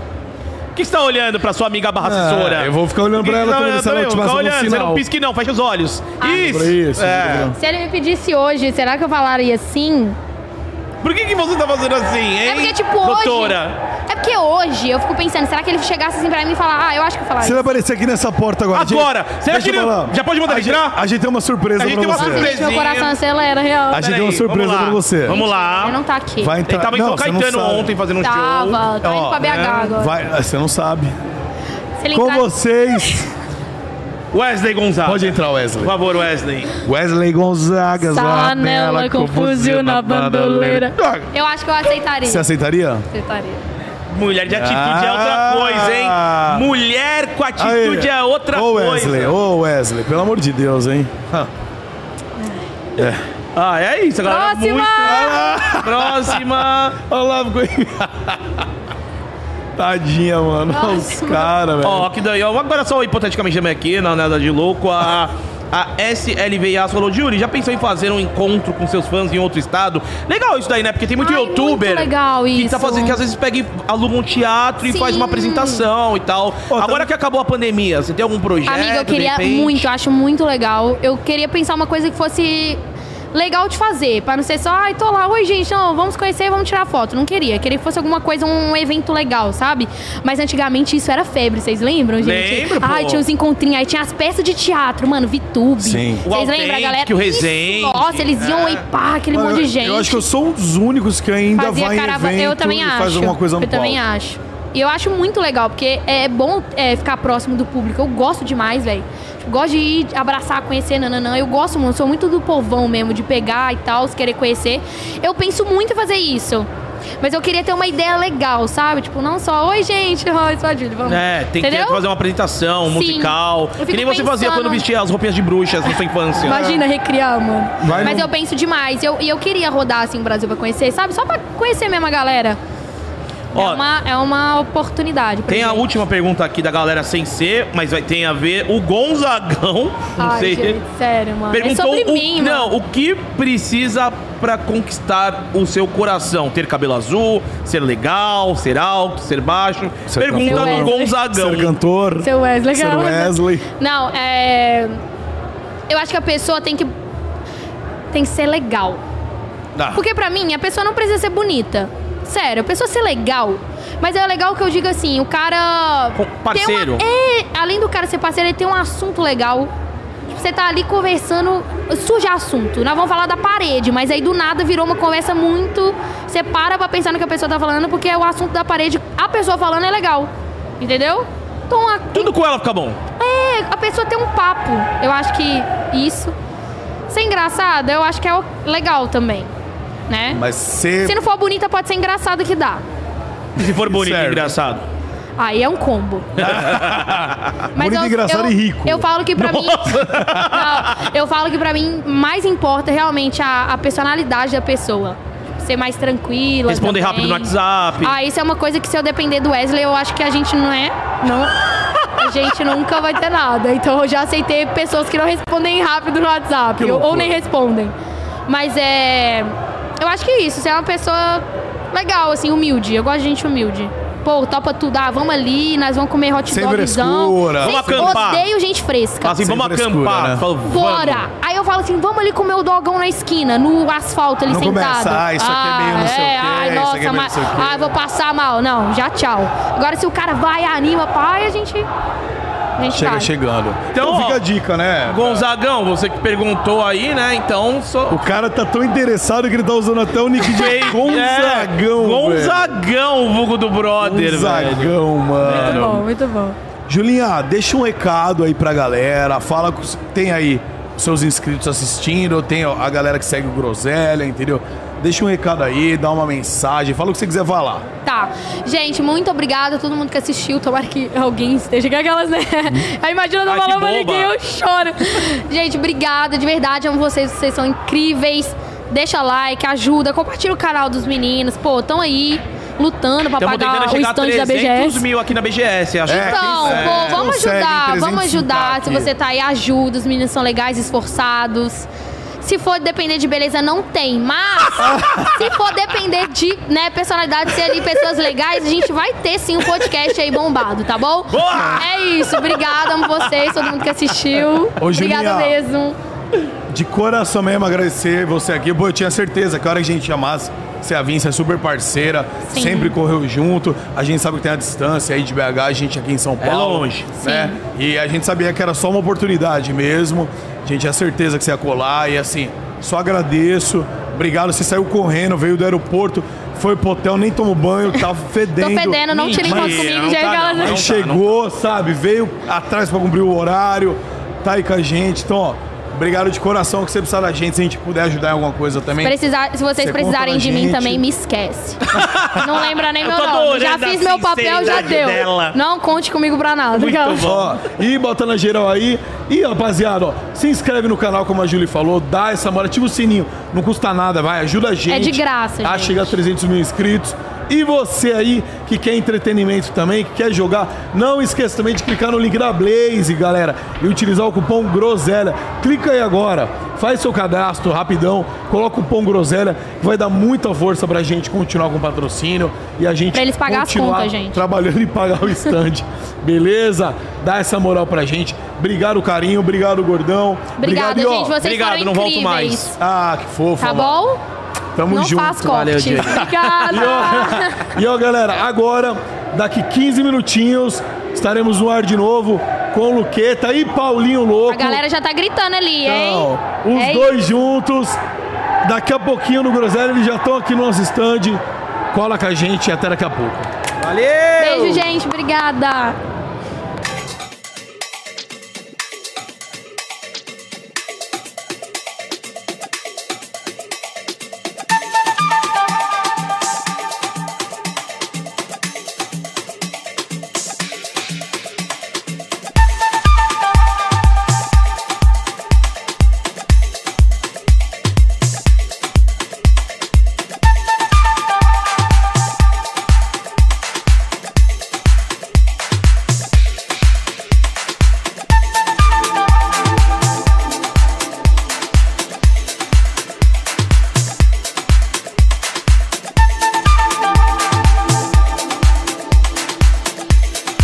Speaker 3: O que você tá olhando pra sua amiga barra assessora?
Speaker 1: Ah, eu vou ficar olhando pra
Speaker 3: O que
Speaker 1: ela
Speaker 3: você tá
Speaker 1: pra ver
Speaker 3: olhando
Speaker 1: se ela
Speaker 3: também?
Speaker 1: te
Speaker 3: Fica
Speaker 1: passa um
Speaker 3: olhando, você
Speaker 1: sinal.
Speaker 3: não pisque não, fecha os olhos. Isso!
Speaker 1: Pra isso,
Speaker 3: É.
Speaker 2: Se ele me pedisse hoje, será que eu falaria sim?
Speaker 3: Por que, que você tá fazendo assim, hein?
Speaker 2: É porque, tipo,
Speaker 3: doutora?
Speaker 2: hoje... É porque hoje eu fico pensando, será que ele chegasse assim pra mim e falar, ah, eu acho que eu falaria.
Speaker 1: Você vai aparecer aqui nessa porta agora.
Speaker 3: Agora!
Speaker 1: Gente,
Speaker 3: Será
Speaker 1: deixa
Speaker 3: que
Speaker 1: eu
Speaker 3: ele-
Speaker 1: falar.
Speaker 3: já pode mandar
Speaker 1: a gente,
Speaker 3: retirar?
Speaker 1: a gente tem uma surpresa
Speaker 3: A gente
Speaker 1: pra
Speaker 3: tem uma
Speaker 1: você.
Speaker 3: surpresa.
Speaker 2: Gente, meu coração acelera, real.
Speaker 1: A gente tem
Speaker 3: Peraí,
Speaker 1: uma surpresa
Speaker 3: vamos lá.
Speaker 1: pra você.
Speaker 3: Vamos lá.
Speaker 2: Ele não tá aqui.
Speaker 1: Vai entrar...
Speaker 3: Ele tava em
Speaker 1: Não,
Speaker 3: São
Speaker 1: você não
Speaker 3: Caetano
Speaker 1: sabe.
Speaker 3: ontem fazendo um show.
Speaker 2: Tava, tá indo
Speaker 1: Ó,
Speaker 2: pra B H
Speaker 3: né?
Speaker 2: agora.
Speaker 1: Vai, você não sabe.
Speaker 2: Se ele
Speaker 1: Com
Speaker 2: entrar...
Speaker 1: vocês...
Speaker 3: Wesley Gonzaga.
Speaker 1: Pode entrar, Wesley.
Speaker 3: Por favor, Wesley.
Speaker 1: Wesley Gonzaga.
Speaker 2: Sanela com fuzil na bandoleira. Eu acho que eu aceitaria.
Speaker 1: Você aceitaria?
Speaker 2: Aceitaria.
Speaker 3: Mulher de atitude é outra
Speaker 1: Ah.
Speaker 3: coisa, hein? Mulher com atitude
Speaker 1: Aí.
Speaker 3: é outra
Speaker 1: Ô,
Speaker 3: coisa.
Speaker 1: Wesley, ô Wesley, pelo amor de Deus, hein? Ah. É.
Speaker 3: Ah, é isso, galera.
Speaker 2: Próxima!
Speaker 3: Muito... Próxima!
Speaker 1: Olha lá, ficou... Tadinha, mano. Olha os caras, velho.
Speaker 3: Ó, que daí, ó, agora só hipoteticamente também aqui, não nada de louco, a, a S L V A falou, Júri, já pensou em fazer um encontro com seus fãs em outro estado? Legal isso daí, né? Porque tem muito
Speaker 2: Ai,
Speaker 3: youtuber
Speaker 2: muito legal
Speaker 3: que tá
Speaker 2: isso.
Speaker 3: fazendo, que às vezes pega e aluga um teatro e
Speaker 2: Sim.
Speaker 3: faz uma apresentação e tal.
Speaker 1: Ó,
Speaker 3: Agora
Speaker 1: tá-
Speaker 3: que acabou a pandemia, você tem algum projeto?
Speaker 2: Amiga, eu
Speaker 3: de
Speaker 2: queria
Speaker 3: repente?
Speaker 2: muito, eu acho muito legal. Eu queria pensar uma coisa que fosse legal de fazer, pra não ser só, ai, tô lá, oi gente, não, vamos conhecer, vamos tirar foto. Não queria, queria que fosse alguma coisa, um evento legal, sabe? Mas antigamente isso era febre, vocês lembram, gente?
Speaker 3: Lembro, pô.
Speaker 2: Ai, tinha uns encontrinhos, aí tinha as peças de teatro, mano, VTube.
Speaker 1: Sim.
Speaker 3: O
Speaker 2: Vocês lembram, a galera?
Speaker 3: Autêntico, o
Speaker 2: Isso,
Speaker 3: Resende.
Speaker 2: Nossa, eles iam aí, pá, aquele
Speaker 1: Mano,
Speaker 2: monte de
Speaker 1: eu-
Speaker 2: gente.
Speaker 1: Eu acho que eu sou um dos únicos que ainda
Speaker 2: Fazia
Speaker 1: vai em
Speaker 2: caravana.
Speaker 1: evento
Speaker 2: Eu também
Speaker 1: e
Speaker 2: acho.
Speaker 1: faz alguma coisa no
Speaker 2: Eu também
Speaker 1: palco.
Speaker 2: acho. E eu acho muito legal, porque é bom é, ficar próximo do público. Eu gosto demais, velho. Tipo, gosto de ir abraçar, conhecer, nananã. Eu gosto muito, sou muito do povão mesmo, de pegar e tal, se querer conhecer. Eu penso muito em fazer isso. Mas eu queria ter uma ideia legal, sabe? Tipo, não só, oi gente, oi, sou a Júlia, vamos.
Speaker 3: É, tem
Speaker 2: Entendeu?
Speaker 3: que fazer uma apresentação, um
Speaker 2: Sim.
Speaker 3: musical.
Speaker 2: Eu
Speaker 3: Que
Speaker 2: fico
Speaker 3: nem você fazia
Speaker 2: pensando-
Speaker 3: quando vestia as roupinhas de bruxas na sua infância.
Speaker 2: Imagina recriar, mano.
Speaker 1: Vai
Speaker 2: Mas
Speaker 1: no-
Speaker 2: eu penso demais. E eu, e eu queria rodar assim o Brasil pra conhecer, sabe? Só pra conhecer mesmo a galera.
Speaker 3: Ó,
Speaker 2: é, uma, é uma oportunidade pra
Speaker 3: Tem a
Speaker 2: gente.
Speaker 3: última pergunta aqui da galera sem ser, mas vai, tem a ver. O Gonzagão, não
Speaker 2: Ai,
Speaker 3: sei.
Speaker 2: gente, sério, mano.
Speaker 3: Perguntou
Speaker 2: é sobre
Speaker 3: o,
Speaker 2: mim,
Speaker 3: não,
Speaker 2: mano.
Speaker 3: o que precisa pra conquistar o seu coração? Ter cabelo azul, ser legal, ser alto, ser baixo?
Speaker 1: Ser
Speaker 3: Pergunta
Speaker 2: cantor.
Speaker 3: do Gonzagão.
Speaker 1: Ser cantor,
Speaker 2: Seu Wesley,
Speaker 1: ser
Speaker 2: cara.
Speaker 1: Wesley.
Speaker 2: Não, é... Eu acho que a pessoa tem que... Tem que ser legal.
Speaker 1: Ah.
Speaker 2: Porque pra mim, a pessoa não precisa ser bonita. Sério, a pessoa ser legal. Mas é legal que eu diga assim, o cara...
Speaker 3: Com- parceiro.
Speaker 2: Tem uma, é, além do cara ser parceiro, ele tem um assunto legal. Você tá ali conversando, surge assunto. Nós vamos falar da parede, mas aí do nada virou uma conversa muito... Você para pra pensar no que a pessoa tá falando, porque o assunto da parede, a pessoa falando é legal. Entendeu? Então, a,
Speaker 3: Tudo com ela fica bom.
Speaker 2: é, a pessoa tem um papo. Eu acho que isso... Ser engraçada, eu acho que é o- legal também, né?
Speaker 1: Mas você...
Speaker 2: Se não for bonita, pode ser engraçado que dá.
Speaker 3: E se for bonito e
Speaker 1: Certo.
Speaker 3: engraçado.
Speaker 2: Aí é um combo.
Speaker 1: Bonito, engraçado
Speaker 2: eu,
Speaker 1: e rico.
Speaker 2: Eu falo que pra mim... Não, eu falo que pra mim mais importa realmente a, a personalidade da pessoa. Ser mais tranquila.
Speaker 3: Responder
Speaker 2: também.
Speaker 3: rápido no WhatsApp.
Speaker 2: Ah, isso é uma coisa que se eu depender do Wesley, eu acho que a gente não é... Não, a gente nunca vai ter nada. Então eu já aceitei pessoas que não respondem rápido no WhatsApp.
Speaker 1: Que
Speaker 2: ou, ou
Speaker 1: loucura.
Speaker 2: nem respondem. Mas é... Eu acho que é isso. Você é uma pessoa legal, assim, humilde. Eu gosto de gente humilde. Pô, topa tudo. Ah, vamos ali, nós vamos comer hot
Speaker 1: Sem
Speaker 2: dogzão.
Speaker 1: frescura.
Speaker 3: Vamos
Speaker 2: Sem-
Speaker 3: acampar.
Speaker 2: Odeio gente fresca.
Speaker 3: Fala assim,
Speaker 1: Sem
Speaker 3: vamos
Speaker 1: frescura,
Speaker 3: acampar.
Speaker 1: né?
Speaker 3: Fala,
Speaker 2: Bora!
Speaker 3: vamos.
Speaker 2: Aí eu falo assim, vamos ali comer o dogão na esquina, no asfalto ali
Speaker 1: Não
Speaker 2: sentado.
Speaker 1: começa, ah, isso aqui é meio não sei o quê,
Speaker 2: Ai,
Speaker 1: isso
Speaker 2: nossa,
Speaker 1: aqui é meio
Speaker 2: mas,
Speaker 1: não sei o quê.
Speaker 2: ah, vou passar mal. Não, já tchau. Agora se o cara vai, anima, pai, a gente... A gente
Speaker 1: Chega
Speaker 2: vai.
Speaker 1: chegando.
Speaker 3: Então,
Speaker 1: Então, fica
Speaker 3: ó,
Speaker 1: a dica, né?
Speaker 3: Gonzagão, você que perguntou aí, né? Então, sou...
Speaker 1: O cara tá tão interessado que ele tá usando até o nick de Gonzagão,
Speaker 3: É,
Speaker 1: velho.
Speaker 3: Gonzagão, o vulgo do brother, velho.
Speaker 1: Gonzagão,
Speaker 6: Muito
Speaker 1: mano.
Speaker 6: bom, muito bom.
Speaker 1: Julinha, deixa um recado aí pra galera. Fala com... Tem aí seus inscritos assistindo, tem a galera que segue o Groselha, entendeu? Deixa um recado aí, dá uma mensagem, fala o que você quiser falar.
Speaker 2: Tá. Gente, muito obrigada a todo mundo que assistiu. Tomara que alguém esteja com aquelas, né? Aí imagina eu não
Speaker 3: Ai, que
Speaker 2: falando pra
Speaker 3: boba.
Speaker 2: ninguém, eu choro. Gente, obrigada, de verdade, amo vocês, vocês são incríveis. Deixa like, ajuda, compartilha o canal dos meninos. Pô, tão aí lutando pra
Speaker 3: Estamos tentando
Speaker 2: pagar o
Speaker 3: chegar a
Speaker 2: stand da B G
Speaker 3: trezentos
Speaker 2: S.
Speaker 3: mil aqui na B G S. Acho
Speaker 1: É,
Speaker 3: que
Speaker 2: Então,
Speaker 1: quem
Speaker 2: pô,
Speaker 1: sabe
Speaker 2: vamos
Speaker 1: consegue
Speaker 2: ajudar, vamos
Speaker 1: trezentos
Speaker 2: ajudar. Se
Speaker 1: aqui.
Speaker 2: você tá aí, ajuda. Os meninos são legais, esforçados. Se for depender de beleza, não tem. Mas, se for depender de, né, personalidade, ser ali pessoas legais, a gente vai ter sim um podcast aí bombado, tá bom?
Speaker 3: Boa!
Speaker 2: É isso, obrigada, amo vocês, todo mundo que assistiu.
Speaker 1: Ô,
Speaker 2: Obrigada
Speaker 1: Julinha.
Speaker 2: mesmo.
Speaker 1: De coração mesmo, agradecer você aqui. Pô, eu tinha certeza que a hora que a gente chamasse, você ia vir, você é super parceira,
Speaker 2: Sim.
Speaker 1: sempre correu junto. A gente sabe que tem a distância aí de B H, a gente aqui em São
Speaker 3: É
Speaker 1: Paulo.
Speaker 3: longe.
Speaker 1: Né? E a gente sabia que era só uma oportunidade mesmo. A gente tinha certeza que você ia colar. E assim, só agradeço. Obrigado, você saiu correndo, veio do aeroporto, foi pro hotel, nem tomou banho, tava fedendo.
Speaker 2: Tô fedendo, não tirem
Speaker 3: Mentira,
Speaker 2: foto comigo,
Speaker 3: não
Speaker 2: já
Speaker 3: tá,
Speaker 2: aquelas...
Speaker 3: não,
Speaker 1: Aí
Speaker 3: não.
Speaker 1: chegou, sabe, veio atrás pra cumprir o horário, tá aí com a gente. Então, ó, obrigado de coração que você precisar da gente, se a gente puder ajudar em alguma coisa também.
Speaker 2: Precisar, se vocês
Speaker 1: Você
Speaker 2: precisarem
Speaker 1: conta
Speaker 2: de
Speaker 1: na
Speaker 2: mim
Speaker 1: gente.
Speaker 2: também, me esquece. Não lembra nem
Speaker 3: Eu
Speaker 2: meu
Speaker 3: tô
Speaker 2: nome. Já
Speaker 3: adorando
Speaker 2: fiz
Speaker 3: a
Speaker 2: meu papel, já
Speaker 3: sinceridade
Speaker 2: deu.
Speaker 3: dela.
Speaker 2: Não conte comigo pra nada.
Speaker 3: Muito
Speaker 2: Aquela-
Speaker 3: bom.
Speaker 1: Ó, e bota na geral aí. E rapaziada, ó, se inscreve no canal, como a Julie falou, dá essa moral, ativa o sininho, não custa nada, vai, ajuda a gente.
Speaker 2: É de graça,
Speaker 1: a
Speaker 2: gente.
Speaker 1: chegar a trezentos mil inscritos. E você aí que quer entretenimento também, que quer jogar, não esqueça também de clicar no link da Blaze, galera, e utilizar o cupom Groselha. Clica aí agora, faz seu cadastro rapidão, coloca o cupom Groselha, que vai dar muita força pra gente continuar com o patrocínio e a gente
Speaker 2: Pra eles pagar as
Speaker 1: continuar
Speaker 2: contas, gente.
Speaker 1: trabalhando e pagar o stand. Beleza? Dá essa moral pra gente. Obrigado, carinho. Obrigado, gordão.
Speaker 2: Obrigada,
Speaker 1: e, ó,
Speaker 2: gente. Vocês
Speaker 3: obrigado,
Speaker 2: foram
Speaker 3: não volto
Speaker 2: incríveis.
Speaker 3: mais.
Speaker 1: Ah, que fofo.
Speaker 2: Tá
Speaker 1: amor.
Speaker 2: bom?
Speaker 1: Tamo
Speaker 2: Não
Speaker 1: junto.
Speaker 2: faz corte.
Speaker 3: Valeu, Diego.
Speaker 1: E
Speaker 2: Obrigada.
Speaker 1: ó, e ó, galera, agora, daqui quinze minutinhos, estaremos no ar de novo com o Luqueta e Paulinho Louco.
Speaker 2: A galera já tá gritando ali, hein?
Speaker 1: Então, os
Speaker 2: É
Speaker 1: dois juntos. Daqui a pouquinho no Groselha, eles já estão aqui no nosso stand. Cola com a gente e até daqui a pouco.
Speaker 3: Valeu!
Speaker 2: Beijo, gente. Obrigada.